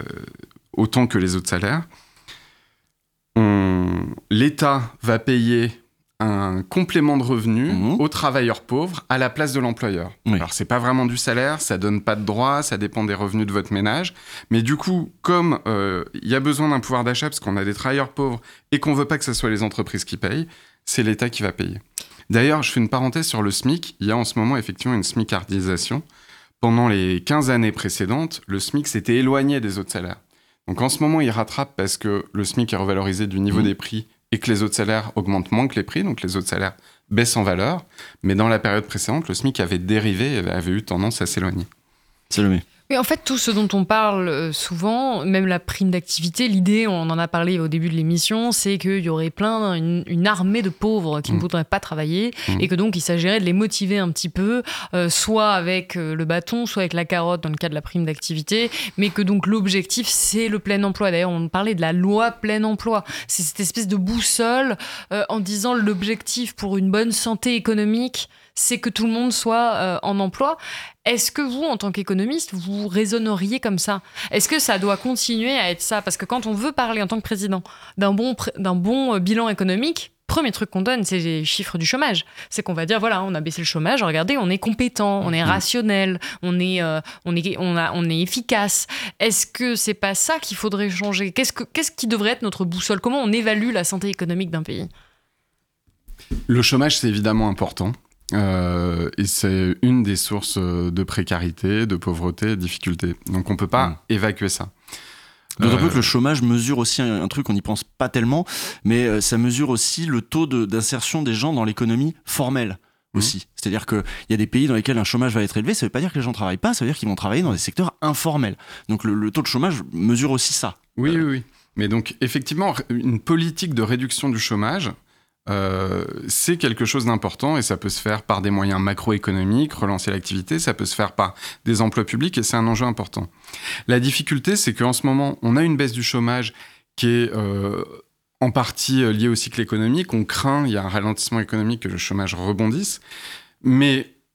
D: autant que les autres salaires, on, l'État va payer un complément de revenu mmh. aux travailleurs pauvres à la place de l'employeur. Oui. Alors, c'est pas vraiment du salaire, ça donne pas de droits, ça dépend des revenus de votre ménage. Mais du coup, comme il euh, y a besoin d'un pouvoir d'achat parce qu'on a des travailleurs pauvres et qu'on veut pas que ce soit les entreprises qui payent, c'est l'État qui va payer. D'ailleurs, je fais une parenthèse sur le SMIC. Il y a en ce moment effectivement une smicardisation. Pendant les quinze années précédentes, le SMIC s'était éloigné des autres salaires. Donc en ce moment, il rattrape parce que le SMIC est revalorisé du niveau mmh. des prix et que les autres salaires augmentent moins que les prix, donc les autres salaires baissent en valeur. Mais dans la période précédente, le SMIC avait dérivé et avait eu tendance à s'éloigner.
A: Salomé.
B: Oui, en fait, tout ce dont on parle souvent, même la prime d'activité, l'idée, on en a parlé au début de l'émission, c'est qu'il y aurait plein, une, une armée de pauvres qui mmh. ne voudraient pas travailler mmh. et que donc il s'agirait de les motiver un petit peu, euh, soit avec le bâton, soit avec la carotte dans le cas de la prime d'activité, mais que donc l'objectif, c'est le plein emploi. D'ailleurs, on parlait de la loi plein emploi. C'est cette espèce de boussole euh, en disant l'objectif pour une bonne santé économique, c'est que tout le monde soit euh, en emploi. Est-ce que vous, en tant qu'économiste, vous raisonneriez comme ça ? Est-ce que ça doit continuer à être ça ? Parce que quand on veut parler en tant que président d'un bon, d'un bon bilan économique, premier truc qu'on donne, c'est les chiffres du chômage. C'est qu'on va dire, voilà, on a baissé le chômage, regardez, on est compétent, on est rationnel, on est, euh, on est, on a, on est efficace. Est-ce que c'est pas ça qu'il faudrait changer ? Qu'est-ce que, qu'est-ce qui devrait être notre boussole ? Comment on évalue la santé économique d'un pays ?
D: Le chômage, c'est évidemment important. Euh, et c'est une des sources de précarité, de pauvreté, de difficulté. Donc on ne peut pas mmh. évacuer ça.
A: D'autant euh... peu que le chômage mesure aussi un, un truc qu'on n'y pense pas tellement, mais euh, ça mesure aussi le taux de, d'insertion des gens dans l'économie formelle aussi. Mmh. C'est-à-dire qu'il y a des pays dans lesquels un chômage va être élevé, ça ne veut pas dire que les gens ne travaillent pas, ça veut dire qu'ils vont travailler dans des secteurs informels. Donc le, le taux de chômage mesure aussi ça.
D: Oui, euh... oui, oui. Mais donc effectivement, une politique de réduction du chômage, Euh, c'est quelque chose d'important et ça peut se faire par des moyens macroéconomiques, relancer l'activité, ça peut se faire par des emplois publics et c'est un enjeu important. La difficulté, c'est qu'en ce moment, on a une baisse du chômage qui est euh, en partie liée au cycle économique. On craint, il y a un ralentissement économique, que le chômage rebondisse, mais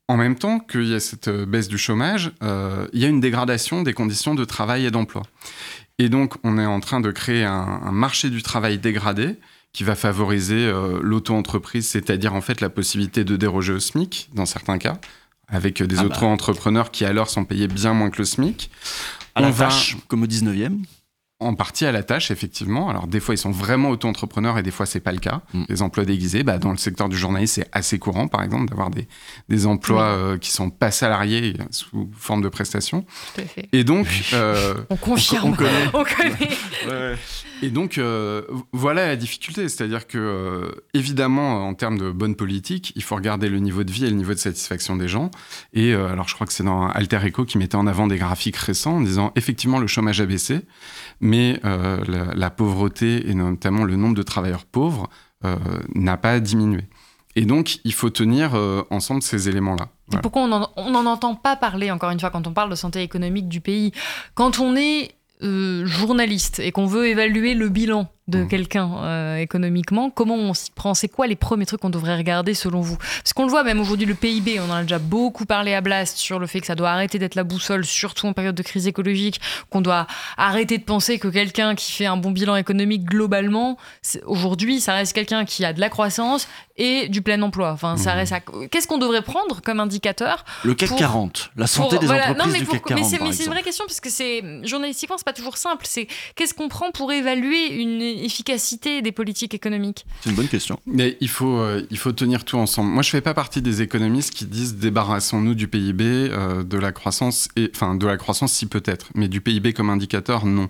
D: En même temps qu'il y a cette baisse du chômage, euh, il y a une dégradation des conditions de travail et d'emploi. Et donc, on est en train de créer un, un marché du travail dégradé qui va favoriser euh, l'auto-entreprise, c'est-à-dire en fait la possibilité de déroger au SMIC, dans certains cas, avec des ah bah. auto-entrepreneurs qui alors sont payés bien moins que le SMIC.
A: À on la va... tâche, comme au dix-neuvième.
D: En partie à la tâche, effectivement. Alors, des fois, ils sont vraiment auto-entrepreneurs et des fois, c'est pas le cas. Mm. Les emplois déguisés, bah, dans le secteur du journalisme, c'est assez courant, par exemple, d'avoir des, des emplois mm. euh, qui sont pas salariés sous forme de prestation.
B: Tout à fait.
D: Et donc... Euh,
B: on confirme.
D: On, on connaît.
B: on connaît.
D: ouais, ouais. Et donc, euh, voilà la difficulté. C'est-à-dire que, euh, évidemment, en termes de bonne politique, il faut regarder le niveau de vie et le niveau de satisfaction des gens. Et euh, alors, je crois que c'est dans Alter Echo qui mettait en avant des graphiques récents en disant, effectivement, le chômage a baissé, mais euh, la, la pauvreté et notamment le nombre de travailleurs pauvres euh, n'a pas diminué. Et donc, il faut tenir euh, ensemble ces éléments-là.
B: Voilà. Pourquoi on n'en entend pas parler, encore une fois, quand on parle de santé économique du pays ? Quand on est euh, journaliste et qu'on veut évaluer le bilan de mmh. quelqu'un euh, économiquement, comment on s'y prend ? C'est quoi les premiers trucs qu'on devrait regarder selon vous ? Parce qu'on le voit même aujourd'hui, le P I B, on en a déjà beaucoup parlé à Blast sur le fait que ça doit arrêter d'être la boussole, surtout en période de crise écologique, qu'on doit arrêter de penser que quelqu'un qui fait un bon bilan économique globalement, aujourd'hui, ça reste quelqu'un qui a de la croissance et du plein emploi. Enfin, mmh. ça reste à... Qu'est-ce qu'on devrait prendre comme indicateur ?
A: Le C A C
B: pour...
A: quarante, la santé pour... des
B: voilà.
A: entreprises
B: non, mais
A: du
B: pour...
A: C A C quarante,
B: mais c'est,
A: par
B: mais c'est une vraie question, parce que c'est... journalistiquement, c'est pas toujours simple. C'est qu'est-ce qu'on prend pour évaluer une efficacité des politiques économiques ?
A: C'est une bonne question.
D: Mais il faut, euh, il faut tenir tout ensemble. Moi, je fais pas partie des économistes qui disent débarrassons-nous du P I B, euh, de la croissance, et, enfin de la croissance si peut-être, mais du P I B comme indicateur, non.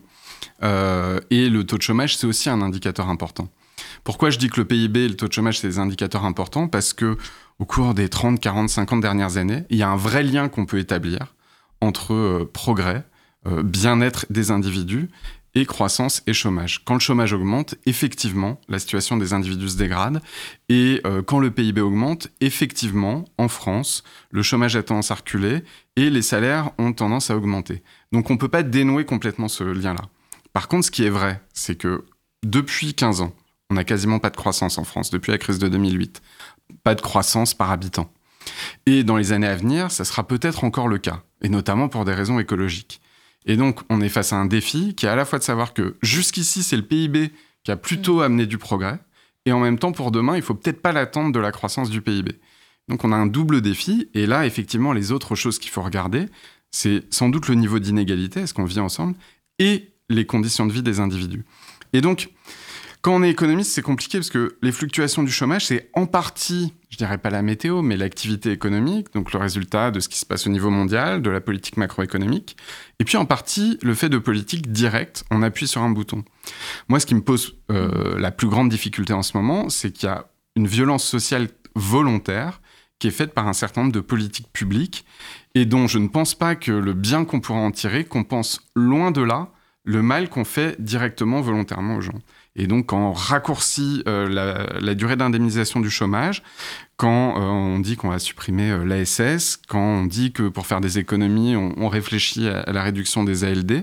D: Euh, et le taux de chômage, c'est aussi un indicateur important. Pourquoi je dis que le P I B et le taux de chômage, c'est des indicateurs importants ? Parce que au cours des trente, quarante, cinquante dernières années, il y a un vrai lien qu'on peut établir entre euh, progrès, euh, bien-être des individus et croissance et chômage. Quand le chômage augmente, effectivement, la situation des individus se dégrade. Et euh, quand le P I B augmente, effectivement, en France, le chômage a tendance à reculer et les salaires ont tendance à augmenter. Donc on ne peut pas dénouer complètement ce lien-là. Par contre, ce qui est vrai, c'est que depuis quinze ans, on n'a quasiment pas de croissance en France, depuis la crise de deux mille huit. Pas de croissance par habitant. Et dans les années à venir, ça sera peut-être encore le cas, et notamment pour des raisons écologiques. Et donc, on est face à un défi qui est à la fois de savoir que jusqu'ici, c'est le P I B qui a plutôt amené du progrès, et en même temps, pour demain, il ne faut peut-être pas l'attendre de la croissance du P I B. Donc, on a un double défi, et là, effectivement, les autres choses qu'il faut regarder, c'est sans doute le niveau d'inégalité, est-ce qu'on vit ensemble, et les conditions de vie des individus. Et donc, quand on est économiste, c'est compliqué parce que les fluctuations du chômage, c'est en partie, je dirais pas la météo, mais l'activité économique, donc le résultat de ce qui se passe au niveau mondial, de la politique macroéconomique, et puis en partie le fait de politique directe, on appuie sur un bouton. Moi, ce qui me pose euh, la plus grande difficulté en ce moment, c'est qu'il y a une violence sociale volontaire qui est faite par un certain nombre de politiques publiques et dont je ne pense pas que le bien qu'on pourra en tirer compense loin de là le mal qu'on fait directement, volontairement aux gens. Et donc, quand on raccourcit euh, la, la durée d'indemnisation du chômage, quand euh, on dit qu'on va supprimer euh, l'A S S, quand on dit que pour faire des économies, on, on réfléchit à, à la réduction des A L D,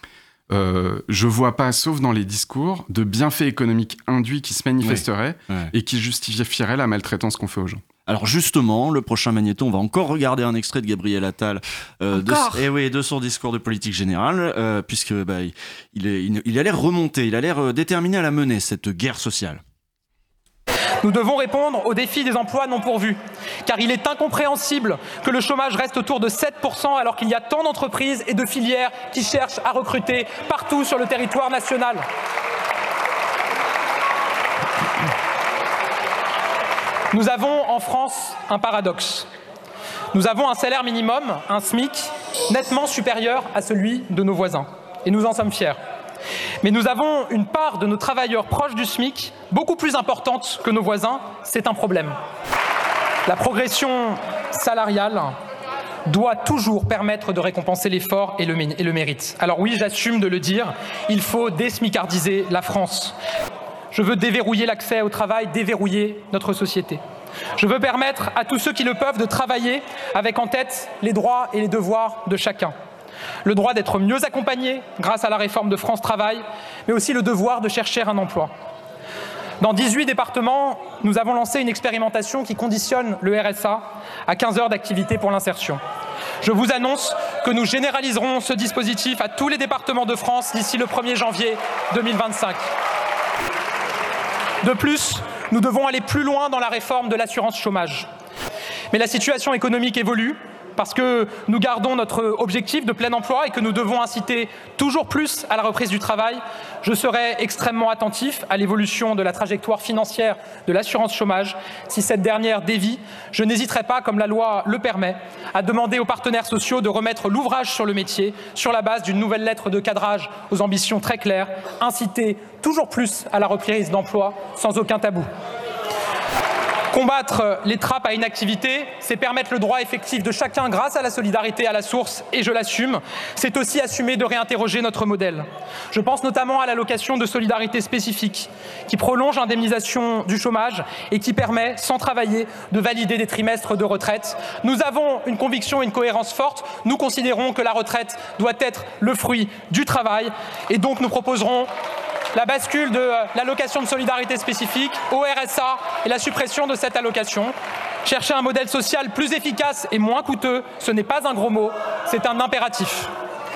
D: euh, je vois pas, sauf dans les discours, de bienfaits économiques induits qui se manifesteraient ouais, ouais. et qui justifieraient la maltraitance qu'on fait aux gens.
A: Alors justement, le prochain Magnéto, on va encore regarder un extrait de Gabriel Attal euh, de, eh oui, de son discours de politique générale, euh, puisque bah, il, est, il, il a l'air remonté, il a l'air euh, déterminé à la mener, cette guerre sociale.
H: Nous devons répondre aux défis des emplois non pourvus, car il est incompréhensible que le chômage reste autour de sept pour cent alors qu'il y a tant d'entreprises et de filières qui cherchent à recruter partout sur le territoire national. Nous avons en France un paradoxe. Nous avons un salaire minimum, un SMIC, nettement supérieur à celui de nos voisins. Et nous en sommes fiers. Mais nous avons une part de nos travailleurs proches du SMIC beaucoup plus importante que nos voisins. C'est un problème. La progression salariale doit toujours permettre de récompenser l'effort et le, et le mérite. Alors oui, j'assume de le dire, il faut désmicardiser la France. Je veux déverrouiller l'accès au travail, déverrouiller notre société. Je veux permettre à tous ceux qui le peuvent de travailler avec en tête les droits et les devoirs de chacun. Le droit d'être mieux accompagné grâce à la réforme de France Travail, mais aussi le devoir de chercher un emploi. Dans dix-huit départements, nous avons lancé une expérimentation qui conditionne le R S A à quinze heures d'activité pour l'insertion. Je vous annonce que nous généraliserons ce dispositif à tous les départements de France d'ici le premier janvier deux mille vingt-cinq. De plus, nous devons aller plus loin dans la réforme de l'assurance chômage. Mais la situation économique évolue parce que nous gardons notre objectif de plein emploi et que nous devons inciter toujours plus à la reprise du travail. Je serai extrêmement attentif à l'évolution de la trajectoire financière de l'assurance chômage. Si cette dernière dévie, je n'hésiterai pas, comme la loi le permet, à demander aux partenaires sociaux de remettre l'ouvrage sur le métier sur la base d'une nouvelle lettre de cadrage aux ambitions très claires, inciter toujours plus à la reprise d'emploi sans aucun tabou. Combattre les trappes à inactivité, c'est permettre le droit effectif de chacun grâce à la solidarité à la source, et je l'assume. C'est aussi assumer de réinterroger notre modèle. Je pense notamment à l'allocation de solidarité spécifique, qui prolonge l'indemnisation du chômage et qui permet, sans travailler, de valider des trimestres de retraite. Nous avons une conviction et une cohérence forte. Nous considérons que la retraite doit être le fruit du travail, et donc nous proposerons la bascule de l'allocation de solidarité spécifique au R S A et la suppression de cette allocation. Chercher un modèle social plus efficace et moins coûteux, ce n'est pas un gros mot, c'est un impératif.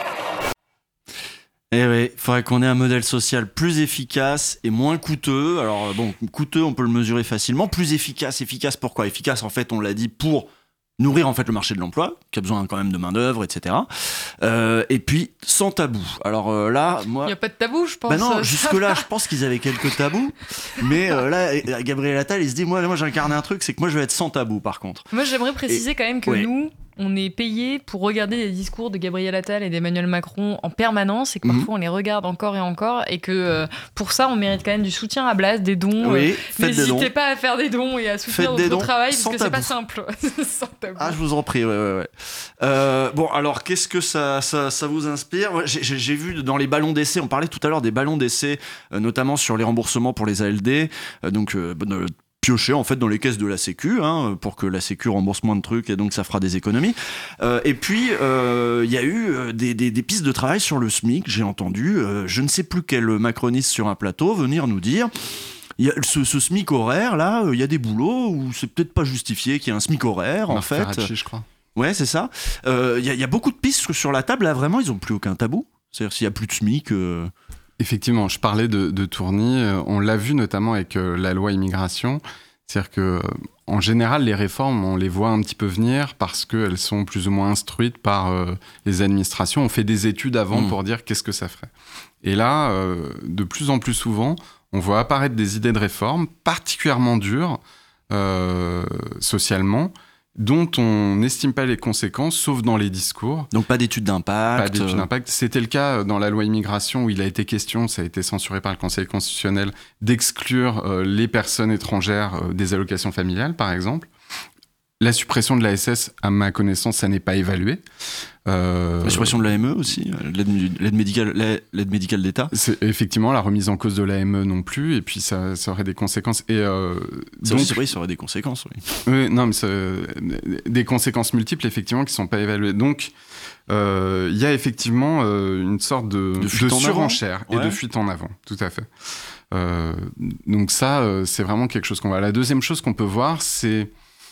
A: Eh oui, il faudrait qu'on ait un modèle social plus efficace et moins coûteux. Alors bon, coûteux, on peut le mesurer facilement. Plus efficace, efficace pourquoi ? Efficace, en fait, on l'a dit, pour nourrir en fait le marché de l'emploi, qui a besoin quand même de main d'œuvre, et cetera. Euh, et puis sans tabou. Alors euh, là, moi,
B: il y a pas de tabou, je pense.
A: Ben non, jusque là, je pense qu'ils avaient quelques tabous, mais euh, là, Gabriel Attal, il se dit, moi, moi, j'incarne un truc, c'est que moi, je vais être sans tabou, par contre.
B: Moi, j'aimerais préciser et, quand même que ouais. nous. On est payé pour regarder les discours de Gabriel Attal et d'Emmanuel Macron en permanence et que parfois mmh. on les regarde encore et encore et que euh, pour ça on mérite quand même du soutien à Blaze, des dons.
A: Oui,
B: euh, n'hésitez pas à faire des dons et à soutenir notre travail parce que
A: tabou.
B: C'est pas simple. Sans tabou.
A: Ah, je vous en prie, ouais, ouais, ouais. Euh, bon, alors qu'est-ce que ça, ça, ça vous inspire ? j'ai, j'ai vu dans les ballons d'essai, on parlait tout à l'heure des ballons d'essai, euh, notamment sur les remboursements pour les A L D, euh, donc euh, euh, piocher en fait dans les caisses de la Sécu hein, pour que la Sécu rembourse moins de trucs et donc ça fera des économies. Euh, et puis il euh, y a eu des, des, des pistes de travail sur le SMIC. J'ai entendu, euh, je ne sais plus quel macroniste sur un plateau venir nous dire. Il y a ce, ce SMIC horaire là, il y a des boulots où c'est peut-être pas justifié qu'il y ait un SMIC horaire en fait.
D: Ferracci, je crois.
A: Ouais, c'est ça. Il euh, y, y a beaucoup de pistes sur la table là. Vraiment, ils ont plus aucun tabou. C'est-à-dire s'il y a plus de SMIC. Euh...
D: Effectivement, je parlais de, de Tourny. On l'a vu notamment avec euh, la loi immigration. C'est-à-dire que, euh, en général, les réformes, on les voit un petit peu venir parce qu'elles sont plus ou moins instruites par euh, les administrations. On fait des études avant mmh. pour dire qu'est-ce que ça ferait. Et là, euh, de plus en plus souvent, on voit apparaître des idées de réforme particulièrement dures euh, socialement, dont on n'estime pas les conséquences, sauf dans les discours.
A: Donc pas d'études d'impact.
D: Pas d'études d'impact. C'était le cas dans la loi immigration où il a été question, ça a été censuré par le Conseil constitutionnel, d'exclure euh, les personnes étrangères euh, des allocations familiales, par exemple. La suppression de l'A S S, à ma connaissance, ça n'est pas évalué.
A: Euh, la suppression de l'A M E aussi, l'aide, l'aide, médicale, l'aide médicale d'État.
D: C'est effectivement la remise en cause de l'A M E non plus, et puis ça, ça aurait des conséquences. Et euh,
A: c'est
D: donc,
A: vrai, c'est vrai, ça aurait des conséquences, oui.
D: Oui, non, mais ça, des conséquences multiples, effectivement, qui ne sont pas évaluées. Donc, il euh, y a effectivement euh, une sorte de,
A: de,
D: de surenchère et ouais. de fuite en avant, tout à fait. Euh, donc ça, euh, c'est vraiment quelque chose qu'on voit. La deuxième chose qu'on peut voir, c'est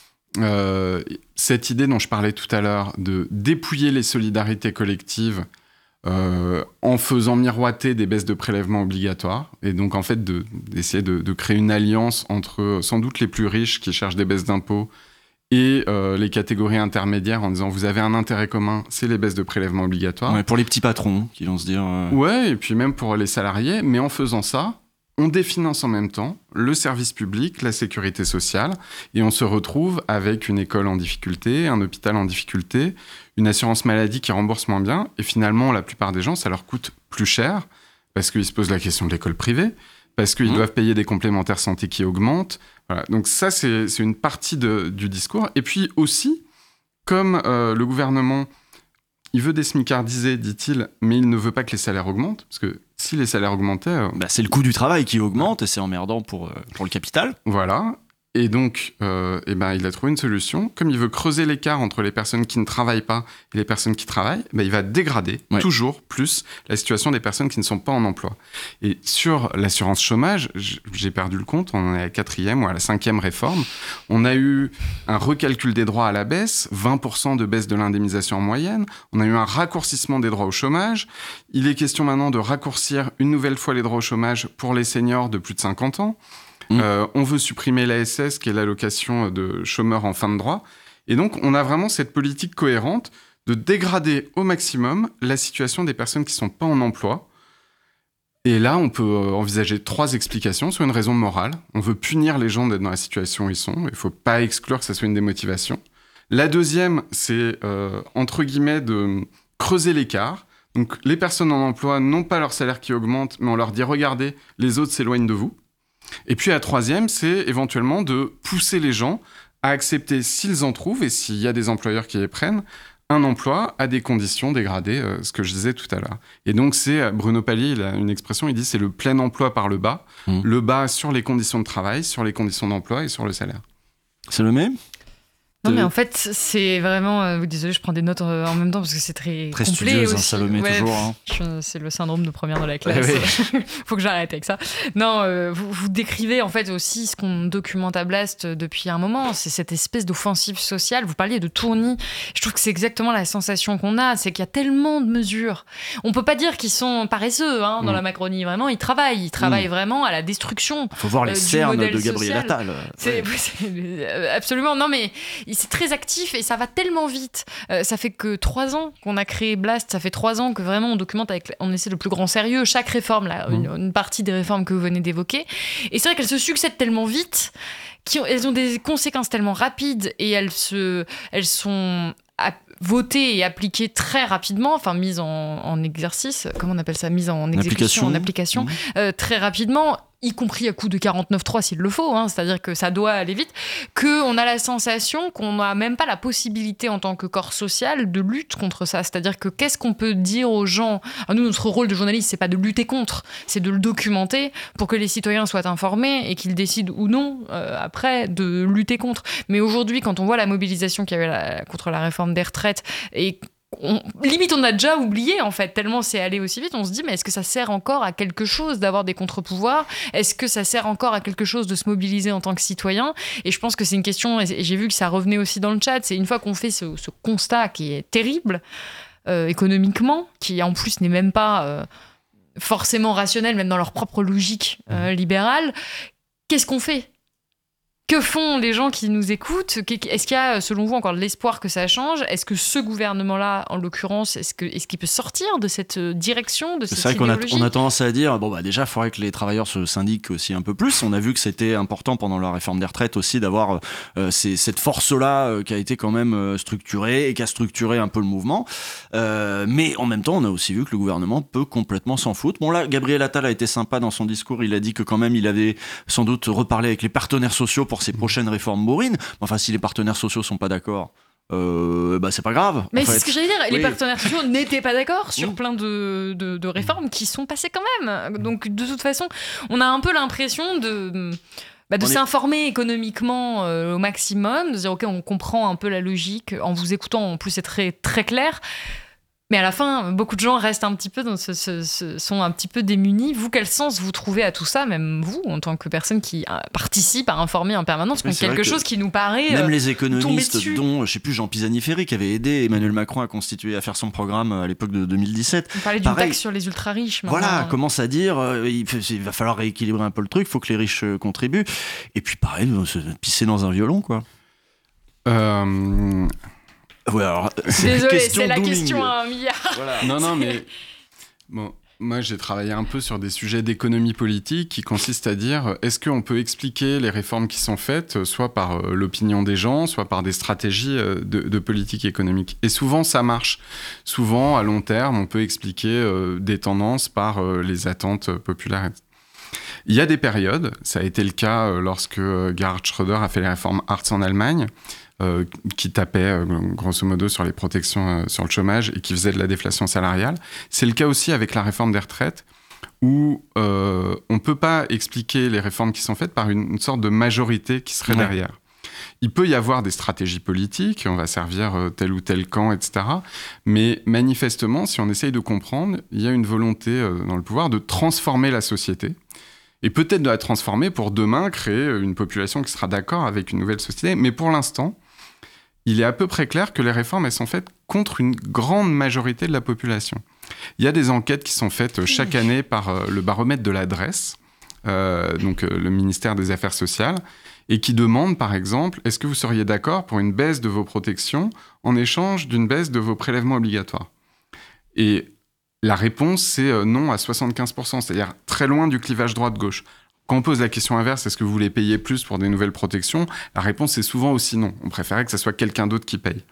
D: Euh, cette idée dont je parlais tout à l'heure de dépouiller les solidarités collectives euh, en faisant miroiter des baisses de prélèvements obligatoires et donc en fait de, d'essayer de, de créer une alliance entre sans doute les plus riches qui cherchent des baisses d'impôts et euh, les catégories intermédiaires en disant vous avez un intérêt commun, c'est les baisses de prélèvements obligatoires.
A: Ouais, pour les petits patrons qui vont se dire... Euh...
D: Ouais, et puis même pour les salariés, mais en faisant ça, on définance en même temps le service public, la sécurité sociale, et on se retrouve avec une école en difficulté, un hôpital en difficulté, une assurance maladie qui rembourse moins bien, et finalement, la plupart des gens, ça leur coûte plus cher, parce qu'ils se posent la question de l'école privée, parce qu'ils mmh. doivent payer des complémentaires santé qui augmentent. Voilà. Donc ça, c'est, c'est une partie de, du discours. Et puis aussi, comme euh, le gouvernement... Il veut désmicardiser, dit-il, mais il ne veut pas que les salaires augmentent, parce que si les salaires augmentaient... Euh...
A: Bah, c'est le coût du travail qui augmente, et c'est emmerdant pour, euh, pour le capital.
D: Voilà. Et donc, euh, eh ben, il a trouvé une solution. Comme il veut creuser l'écart entre les personnes qui ne travaillent pas et les personnes qui travaillent, ben, il va dégrader ouais. toujours plus la situation des personnes qui ne sont pas en emploi. Et sur l'assurance chômage, j'ai perdu le compte, on est à la quatrième ou à la cinquième réforme. On a eu un recalcul des droits à la baisse, vingt pour cent de baisse de l'indemnisation en moyenne. On a eu un raccourcissement des droits au chômage. Il est question maintenant de raccourcir une nouvelle fois les droits au chômage pour les seniors de plus de cinquante ans. Mmh. Euh, on veut supprimer l'A S S, qui est l'allocation de chômeurs en fin de droit. Et donc, on a vraiment cette politique cohérente de dégrader au maximum la situation des personnes qui ne sont pas en emploi. Et là, on peut envisager trois explications. Soit une raison morale. On veut punir les gens d'être dans la situation où ils sont. Il ne faut pas exclure que ça soit une démotivation. La deuxième, c'est, euh, entre guillemets, de creuser l'écart. Donc, les personnes en emploi n'ont pas leur salaire qui augmente, mais on leur dit « Regardez, les autres s'éloignent de vous ». Et puis la troisième, c'est éventuellement de pousser les gens à accepter, s'ils en trouvent, et s'il y a des employeurs qui les prennent, un emploi à des conditions dégradées, euh, ce que je disais tout à l'heure. Et donc, c'est Bruno Palier, il a une expression, il dit c'est le plein emploi par le bas. Mmh. Le bas sur les conditions de travail, sur les conditions d'emploi et sur le salaire.
A: Salomé ?
B: Non, mais en fait, c'est vraiment... Euh, désolé, je prends des notes en même temps parce que c'est très,
A: très
B: complet
A: studieuse,
B: aussi.
A: Hein, Salomé,
B: ouais,
A: toujours. Hein.
B: Je, c'est le syndrome de première de la classe.
A: Ouais,
B: ouais. Faut que j'arrête avec ça. Non, euh, vous, vous décrivez en fait aussi ce qu'on documente à Blast depuis un moment. C'est cette espèce d'offensive sociale. Vous parliez de tournis. Je trouve que c'est exactement la sensation qu'on a. C'est qu'il y a tellement de mesures. On peut pas dire qu'ils sont paresseux hein, dans mmh. la Macronie. Vraiment, ils travaillent. Ils travaillent mmh. vraiment à la destruction.
A: Il faut voir les
B: euh,
A: cernes de Gabriel Attal.
B: C'est, ouais. c'est, absolument. Non, mais c'est très actif. Et ça va tellement vite. Euh, ça fait que trois ans qu'on a créé Blast. Ça fait trois ans que vraiment on documente avec, on essaie le plus grand sérieux chaque réforme, là, mmh. une, une partie des réformes que vous venez d'évoquer. Et c'est vrai qu'elles se succèdent tellement vite, qu'elles ont des conséquences tellement rapides et elles se, elles sont votées et appliquées très rapidement, enfin mises en, en exercice, comment on appelle ça, mises en exécution,
A: application.
B: en application, mmh. euh, très rapidement. Y compris à coup de quarante-neuf trois s'il le faut, hein, c'est-à-dire que ça doit aller vite, qu'on a la sensation qu'on n'a même pas la possibilité en tant que corps social de lutte contre ça. C'est-à-dire que qu'est-ce qu'on peut dire aux gens ? Alors nous, notre rôle de journaliste, c'est pas de lutter contre, c'est de le documenter pour que les citoyens soient informés et qu'ils décident ou non, euh, après, de lutter contre. Mais aujourd'hui, quand on voit la mobilisation qu'il y avait la, contre la réforme des retraites et On, limite on a déjà oublié en fait, tellement c'est allé aussi vite, on se dit mais est-ce que ça sert encore à quelque chose d'avoir des contre-pouvoirs ? Est-ce que ça sert encore à quelque chose de se mobiliser en tant que citoyen ? Et je pense que c'est une question, et j'ai vu que ça revenait aussi dans le chat, c'est une fois qu'on fait ce, ce constat qui est terrible euh, économiquement, qui en plus n'est même pas euh, forcément rationnel, même dans leur propre logique euh, libérale, qu'est-ce qu'on fait ? Que font les gens qui nous écoutent ? Est-ce qu'il y a, selon vous, encore de l'espoir que ça change ? Est-ce que ce gouvernement-là, en l'occurrence, est-ce, que, est-ce qu'il peut sortir de cette direction, de cette
A: C'est vrai
B: idéologie ?
A: qu'on a, on a tendance à dire, bon bah déjà, il faudrait que les travailleurs se syndiquent aussi un peu plus. On a vu que c'était important pendant la réforme des retraites aussi d'avoir euh, ces, cette force-là euh, qui a été quand même euh, structurée et qui a structuré un peu le mouvement. Euh, mais en même temps, on a aussi vu que le gouvernement peut complètement s'en foutre. Bon là, Gabriel Attal a été sympa dans son discours. Il a dit que quand même, il avait sans doute reparlé avec les partenaires sociaux pour pour ses prochaines réformes bourrines. Enfin, si les partenaires sociaux sont pas d'accord, euh, bah c'est pas grave.
B: Mais
A: en
B: c'est
A: fait.
B: ce que j'allais dire.
A: Oui.
B: Les partenaires sociaux n'étaient pas d'accord sur
A: oui.
B: plein de, de, de réformes qui sont passées quand même. Donc, de toute façon, on a un peu l'impression de... Bah de on s'informer est... économiquement euh, au maximum, de dire ok, on comprend un peu la logique. En vous écoutant, en plus, c'est très, très clair. Mais à la fin, beaucoup de gens restent un petit peu dans ce, ce, ce, sont un petit peu démunis. Vous, quel sens vous trouvez à tout ça, même vous, en tant que personne qui participe à informer en permanence, contre quelque chose qui nous paraît
A: même
B: euh,
A: les économistes, dont je sais plus Jean Pisani-Ferry, qui avait aidé Emmanuel Macron à constituer, à faire son programme à l'époque de deux mille dix-sept.
B: On parlait d'une taxe sur les ultra riches.
A: Voilà, commence à dire, euh, il, il va falloir rééquilibrer un peu le truc, il faut que les riches euh, contribuent. Et puis pareil, se pisser dans un violon, quoi.
D: Euh...
A: Ouais, alors, c'est
B: Désolé,
A: la question
B: c'est la
A: Dooming.
B: question à un milliard.
A: Voilà.
D: Non, non, mais bon, moi j'ai travaillé un peu sur des sujets d'économie politique qui consistent à dire est-ce qu'on peut expliquer les réformes qui sont faites, soit par euh, l'opinion des gens, soit par des stratégies euh, de, de politique économique. Et souvent ça marche. Souvent, à long terme, on peut expliquer euh, des tendances par euh, les attentes populaires. Il y a des périodes, ça a été le cas euh, lorsque euh, Gerhard Schröder a fait les réformes Hartz en Allemagne, Euh, qui tapait euh, grosso modo sur les protections euh, sur le chômage et qui faisait de la déflation salariale. C'est le cas aussi avec la réforme des retraites, où euh, on ne peut pas expliquer les réformes qui sont faites par une, une sorte de majorité qui serait ouais. derrière. Il peut y avoir des stratégies politiques, on va servir euh, tel ou tel camp, et cetera. Mais manifestement, si on essaye de comprendre, il y a une volonté euh, dans le pouvoir de transformer la société. Et peut-être de la transformer pour demain créer une population qui sera d'accord avec une nouvelle société. Mais pour l'instant, il est à peu près clair que les réformes, elles sont faites contre une grande majorité de la population. Il y a des enquêtes qui sont faites chaque année par euh, le baromètre de l'adresse, euh, donc euh, le ministère des Affaires sociales, et qui demandent, par exemple, est-ce que vous seriez d'accord pour une baisse de vos protections en échange d'une baisse de vos prélèvements obligatoires ? Et la réponse, c'est euh, non à soixante-quinze pour cent, c'est-à-dire très loin du clivage droite-gauche. Quand on pose la question inverse, est-ce que vous voulez payer plus pour des nouvelles protections ? La réponse est souvent aussi non. On préférait que ce soit quelqu'un d'autre qui paye.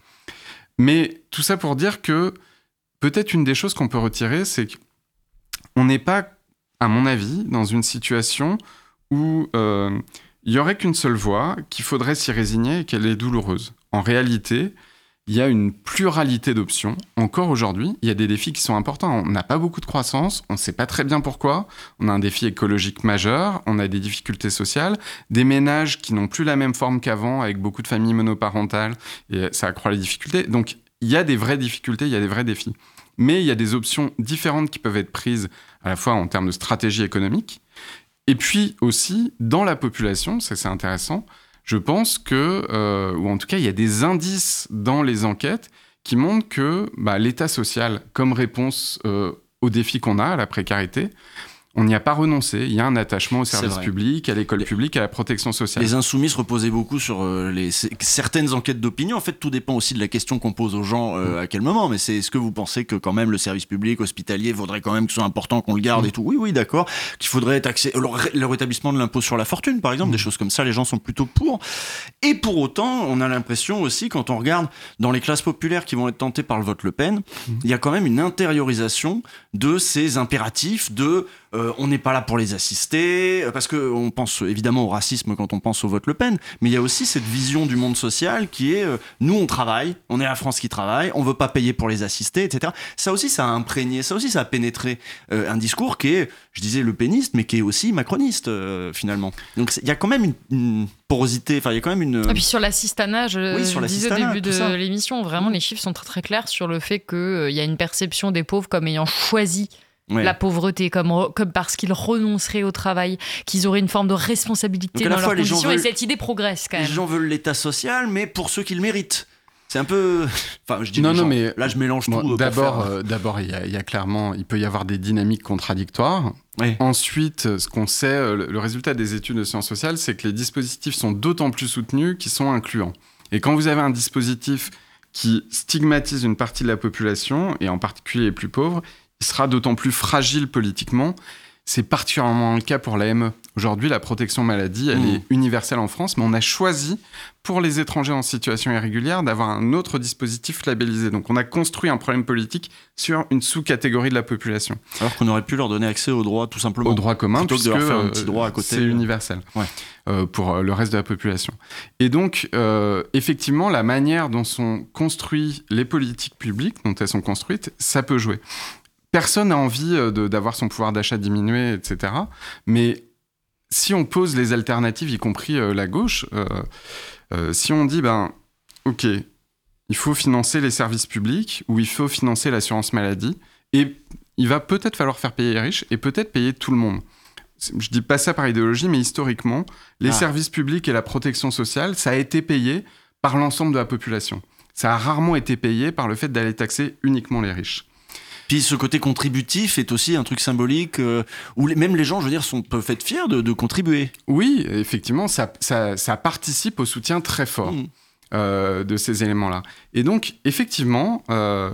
D: Mais tout ça pour dire que peut-être une des choses qu'on peut retirer, c'est qu'on n'est pas, à mon avis, dans une situation où euh, il n'y aurait qu'une seule voie, qu'il faudrait s'y résigner et qu'elle est douloureuse. En réalité, il y a une pluralité d'options. Encore aujourd'hui, il y a des défis qui sont importants. On n'a pas beaucoup de croissance, on ne sait pas très bien pourquoi. On a un défi écologique majeur, on a des difficultés sociales, des ménages qui n'ont plus la même forme qu'avant, avec beaucoup de familles monoparentales, et ça accroît les difficultés. Donc, il y a des vraies difficultés, il y a des vrais défis. Mais il y a des options différentes qui peuvent être prises, à la fois en termes de stratégie économique, et puis aussi, dans la population, ça c'est intéressant, je pense que, euh, ou en tout cas, il y a des indices dans les enquêtes qui montrent que bah, l'État social, comme réponse euh, aux défis qu'on a, à la précarité, on n'y a pas renoncé. Il y a un attachement au service public, à l'école les, publique, à la protection sociale.
A: Les Insoumis se reposaient beaucoup sur euh, les, certaines enquêtes d'opinion. En fait, tout dépend aussi de la question qu'on pose aux gens euh, à quel moment. Mais c'est, est-ce que vous pensez que quand même le service public hospitalier vaudrait quand même que ce soit important qu'on le garde mmh. et tout ? Oui, oui, d'accord. Qu'il faudrait taxer le, le rétablissement de l'impôt sur la fortune, par exemple, mmh. des choses comme ça. Les gens sont plutôt pour. Et pour autant, on a l'impression aussi, quand on regarde dans les classes populaires qui vont être tentées par le vote Le Pen, mmh. il y a quand même une intériorisation de ces impératifs de Euh, on n'est pas là pour les assister, parce qu'on pense évidemment au racisme quand on pense au vote Le Pen, mais il y a aussi cette vision du monde social qui est euh, nous on travaille, on est la France qui travaille, on veut pas payer pour les assister, et cetera. Ça aussi ça a imprégné, ça aussi ça a pénétré euh, un discours qui est, je disais le péniste, mais qui est aussi macroniste euh, finalement. Donc il y a quand même une, une porosité, enfin il y a quand même une...
B: Et puis sur l'assistanat, je,
A: oui, sur
B: je disais au début de l'émission, vraiment les chiffres sont très très clairs sur le fait qu'il euh, y a une perception des pauvres comme ayant choisi Ouais. la pauvreté, comme, comme parce qu'ils renonceraient au travail, qu'ils auraient une forme de responsabilité dans leurs conditions, veulent, et cette idée progresse quand même.
A: Les gens veulent l'État social, mais pour ceux qui le méritent. C'est un peu... Enfin, je dis
D: non, non,
A: gens.
D: mais
A: là, je mélange
D: bon,
A: tout.
D: D'abord,
A: faire...
D: euh, d'abord il, y a, il y a clairement... Il peut y avoir des dynamiques contradictoires.
A: Ouais.
D: Ensuite, ce qu'on sait, le, le résultat des études de sciences sociales, c'est que les dispositifs sont d'autant plus soutenus qu'ils sont incluants. Et quand vous avez un dispositif qui stigmatise une partie de la population, et en particulier les plus pauvres, il sera d'autant plus fragile politiquement. C'est particulièrement le cas pour l'A M E. Aujourd'hui, la protection maladie, elle mmh. est universelle en France, mais on a choisi, pour les étrangers en situation irrégulière, d'avoir un autre dispositif labellisé. Donc, on a construit un problème politique sur une sous-catégorie de la population.
A: Alors qu'on aurait pu leur donner accès aux droits, tout simplement.
D: Aux droits communs,
A: plutôt que de leur faire un petit droit à côté.
D: C'est universel
A: ouais.
D: euh, pour le reste de la population. Et donc, euh, effectivement, la manière dont sont construites les politiques publiques, dont elles sont construites, ça peut jouer. Personne n'a envie de, d'avoir son pouvoir d'achat diminué, et cetera. Mais si on pose les alternatives, y compris euh, la gauche, euh, euh, si on dit, ben, OK, il faut financer les services publics ou il faut financer l'assurance maladie, et il va peut-être falloir faire payer les riches et peut-être payer tout le monde. Je dis pas ça par idéologie, mais historiquement, les ah. services publics et la protection sociale, ça a été payé par l'ensemble de la population. Ça a rarement été payé par le fait d'aller taxer uniquement les riches.
A: Puis ce côté contributif est aussi un truc symbolique euh, où les, même les gens, je veux dire, sont, peuvent être fiers de, de contribuer.
D: Oui, effectivement, ça, ça, ça participe au soutien très fort mmh. euh, de ces éléments-là. Et donc, effectivement, euh,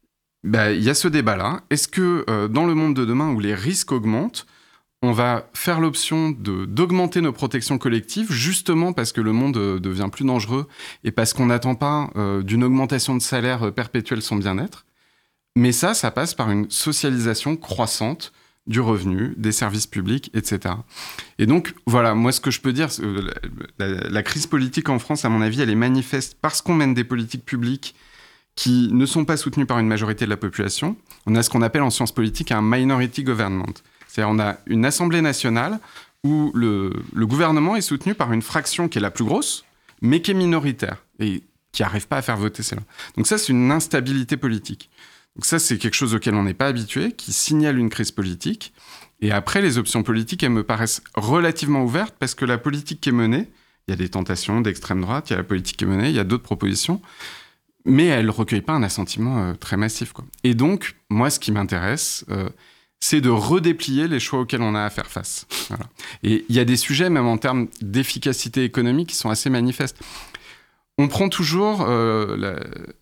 D: bah, y a ce débat-là. Est-ce que euh, dans le monde de demain où les risques augmentent, on va faire l'option de, d'augmenter nos protections collectives, justement parce que le monde euh, devient plus dangereux et parce qu'on n'attend pas euh, d'une augmentation de salaire euh, perpétuelle son bien-être? Mais ça, ça passe par une socialisation croissante du revenu, des services publics, et cetera. Et donc, voilà, moi, ce que je peux dire, la, la, la crise politique en France, à mon avis, elle est manifeste parce qu'on mène des politiques publiques qui ne sont pas soutenues par une majorité de la population. On a ce qu'on appelle en sciences politiques un minority government. C'est-à-dire on a une Assemblée nationale où le, le gouvernement est soutenu par une fraction qui est la plus grosse, mais qui est minoritaire et qui n'arrive pas à faire voter celle-là. Donc ça, c'est une instabilité politique. Donc ça, c'est quelque chose auquel on n'est pas habitué, qui signale une crise politique. Et après, les options politiques, elles me paraissent relativement ouvertes parce que la politique qui est menée, il y a des tentations d'extrême droite, il y a la politique qui est menée, il y a d'autres propositions, mais elle ne recueille pas un assentiment euh, très massif, quoi. Et donc, moi, ce qui m'intéresse, euh, c'est de redéplier les choix auxquels on a à faire face. Voilà. Et il y a des sujets, même en termes d'efficacité économique, qui sont assez manifestes. On prend toujours euh, la,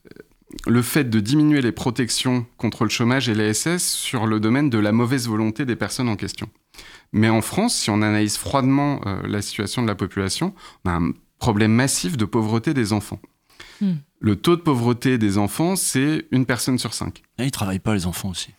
D: le fait de diminuer les protections contre le chômage et les S S sur le domaine de la mauvaise volonté des personnes en question. Mais en France, si on analyse froidement euh, la situation de la population, on a un problème massif de pauvreté des enfants. Hmm. Le taux de pauvreté des enfants, c'est une personne sur cinq.
A: Et ils ne travaillent pas, les enfants aussi.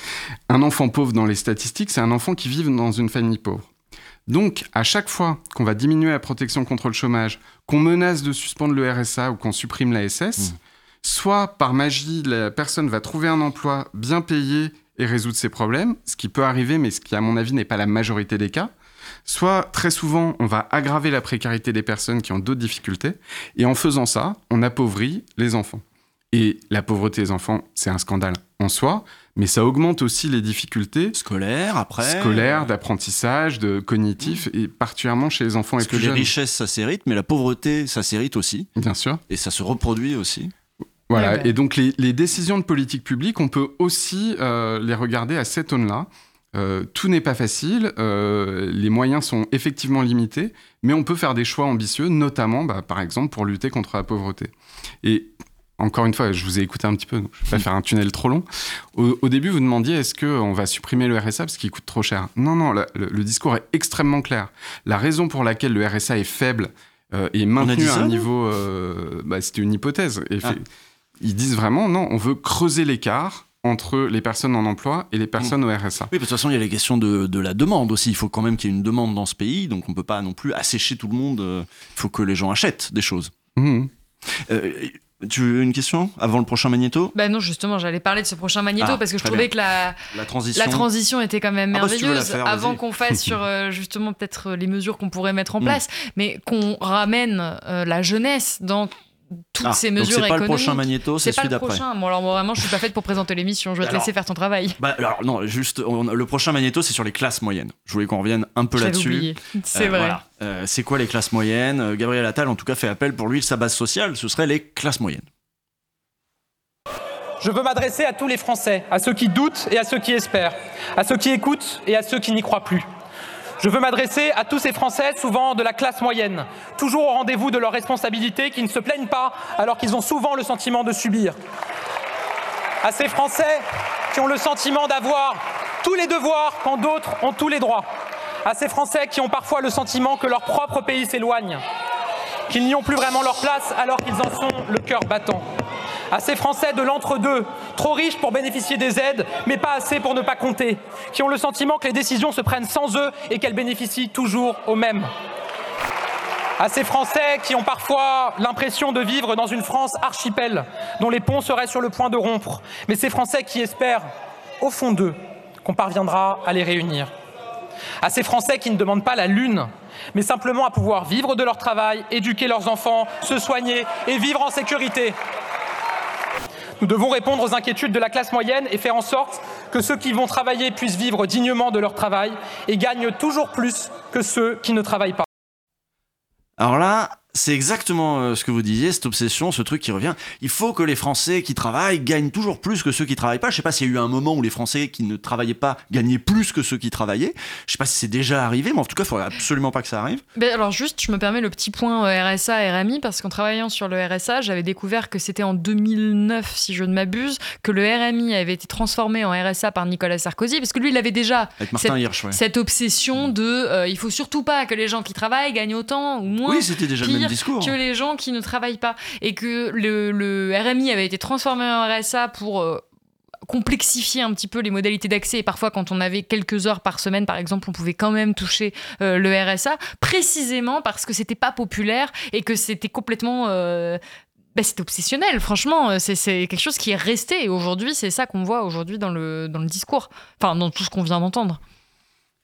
D: Un enfant pauvre dans les statistiques, c'est un enfant qui vit dans une famille pauvre. Donc, à chaque fois qu'on va diminuer la protection contre le chômage, qu'on menace de suspendre le R S A ou qu'on supprime la S S, mmh. soit par magie, la personne va trouver un emploi bien payé et résoudre ses problèmes, ce qui peut arriver, mais ce qui, à mon avis, n'est pas la majorité des cas. Soit, très souvent, on va aggraver la précarité des personnes qui ont d'autres difficultés. Et en faisant ça, on appauvrit les enfants. Et la pauvreté des enfants, c'est un scandale en soi, mais ça augmente aussi les difficultés
A: scolaires, après,
D: scolaires, d'apprentissage, de cognitif, mmh. et particulièrement chez les enfants
A: Parce
D: et plus
A: que
D: jeunes.
A: Les richesses, ça s'hérite, mais la pauvreté, ça s'hérite aussi.
D: Bien sûr.
A: Et ça se reproduit aussi.
D: Voilà,
A: ouais, ouais.
D: Et donc les, les décisions de politique publique, on peut aussi euh, les regarder à cette aune-là. Euh, tout n'est pas facile, euh, les moyens sont effectivement limités, mais on peut faire des choix ambitieux, notamment, bah, par exemple, pour lutter contre la pauvreté. Et encore une fois, je vous ai écouté un petit peu, donc je ne vais pas faire un tunnel trop long. Au, au début, vous demandiez, est-ce qu'on va supprimer le R S A parce qu'il coûte trop cher ? Non, non, le, le, le discours est extrêmement clair. La raison pour laquelle le R S A est faible euh, et maintenu à un niveau... Euh, bah, c'était une hypothèse. Et ah. fait, ils disent vraiment, non, on veut creuser l'écart entre les personnes en emploi et les personnes mmh. au R S A.
A: Oui, de toute façon, il y a les questions de, de la demande aussi. Il faut quand même qu'il y ait une demande dans ce pays, donc on ne peut pas non plus assécher tout le monde. Il faut que les gens achètent des choses.
D: Mmh.
A: Euh, tu veux une question avant le prochain magnéto ?
B: Bah non, justement, j'allais parler de ce prochain magnéto ah, parce que je trouvais bien. que la,
A: la, transition...
B: la transition était quand même merveilleuse. Ah bah, si tu veux la faire, avant
A: vas-y.
B: qu'on fasse sur euh, justement peut-être les mesures qu'on pourrait mettre en place, mmh. mais qu'on ramène euh, la jeunesse dans toutes
A: ah,
B: ces mesures
A: donc c'est pas
B: économiques.
A: le prochain magnéto, c'est,
B: c'est
A: celui
B: pas le
A: d'après.
B: prochain. Bon, alors moi, vraiment, je suis pas faite pour présenter l'émission. Je vais alors, te laisser faire ton travail.
A: Bah, alors non, juste on, le prochain magnéto, c'est sur les classes moyennes. Je voulais qu'on revienne un peu
B: J'avais
A: là-dessus.
B: oublié. C'est euh, vrai.
A: Voilà. Euh, c'est quoi les classes moyennes ? Gabriel Attal, en tout cas, fait appel pour lui sa base sociale. Ce serait les classes moyennes.
H: Je veux m'adresser à tous les Français, à ceux qui doutent et à ceux qui espèrent, à ceux qui écoutent et à ceux qui n'y croient plus. Je veux m'adresser à tous ces Français, souvent de la classe moyenne, toujours au rendez-vous de leurs responsabilités, qui ne se plaignent pas alors qu'ils ont souvent le sentiment de subir. À ces Français qui ont le sentiment d'avoir tous les devoirs quand d'autres ont tous les droits. À ces Français qui ont parfois le sentiment que leur propre pays s'éloigne, qu'ils n'y ont plus vraiment leur place alors qu'ils en sont le cœur battant. À ces Français de l'entre-deux, trop riches pour bénéficier des aides, mais pas assez pour ne pas compter, qui ont le sentiment que les décisions se prennent sans eux et qu'elles bénéficient toujours aux mêmes. À ces Français qui ont parfois l'impression de vivre dans une France archipel, dont les ponts seraient sur le point de rompre, mais ces Français qui espèrent, au fond d'eux, qu'on parviendra à les réunir. À ces Français qui ne demandent pas la lune, mais simplement à pouvoir vivre de leur travail, éduquer leurs enfants, se soigner et vivre en sécurité. Nous devons répondre aux inquiétudes de la classe moyenne et faire en sorte que ceux qui vont travailler puissent vivre dignement de leur travail et gagnent toujours plus que ceux qui ne travaillent pas.
A: Alors là, c'est exactement ce que vous disiez, cette obsession, ce truc qui revient. Il faut que les Français qui travaillent gagnent toujours plus que ceux qui travaillent pas. Je sais pas s'il y a eu un moment où les Français qui ne travaillaient pas gagnaient plus que ceux qui travaillaient. Je sais pas si c'est déjà arrivé, mais en tout cas, il faudrait absolument pas que ça arrive.
B: Ben alors juste, je me permets le petit point R S A, R M I, parce qu'en travaillant sur le R S A, j'avais découvert que c'était en deux mille neuf, si je ne m'abuse, que le R M I avait été transformé en R S A par Nicolas Sarkozy, parce que lui, il avait déjà
A: Avec Martin
B: cette,
A: Hirsch, ouais.
B: cette obsession de euh, il faut surtout pas que les gens qui travaillent gagnent autant ou moins.
A: Oui, c'était déjà le même discours.
B: Que les gens qui ne travaillent pas, et que le, le R M I avait été transformé en R S A pour euh, complexifier un petit peu les modalités d'accès, et parfois quand on avait quelques heures par semaine par exemple, on pouvait quand même toucher euh, le R S A, précisément parce que c'était pas populaire et que c'était complètement euh, bah, c'était obsessionnel, franchement, c'est, c'est quelque chose qui est resté, et aujourd'hui c'est ça qu'on voit aujourd'hui dans le, dans le discours, enfin dans tout ce qu'on vient d'entendre.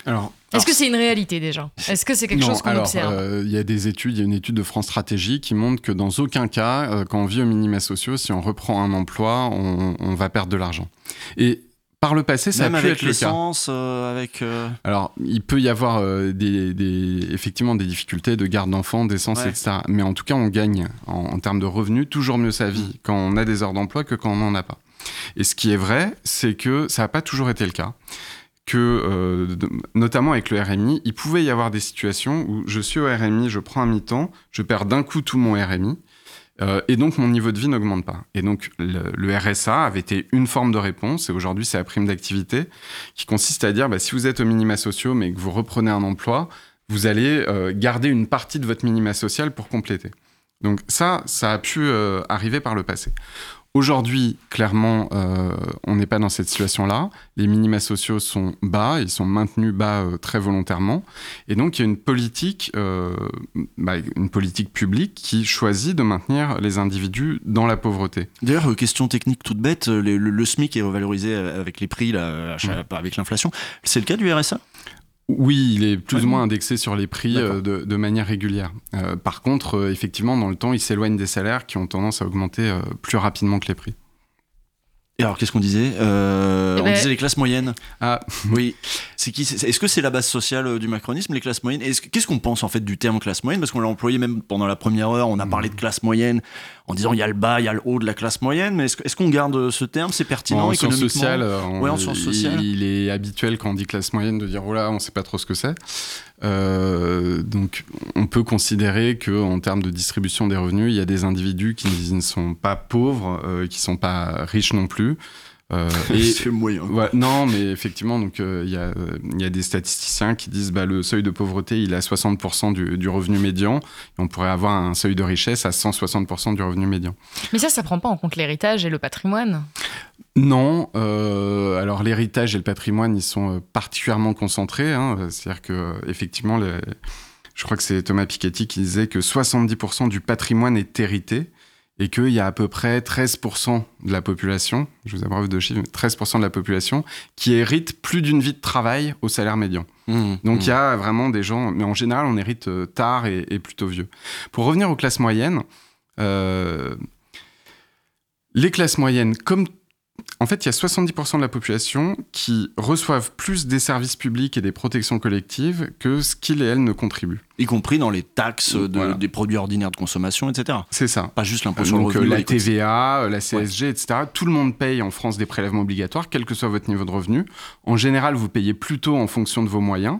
D: Alors,
B: Est-ce alors, que c'est une réalité déjà ? Est-ce que c'est quelque
D: non,
B: chose qu'on
D: alors,
B: observe ?
D: Il euh, y a des études, il y a une étude de France Stratégie qui montre que dans aucun cas, euh, quand on vit aux minima sociaux, si on reprend un emploi, on, on va perdre de l'argent. Et par le passé, ça
A: Même
D: a pu
A: avec
D: être le cas.
A: l'essence, euh, avec. Euh...
D: Alors, il peut y avoir euh, des, des, effectivement des difficultés de garde d'enfants, d'essence, ouais. et cetera. Mais en tout cas, on gagne en, en termes de revenus toujours mieux sa vie mmh. quand on a des heures d'emploi que quand on n'en a pas. Et ce qui est vrai, c'est que ça n'a pas toujours été le cas. Que, euh, de, notamment avec le R M I, il pouvait y avoir des situations où je suis au R M I, je prends un mi-temps, je perds d'un coup tout mon R M I, euh, et donc mon niveau de vie n'augmente pas. Et donc le, le R S A avait été une forme de réponse, et aujourd'hui c'est la prime d'activité, qui consiste à dire, bah, si vous êtes aux minima sociaux, mais que vous reprenez un emploi, vous allez euh, garder une partie de votre minima social pour compléter. Donc ça, ça a pu euh, arriver par le passé. Aujourd'hui, clairement, euh, on n'est pas dans cette situation-là. Les minima sociaux sont bas, ils sont maintenus bas euh, très volontairement. Et donc, il y a une politique, euh, bah, une politique publique qui choisit de maintenir les individus dans la pauvreté.
A: D'ailleurs, question technique toute bête, le, le, le SMIC est revalorisé avec les prix, là, ouais. avec l'inflation. C'est le cas du R S A ?
D: Oui, il est plus ouais. ou moins indexé sur les prix euh, de, de manière régulière. Euh, par contre, euh, effectivement, dans le temps, il s'éloigne des salaires qui ont tendance à augmenter euh, plus rapidement que les prix.
A: Et alors, qu'est-ce qu'on disait euh, On ben... disait les classes moyennes.
D: Ah,
A: oui. C'est qui c'est, Est-ce que c'est la base sociale du macronisme, les classes moyennes ? Est-ce, Qu'est-ce qu'on pense en fait du terme classe moyenne ? Parce qu'on l'a employé même pendant la première heure, on a parlé de classe moyenne en disant il y a le bas, il y a le haut de la classe moyenne. Mais est-ce, est-ce qu'on garde ce terme ? C'est pertinent
D: bon,
A: économiquement ?
D: En sciences sociales, on,
A: ouais, en sciences sociales.
D: Il, il est habituel quand on dit classe moyenne de dire oh là, on ne sait pas trop ce que c'est. Euh, donc, on peut considérer qu'en termes de distribution des revenus, il y a des individus qui ne sont pas pauvres, euh, qui ne sont pas riches non plus.
A: Euh, et, c'est moyen.
D: Ouais, non, mais effectivement, donc il euh, y, euh, y a des statisticiens qui disent bah le seuil de pauvreté il est à soixante pour cent du, du revenu médian, et on pourrait avoir un seuil de richesse à cent soixante pour cent du revenu médian.
B: Mais ça, ça prend pas en compte l'héritage et le patrimoine ?
D: Non, euh, alors l'héritage et le patrimoine ils sont particulièrement concentrés, hein, c'est-à-dire que effectivement, les, je crois que c'est Thomas Piketty qui disait que soixante-dix pour cent du patrimoine est hérité. Et qu'il y a à peu près treize pour cent de la population, je vous abreuve de chiffres, treize pour cent de la population qui hérite plus d'une vie de travail au salaire médian. Mmh, Donc il mmh. y a vraiment des gens, mais en général on hérite tard et, et plutôt vieux. Pour revenir aux classes moyennes, euh, les classes moyennes, comme en fait il y a soixante-dix pour cent de la population qui reçoivent plus des services publics et des protections collectives que ce qu'ils et elles ne contribuent.
A: Y compris dans les taxes de, voilà. des produits ordinaires de consommation, et cetera.
D: C'est ça.
A: Pas juste l'impôt sur le revenu.
D: Donc la T V A, la C S G, ouais. et cetera. Tout le monde paye en France des prélèvements obligatoires, quel que soit votre niveau de revenu. En général, vous payez plutôt en fonction de vos moyens.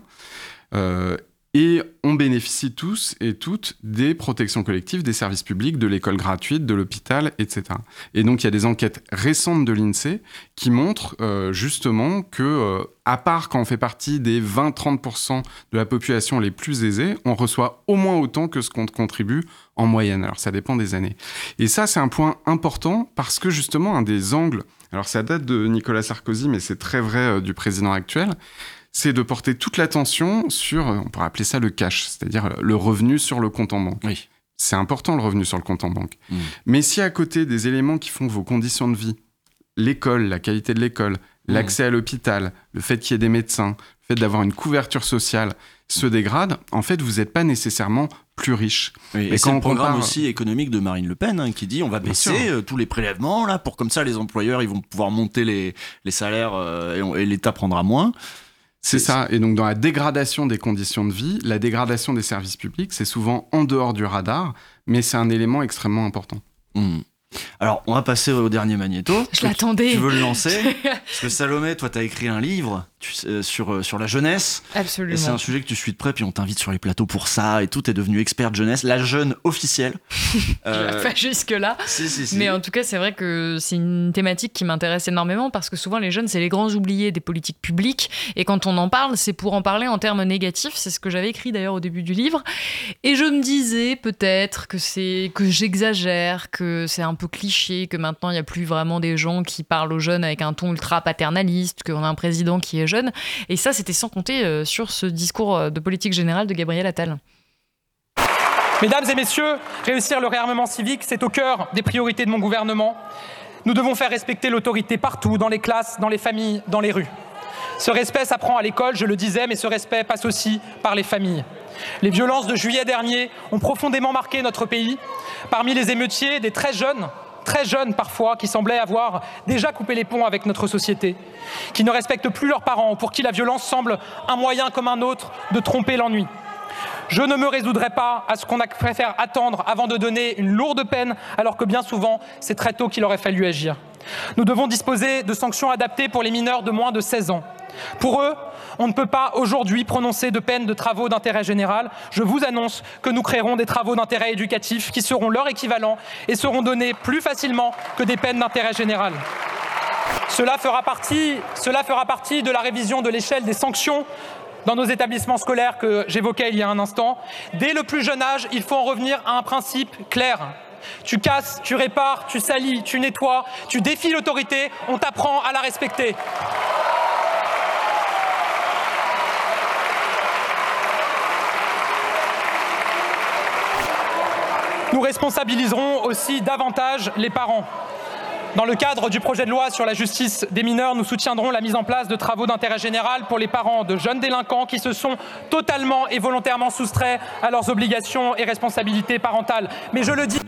D: Euh, Et on bénéficie tous et toutes des protections collectives, des services publics, de l'école gratuite, de l'hôpital, et cetera. Et donc, il y a des enquêtes récentes de l'INSEE qui montrent euh, justement que, euh, à part quand on fait partie des vingt à trente pour cent de la population les plus aisées, on reçoit au moins autant que ce qu'on contribue en moyenne. Alors, ça dépend des années. Et ça, c'est un point important parce que, justement, un des angles... Alors, ça date de Nicolas Sarkozy, mais c'est très vrai euh, du président actuel... c'est de porter toute l'attention sur, on pourrait appeler ça le cash, c'est-à-dire le revenu sur le compte en banque.
A: Oui.
D: C'est important le revenu sur le compte en banque.
A: Mmh.
D: Mais si à côté des éléments qui font vos conditions de vie, l'école, la qualité de l'école, mmh. l'accès à l'hôpital, le fait qu'il y ait des médecins, le fait d'avoir une couverture sociale se dégrade, en fait, vous n'êtes pas nécessairement plus riche.
A: Oui, et, et c'est le programme compare... aussi économique de Marine Le Pen hein, qui dit on va baisser euh, tous les prélèvements là pour comme ça les employeurs ils vont pouvoir monter les, les salaires euh, et, on, et l'État prendra moins.
D: C'est ça. Et donc, dans la dégradation des conditions de vie, la dégradation des services publics, c'est souvent en dehors du radar, mais c'est un élément extrêmement important.
A: Mmh. Alors, on va passer au dernier magnéto.
B: Je l'attendais.
A: Tu veux le lancer ? Parce que Salomé, toi, t'as écrit un livre tu, euh, sur, euh, sur la jeunesse.
B: Absolument.
A: Et c'est un sujet que tu suis de près, puis on t'invite sur les plateaux pour ça et tout. T'es devenue experte jeunesse, la jeune officielle.
B: euh... Pas jusque-là.
A: Si, si, si.
B: Mais en tout cas, c'est vrai que c'est une thématique qui m'intéresse énormément parce que souvent, les jeunes, c'est les grands oubliés des politiques publiques. Et quand on en parle, c'est pour en parler en termes négatifs. C'est ce que j'avais écrit d'ailleurs au début du livre. Et je me disais peut-être que, c'est... que j'exagère, que c'est un peu cliché, que maintenant il n'y a plus vraiment des gens qui parlent aux jeunes avec un ton ultra paternaliste, qu'on a un président qui est jeune. Et ça, c'était sans compter euh, sur ce discours de politique générale de Gabriel Attal.
H: Mesdames et messieurs, réussir le réarmement civique, c'est au cœur des priorités de mon gouvernement. Nous devons faire respecter l'autorité partout, dans les classes, dans les familles, dans les rues. Ce respect s'apprend à l'école, je le disais, mais ce respect passe aussi par les familles. Les violences de juillet dernier ont profondément marqué notre pays. Parmi les émeutiers, des très jeunes, très jeunes parfois, qui semblaient avoir déjà coupé les ponts avec notre société, qui ne respectent plus leurs parents, pour qui la violence semble un moyen comme un autre de tromper l'ennui. Je ne me résoudrai pas à ce qu'on préfère attendre avant de donner une lourde peine, alors que bien souvent, c'est très tôt qu'il aurait fallu agir. Nous devons disposer de sanctions adaptées pour les mineurs de moins de seize ans. Pour eux, on ne peut pas aujourd'hui prononcer de peine de travaux d'intérêt général. Je vous annonce que nous créerons des travaux d'intérêt éducatif qui seront leur équivalent et seront donnés plus facilement que des peines d'intérêt général. Cela fera partie, cela fera partie de la révision de l'échelle des sanctions dans nos établissements scolaires que j'évoquais il y a un instant. Dès le plus jeune âge, il faut en revenir à un principe clair. Tu casses, tu répares, tu salis, tu nettoies, tu défies l'autorité, on t'apprend à la respecter. Nous responsabiliserons aussi davantage les parents. Dans le cadre du projet de loi sur la justice des mineurs, nous soutiendrons la mise en place de travaux d'intérêt général pour les parents de jeunes délinquants qui se sont totalement et volontairement soustraits à leurs obligations et responsabilités parentales. Mais je le dis...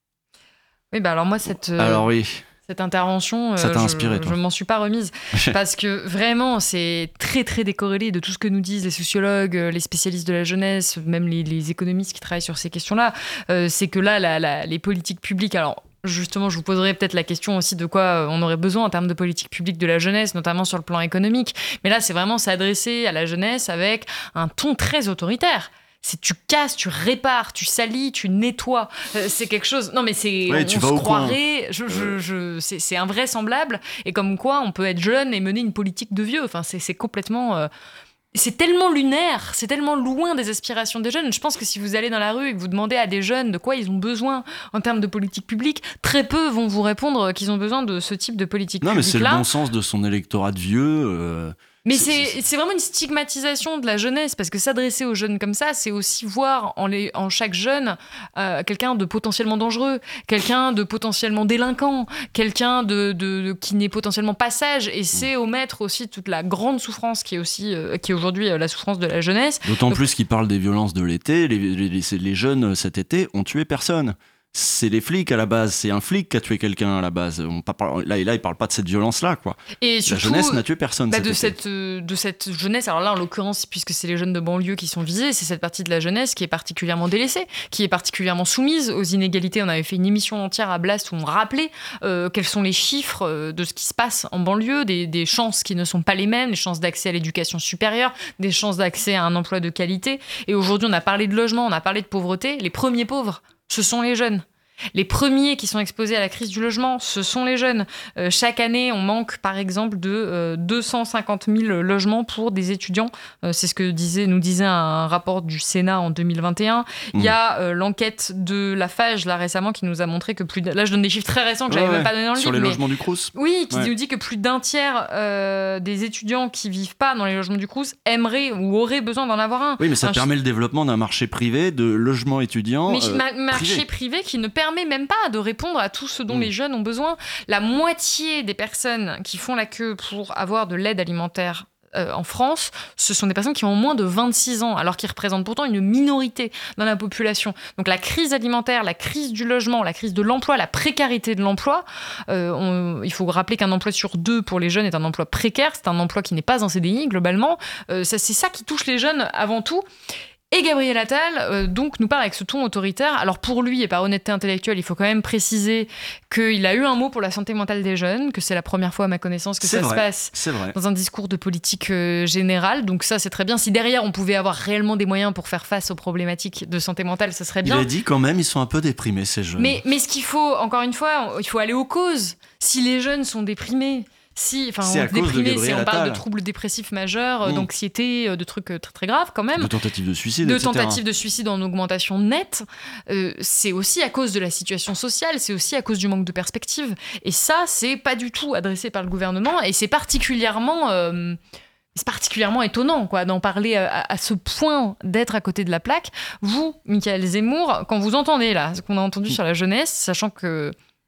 B: Oui, bah alors moi, cette... Euh...
A: Alors oui.
B: Cette intervention,
A: ça t'a
B: euh,
A: inspiré,
B: je,
A: toi.
B: je m'en suis pas remise parce que vraiment c'est très très décorrélé de tout ce que nous disent les sociologues, les spécialistes de la jeunesse, même les, les économistes qui travaillent sur ces questions-là. Euh, c'est que là, la, la, les politiques publiques, alors justement, je vous poserai peut-être la question aussi de quoi on aurait besoin en termes de politique publique de la jeunesse, notamment sur le plan économique. Mais là, c'est vraiment s'adresser à la jeunesse avec un ton très autoritaire. C'est tu casses, tu répares, tu salis, tu nettoies. Euh, c'est quelque chose. Non, mais c'est.
A: Ouais,
B: on
A: tu
B: on
A: vas
B: se
A: au
B: croirait. Je, je, je, c'est, c'est invraisemblable. Et comme quoi, on peut être jeune et mener une politique de vieux. Enfin, c'est, c'est complètement. Euh, c'est tellement lunaire, c'est tellement loin des aspirations des jeunes. Je pense que si vous allez dans la rue et que vous demandez à des jeunes de quoi ils ont besoin en termes de politique publique, très peu vont vous répondre qu'ils ont besoin de ce type de politique
A: non,
B: publique-là.
A: Non, mais c'est le bon sens de son électorat de vieux. Euh...
B: Mais
A: c'est,
B: c'est, c'est vraiment une stigmatisation de la jeunesse, parce que s'adresser aux jeunes comme ça, c'est aussi voir en, les, en chaque jeune euh, quelqu'un de potentiellement dangereux, quelqu'un de potentiellement délinquant, quelqu'un de, de, de, qui n'est potentiellement pas sage, et c'est omettre aussi toute la grande souffrance qui est, aussi, euh, qui est aujourd'hui euh, la souffrance de la jeunesse.
A: D'autant
B: Donc,
A: plus qu'il parle des violences de l'été, les, les, les, les jeunes cet été ont tué personne. C'est les flics à la base, c'est un flic qui a tué quelqu'un à la base. On parle, là, et là, il parle pas de cette violence-là, quoi.
B: Et surtout,
A: la jeunesse n'a tué personne.
B: Bah
A: cet
B: de,
A: été.
B: cette, de cette jeunesse, alors là, en l'occurrence, puisque c'est les jeunes de banlieue qui sont visés, c'est cette partie de la jeunesse qui est particulièrement délaissée, qui est particulièrement soumise aux inégalités. On avait fait une émission entière à Blast où on rappelait euh, quels sont les chiffres euh, de ce qui se passe en banlieue, des, des chances qui ne sont pas les mêmes, les chances d'accès à l'éducation supérieure, des chances d'accès à un emploi de qualité. Et aujourd'hui, on a parlé de logement, on a parlé de pauvreté. Les premiers pauvres, ce sont les jeunes. Les premiers qui sont exposés à la crise du logement, ce sont les jeunes. Euh, chaque année, on manque par exemple de euh, deux cent cinquante mille logements pour des étudiants. Euh, c'est ce que disait, nous disait un rapport du Sénat en deux mille vingt et un. Mmh. Il y a euh, l'enquête de la Fage là récemment qui nous a montré que plus de... Là, je donne des chiffres très récents que j'avais ouais, même pas donné dans le
A: sur
B: livre.
A: Sur les logements du Crous.
B: Oui, qui
A: ouais.
B: nous dit que plus d'un tiers euh, des étudiants qui vivent pas dans les logements du Crous aimeraient ou auraient besoin d'en avoir un.
A: Oui, mais ça
B: un
A: permet ch... le développement d'un marché privé de logements étudiants.
B: Mais
A: euh,
B: ma- marché
A: privé.
B: privé qui ne permet même pas de répondre à tout ce dont mmh. les jeunes ont besoin. La moitié des personnes qui font la queue pour avoir de l'aide alimentaire euh, en France, ce sont des personnes qui ont moins de vingt-six ans, alors qu'ils représentent pourtant une minorité dans la population. Donc la crise alimentaire, la crise du logement, la crise de l'emploi, la précarité de l'emploi, euh, on, il faut rappeler qu'un emploi sur deux pour les jeunes est un emploi précaire, c'est un emploi qui n'est pas un C D I globalement. Euh, ça, c'est ça qui touche les jeunes avant tout. Et Gabriel Attal, euh, donc, nous parle avec ce ton autoritaire. Alors, pour lui, et par honnêteté intellectuelle, il faut quand même préciser qu'il a eu un mot pour la santé mentale des jeunes, que c'est la première fois, à ma connaissance, que
A: c'est
B: ça
A: vrai,
B: se passe
A: c'est vrai.
B: dans un discours de politique euh, générale. Donc ça, c'est très bien. Si derrière, on pouvait avoir réellement des moyens pour faire face aux problématiques de santé mentale, ça serait bien.
A: Il a dit quand même, ils sont un peu déprimés, ces jeunes.
B: Mais, mais ce qu'il faut, encore une fois, il faut aller aux causes. Si les jeunes sont déprimés... Si, enfin,
A: c'est à
B: on, déprimé,
A: de
B: c'est, on parle
A: Attal.
B: de troubles dépressifs majeurs, mmh. d'anxiété, de trucs très très graves quand même.
A: De tentatives de suicide,
B: De
A: et cetera.
B: tentatives de suicide en augmentation nette. Euh, c'est aussi à cause de la situation sociale, c'est aussi à cause du manque de perspective. Et ça, c'est pas du tout adressé par le gouvernement et c'est particulièrement... Euh, C'est particulièrement étonnant quoi, d'en parler à, à ce point, d'être à côté de la plaque. Vous, Michaël Zemmour, quand vous entendez là, ce qu'on a entendu sur la jeunesse, sachant que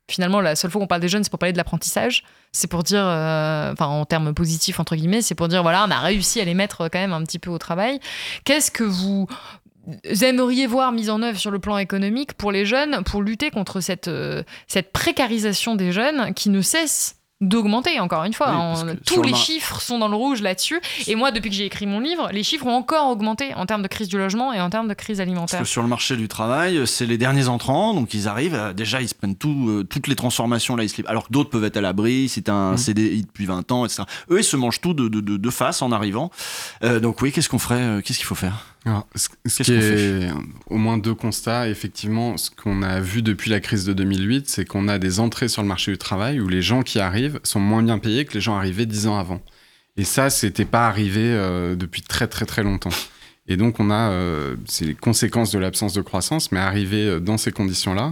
B: Finalement, la seule fois qu'on parle des jeunes, c'est pour parler de l'apprentissage. C'est pour dire, euh, enfin, en termes positifs, entre guillemets, c'est pour dire, voilà, on a réussi à les mettre quand même un petit peu au travail. Qu'est-ce que vous aimeriez voir mis en œuvre sur le plan économique pour les jeunes, pour lutter contre cette, euh, cette précarisation des jeunes qui ne cesse d'augmenter, encore une fois. Oui, en, tous les mar... chiffres sont dans le rouge là-dessus. Et moi, depuis que j'ai écrit mon livre, les chiffres ont encore augmenté en termes de crise du logement et en termes de crise alimentaire.
A: Parce que sur le marché du travail, c'est les derniers entrants, donc ils arrivent, euh, déjà ils se prennent tout, euh, toutes les transformations, là, ils se livrent, alors que d'autres peuvent être à l'abri, si t'as un mmh. C D I depuis vingt ans, et cetera. Eux, ils se mangent tout de, de, de, de face en arrivant. Euh, donc oui, qu'est-ce qu'on ferait euh, Qu'est-ce qu'il faut faire
D: Alors, ce, ce qui est au moins deux constats, effectivement, ce qu'on a vu depuis la crise de deux mille huit, c'est qu'on a des entrées sur le marché du travail où les gens qui arrivent sont moins bien payés que les gens arrivés dix ans avant. Et ça, c'était pas arrivé euh, depuis très très très longtemps. Et donc on a, euh, c'est les conséquences de l'absence de croissance, mais arrivé dans ces conditions-là,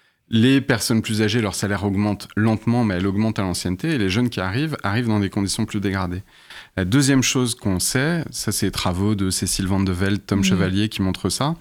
D: les personnes plus âgées, leur salaire augmente lentement, mais elle augmente à l'ancienneté, et les jeunes qui arrivent, arrivent dans des conditions plus dégradées. La deuxième chose qu'on sait, ça c'est les travaux de Cécile Van de Velde, Tom mmh. Chevalier qui montrent ça,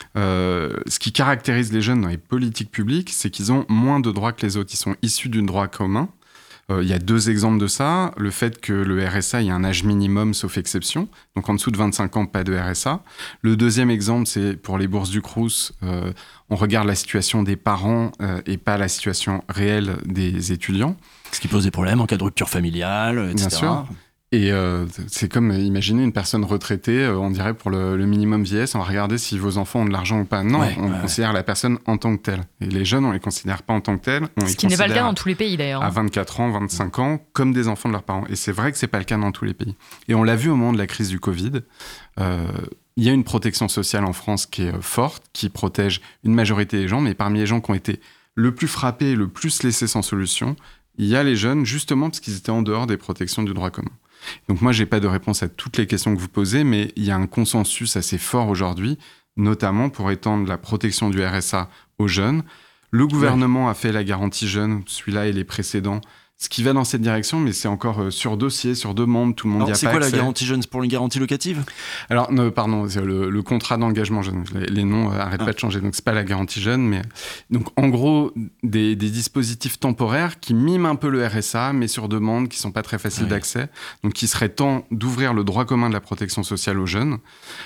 D: euh, ce qui caractérise les jeunes dans les politiques publiques, c'est qu'ils ont moins de droits que les autres. Ils sont issus d'un droit commun. Il euh, y a deux exemples de ça. Le fait que le R S A, il y a un âge minimum sauf exception. Donc en dessous de vingt-cinq ans, pas de R S A. Le deuxième exemple, c'est pour les bourses du Crous. Euh, on regarde la situation des parents euh, et pas la situation réelle des étudiants.
A: Ce qui pose des problèmes en cas de rupture familiale, et cetera. Bien sûr.
D: Et euh, c'est comme, imaginez une personne retraitée, euh, on dirait pour le, le minimum vieillesse, on va regarder si vos enfants ont de l'argent ou pas. Non, ouais, on ouais, considère ouais. la personne en tant que telle. Et les jeunes, on les considère pas en tant que tels.
B: Ce qui n'est pas le cas dans tous les pays d'ailleurs.
D: À vingt-quatre ans, vingt-cinq ans, comme des enfants de leurs parents. Et c'est vrai que c'est pas le cas dans tous les pays. Et on l'a vu au moment de la crise du Covid. Euh, il y a une protection sociale en France qui est forte, qui protège une majorité des gens, mais parmi les gens qui ont été le plus frappés, le plus laissés sans solution, il y a les jeunes, justement parce qu'ils étaient en dehors des protections du droit commun. Donc moi, j'ai pas de réponse à toutes les questions que vous posez, mais il y a un consensus assez fort aujourd'hui, notamment pour étendre la protection du R S A aux jeunes. Le gouvernement ouais. a fait la garantie jeune, celui-là et les précédents, ce qui va dans cette direction, mais c'est encore euh, sur dossier, sur demande, tout le monde n'y a pas accès.
A: C'est quoi la garantie jeune? C'est pour une garantie locative?
D: Alors, non, pardon, c'est le, le contrat d'engagement jeune. Les, les noms n'arrêtent euh, ah. pas de changer, donc c'est pas la garantie jeune, mais donc en gros, des, des dispositifs temporaires qui miment un peu le R S A, mais sur demande, qui sont pas très faciles ouais. d'accès. Donc, il serait temps d'ouvrir le droit commun de la protection sociale aux jeunes.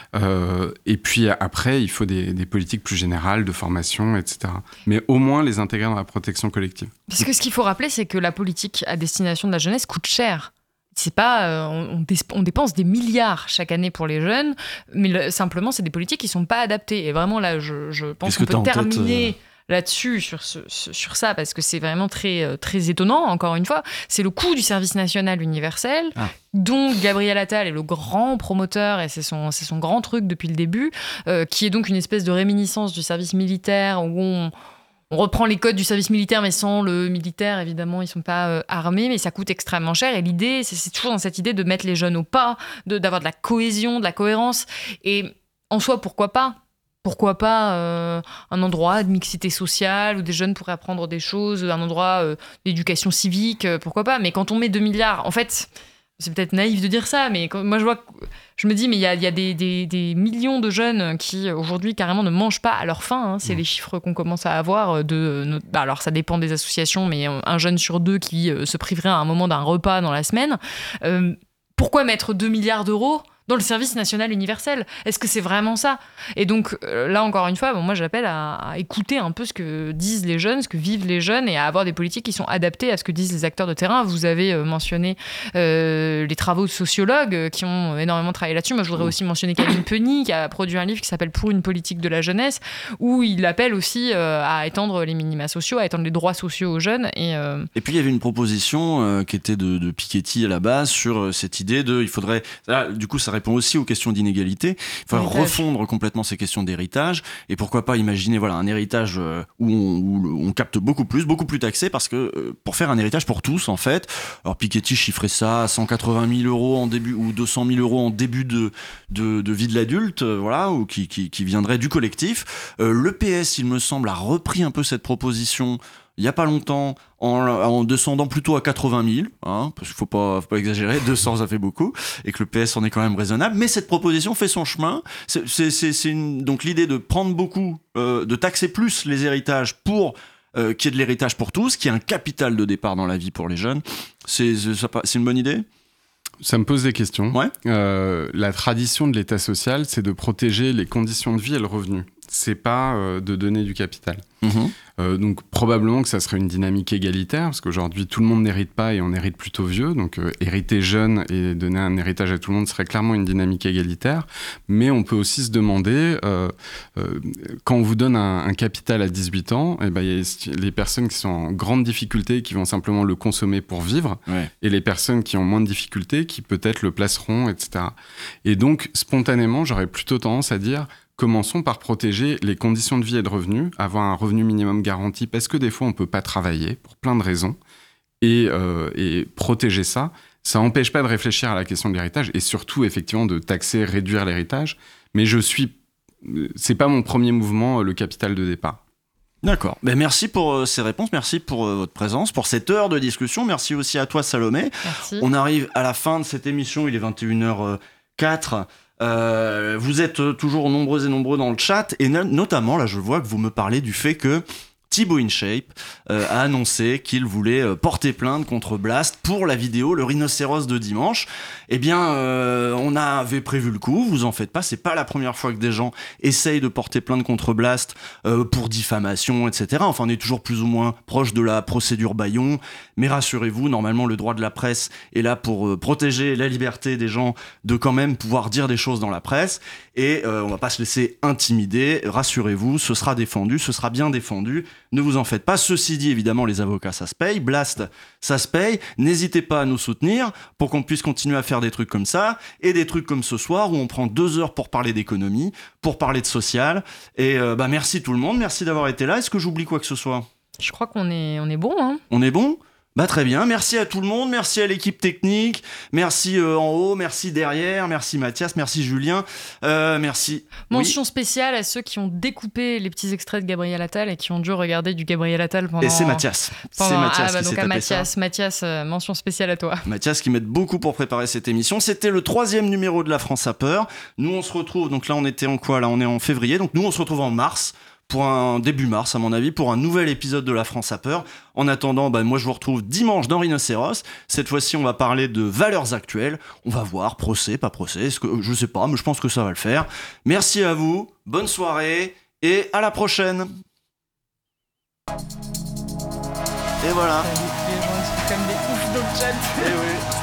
D: Euh, et puis après, il faut des, des politiques plus générales de formation, et cetera. Mais au moins les intégrer dans la protection collective.
B: Parce que ce qu'il faut rappeler, c'est que la politique à destination de la jeunesse coûte cher. C'est pas, euh, on, on dépense des milliards chaque année pour les jeunes, mais le, simplement, c'est des politiques qui sont pas adaptées. Et vraiment, là, je, je pense qu'on peut terminer tête, euh... là-dessus, sur, ce, sur ça, parce que c'est vraiment très, très étonnant, encore une fois. C'est le coût du service national universel, ah. dont Gabriel Attal est le grand promoteur, et c'est son, c'est son grand truc depuis le début, euh, qui est donc une espèce de réminiscence du service militaire, où on... On reprend les codes du service militaire, mais sans le militaire, évidemment, ils ne sont pas euh, armés, mais ça coûte extrêmement cher. Et l'idée, c'est, c'est toujours dans cette idée de mettre les jeunes au pas, de, d'avoir de la cohésion, de la cohérence. Et en soi, pourquoi pas ? Pourquoi pas euh, un endroit de mixité sociale où des jeunes pourraient apprendre des choses, un endroit euh, d'éducation civique, euh, pourquoi pas ? Mais quand on met deux milliards, en fait... C'est peut-être naïf de dire ça, mais quand, moi je vois, je me dis, mais il y a, y a des, des, des millions de jeunes qui aujourd'hui carrément ne mangent pas à leur faim. Hein. C'est mmh. les chiffres qu'on commence à avoir. De, bah alors ça dépend des associations, mais un jeune sur deux qui euh, se priverait à un moment d'un repas dans la semaine. Euh, pourquoi mettre deux milliards d'euros dans le service national universel? Est-ce que c'est vraiment ça? Et donc, euh, là, encore une fois, bon, moi, j'appelle à, à écouter un peu ce que disent les jeunes, ce que vivent les jeunes, et à avoir des politiques qui sont adaptées à ce que disent les acteurs de terrain. Vous avez euh, mentionné euh, les travaux de sociologues euh, qui ont énormément travaillé là-dessus. Moi, je voudrais aussi mentionner Kevin Penny, qui a produit un livre qui s'appelle « Pour une politique de la jeunesse », où il appelle aussi euh, à étendre les minima sociaux, à étendre les droits sociaux aux jeunes. Et, euh...
A: et puis, il y avait une proposition euh, qui était de, de Piketty à la base sur euh, cette idée de... Il faudrait... Là, du coup, ça répond aussi aux questions d'inégalité. Il faudrait héritage. refondre complètement ces questions d'héritage, et pourquoi pas imaginer voilà, un héritage euh, où, on, où on capte beaucoup plus, beaucoup plus taxé, parce que euh, pour faire un héritage pour tous, en fait, alors Piketty chiffrait ça à cent quatre-vingt mille euros en début, ou deux cent mille euros en début de, de, de vie de l'adulte, euh, voilà, ou qui, qui, qui viendrait du collectif. Euh, le P S, il me semble, a repris un peu cette proposition il n'y a pas longtemps, en, en descendant plutôt à quatre-vingt mille, hein, parce qu'il ne faut pas, faut pas exagérer, deux cents ça fait beaucoup, et que le P S en est quand même raisonnable, mais cette proposition fait son chemin. C'est, c'est, c'est, c'est une, donc l'idée de prendre beaucoup, euh, de taxer plus les héritages pour euh, qu'il y ait de l'héritage pour tous, qu'il y ait un capital de départ dans la vie pour les jeunes. C'est, c'est, c'est une bonne idée ?
D: Ça me pose des questions.
A: Ouais.
D: Euh, la tradition de l'État social, c'est de protéger les conditions de vie et le revenu. C'est pas euh, de donner du capital. Mmh. Euh, donc probablement que ça serait une dynamique égalitaire, parce qu'aujourd'hui tout le monde n'hérite pas et on hérite plutôt vieux, donc euh, hériter jeune et donner un héritage à tout le monde serait clairement une dynamique égalitaire. Mais on peut aussi se demander, euh, euh, quand on vous donne un, un capital à dix-huit ans, eh ben, y a les personnes qui sont en grande difficulté, qui vont simplement le consommer pour vivre, ouais. et les personnes qui ont moins de difficultés, qui peut-être le placeront, et cetera. Et donc spontanément, j'aurais plutôt tendance à dire, commençons par protéger les conditions de vie et de revenus, avoir un revenu minimum garanti, parce que des fois, on ne peut pas travailler pour plein de raisons, et, euh, et protéger ça, ça n'empêche pas de réfléchir à la question de l'héritage, et surtout, effectivement, de taxer, réduire l'héritage, mais je suis... c'est pas mon premier mouvement, le capital de départ.
A: D'accord. Ben merci pour euh, ces réponses, merci pour euh, votre présence, pour cette heure de discussion, merci aussi à toi, Salomé.
B: Merci.
A: On arrive à la fin de cette émission, il est vingt et une heures zéro quatre. Euh, vous êtes toujours nombreux et nombreux dans le chat, et no- notamment, là, je vois que vous me parlez du fait que Thibaut InShape euh, a annoncé qu'il voulait euh, porter plainte contre Blast pour la vidéo Le Rhinocéros de dimanche. Eh bien, euh, on avait prévu le coup, vous en faites pas, c'est pas la première fois que des gens essayent de porter plainte contre Blast euh, pour diffamation, et cetera. Enfin, on est toujours plus ou moins proche de la procédure Bayon, mais rassurez-vous, normalement, le droit de la presse est là pour euh, protéger la liberté des gens de quand même pouvoir dire des choses dans la presse, et euh, on va pas se laisser intimider, rassurez-vous, ce sera défendu, ce sera bien défendu. Ne vous en faites pas. Ceci dit, évidemment, les avocats, ça se paye. Blast, ça se paye. N'hésitez pas à nous soutenir pour qu'on puisse continuer à faire des trucs comme ça et des trucs comme ce soir où on prend deux heures pour parler d'économie, pour parler de social. Et euh, bah merci tout le monde. Merci d'avoir été là. Est-ce que j'oublie quoi que ce soit ?
B: Je crois qu'on est, on est bon, hein.
A: On est bon ? Bah très bien, merci à tout le monde, merci à l'équipe technique, merci euh, en haut, merci derrière, merci Mathias, merci Julien, euh, merci...
B: Mention
A: oui.
B: spéciale à ceux qui ont découpé les petits extraits de Gabriel Attal et qui ont dû regarder du Gabriel Attal pendant...
A: Et c'est Mathias,
B: pendant...
A: c'est Mathias
B: ah, bah,
A: qui
B: donc
A: s'est
B: à
A: tapé
B: Mathias,
A: ça.
B: Mathias, euh, mention spéciale à toi.
A: Mathias qui m'aide beaucoup pour préparer cette émission, c'était le troisième numéro de La France a peur. Nous on se retrouve, donc là on était en quoi là on est en février, donc nous on se retrouve en mars, pour un début mars à mon avis, pour un nouvel épisode de La France a peur. En attendant, bah, moi je vous retrouve dimanche dans Rhinocéros. Cette fois-ci on va parler de valeurs actuelles. On va voir, procès, pas procès, est-ce que, je sais pas, mais je pense que ça va le faire. Merci à vous, bonne soirée et à la prochaine. Et voilà.
B: Les gens sont comme des oufs dans le chat.
A: Et oui.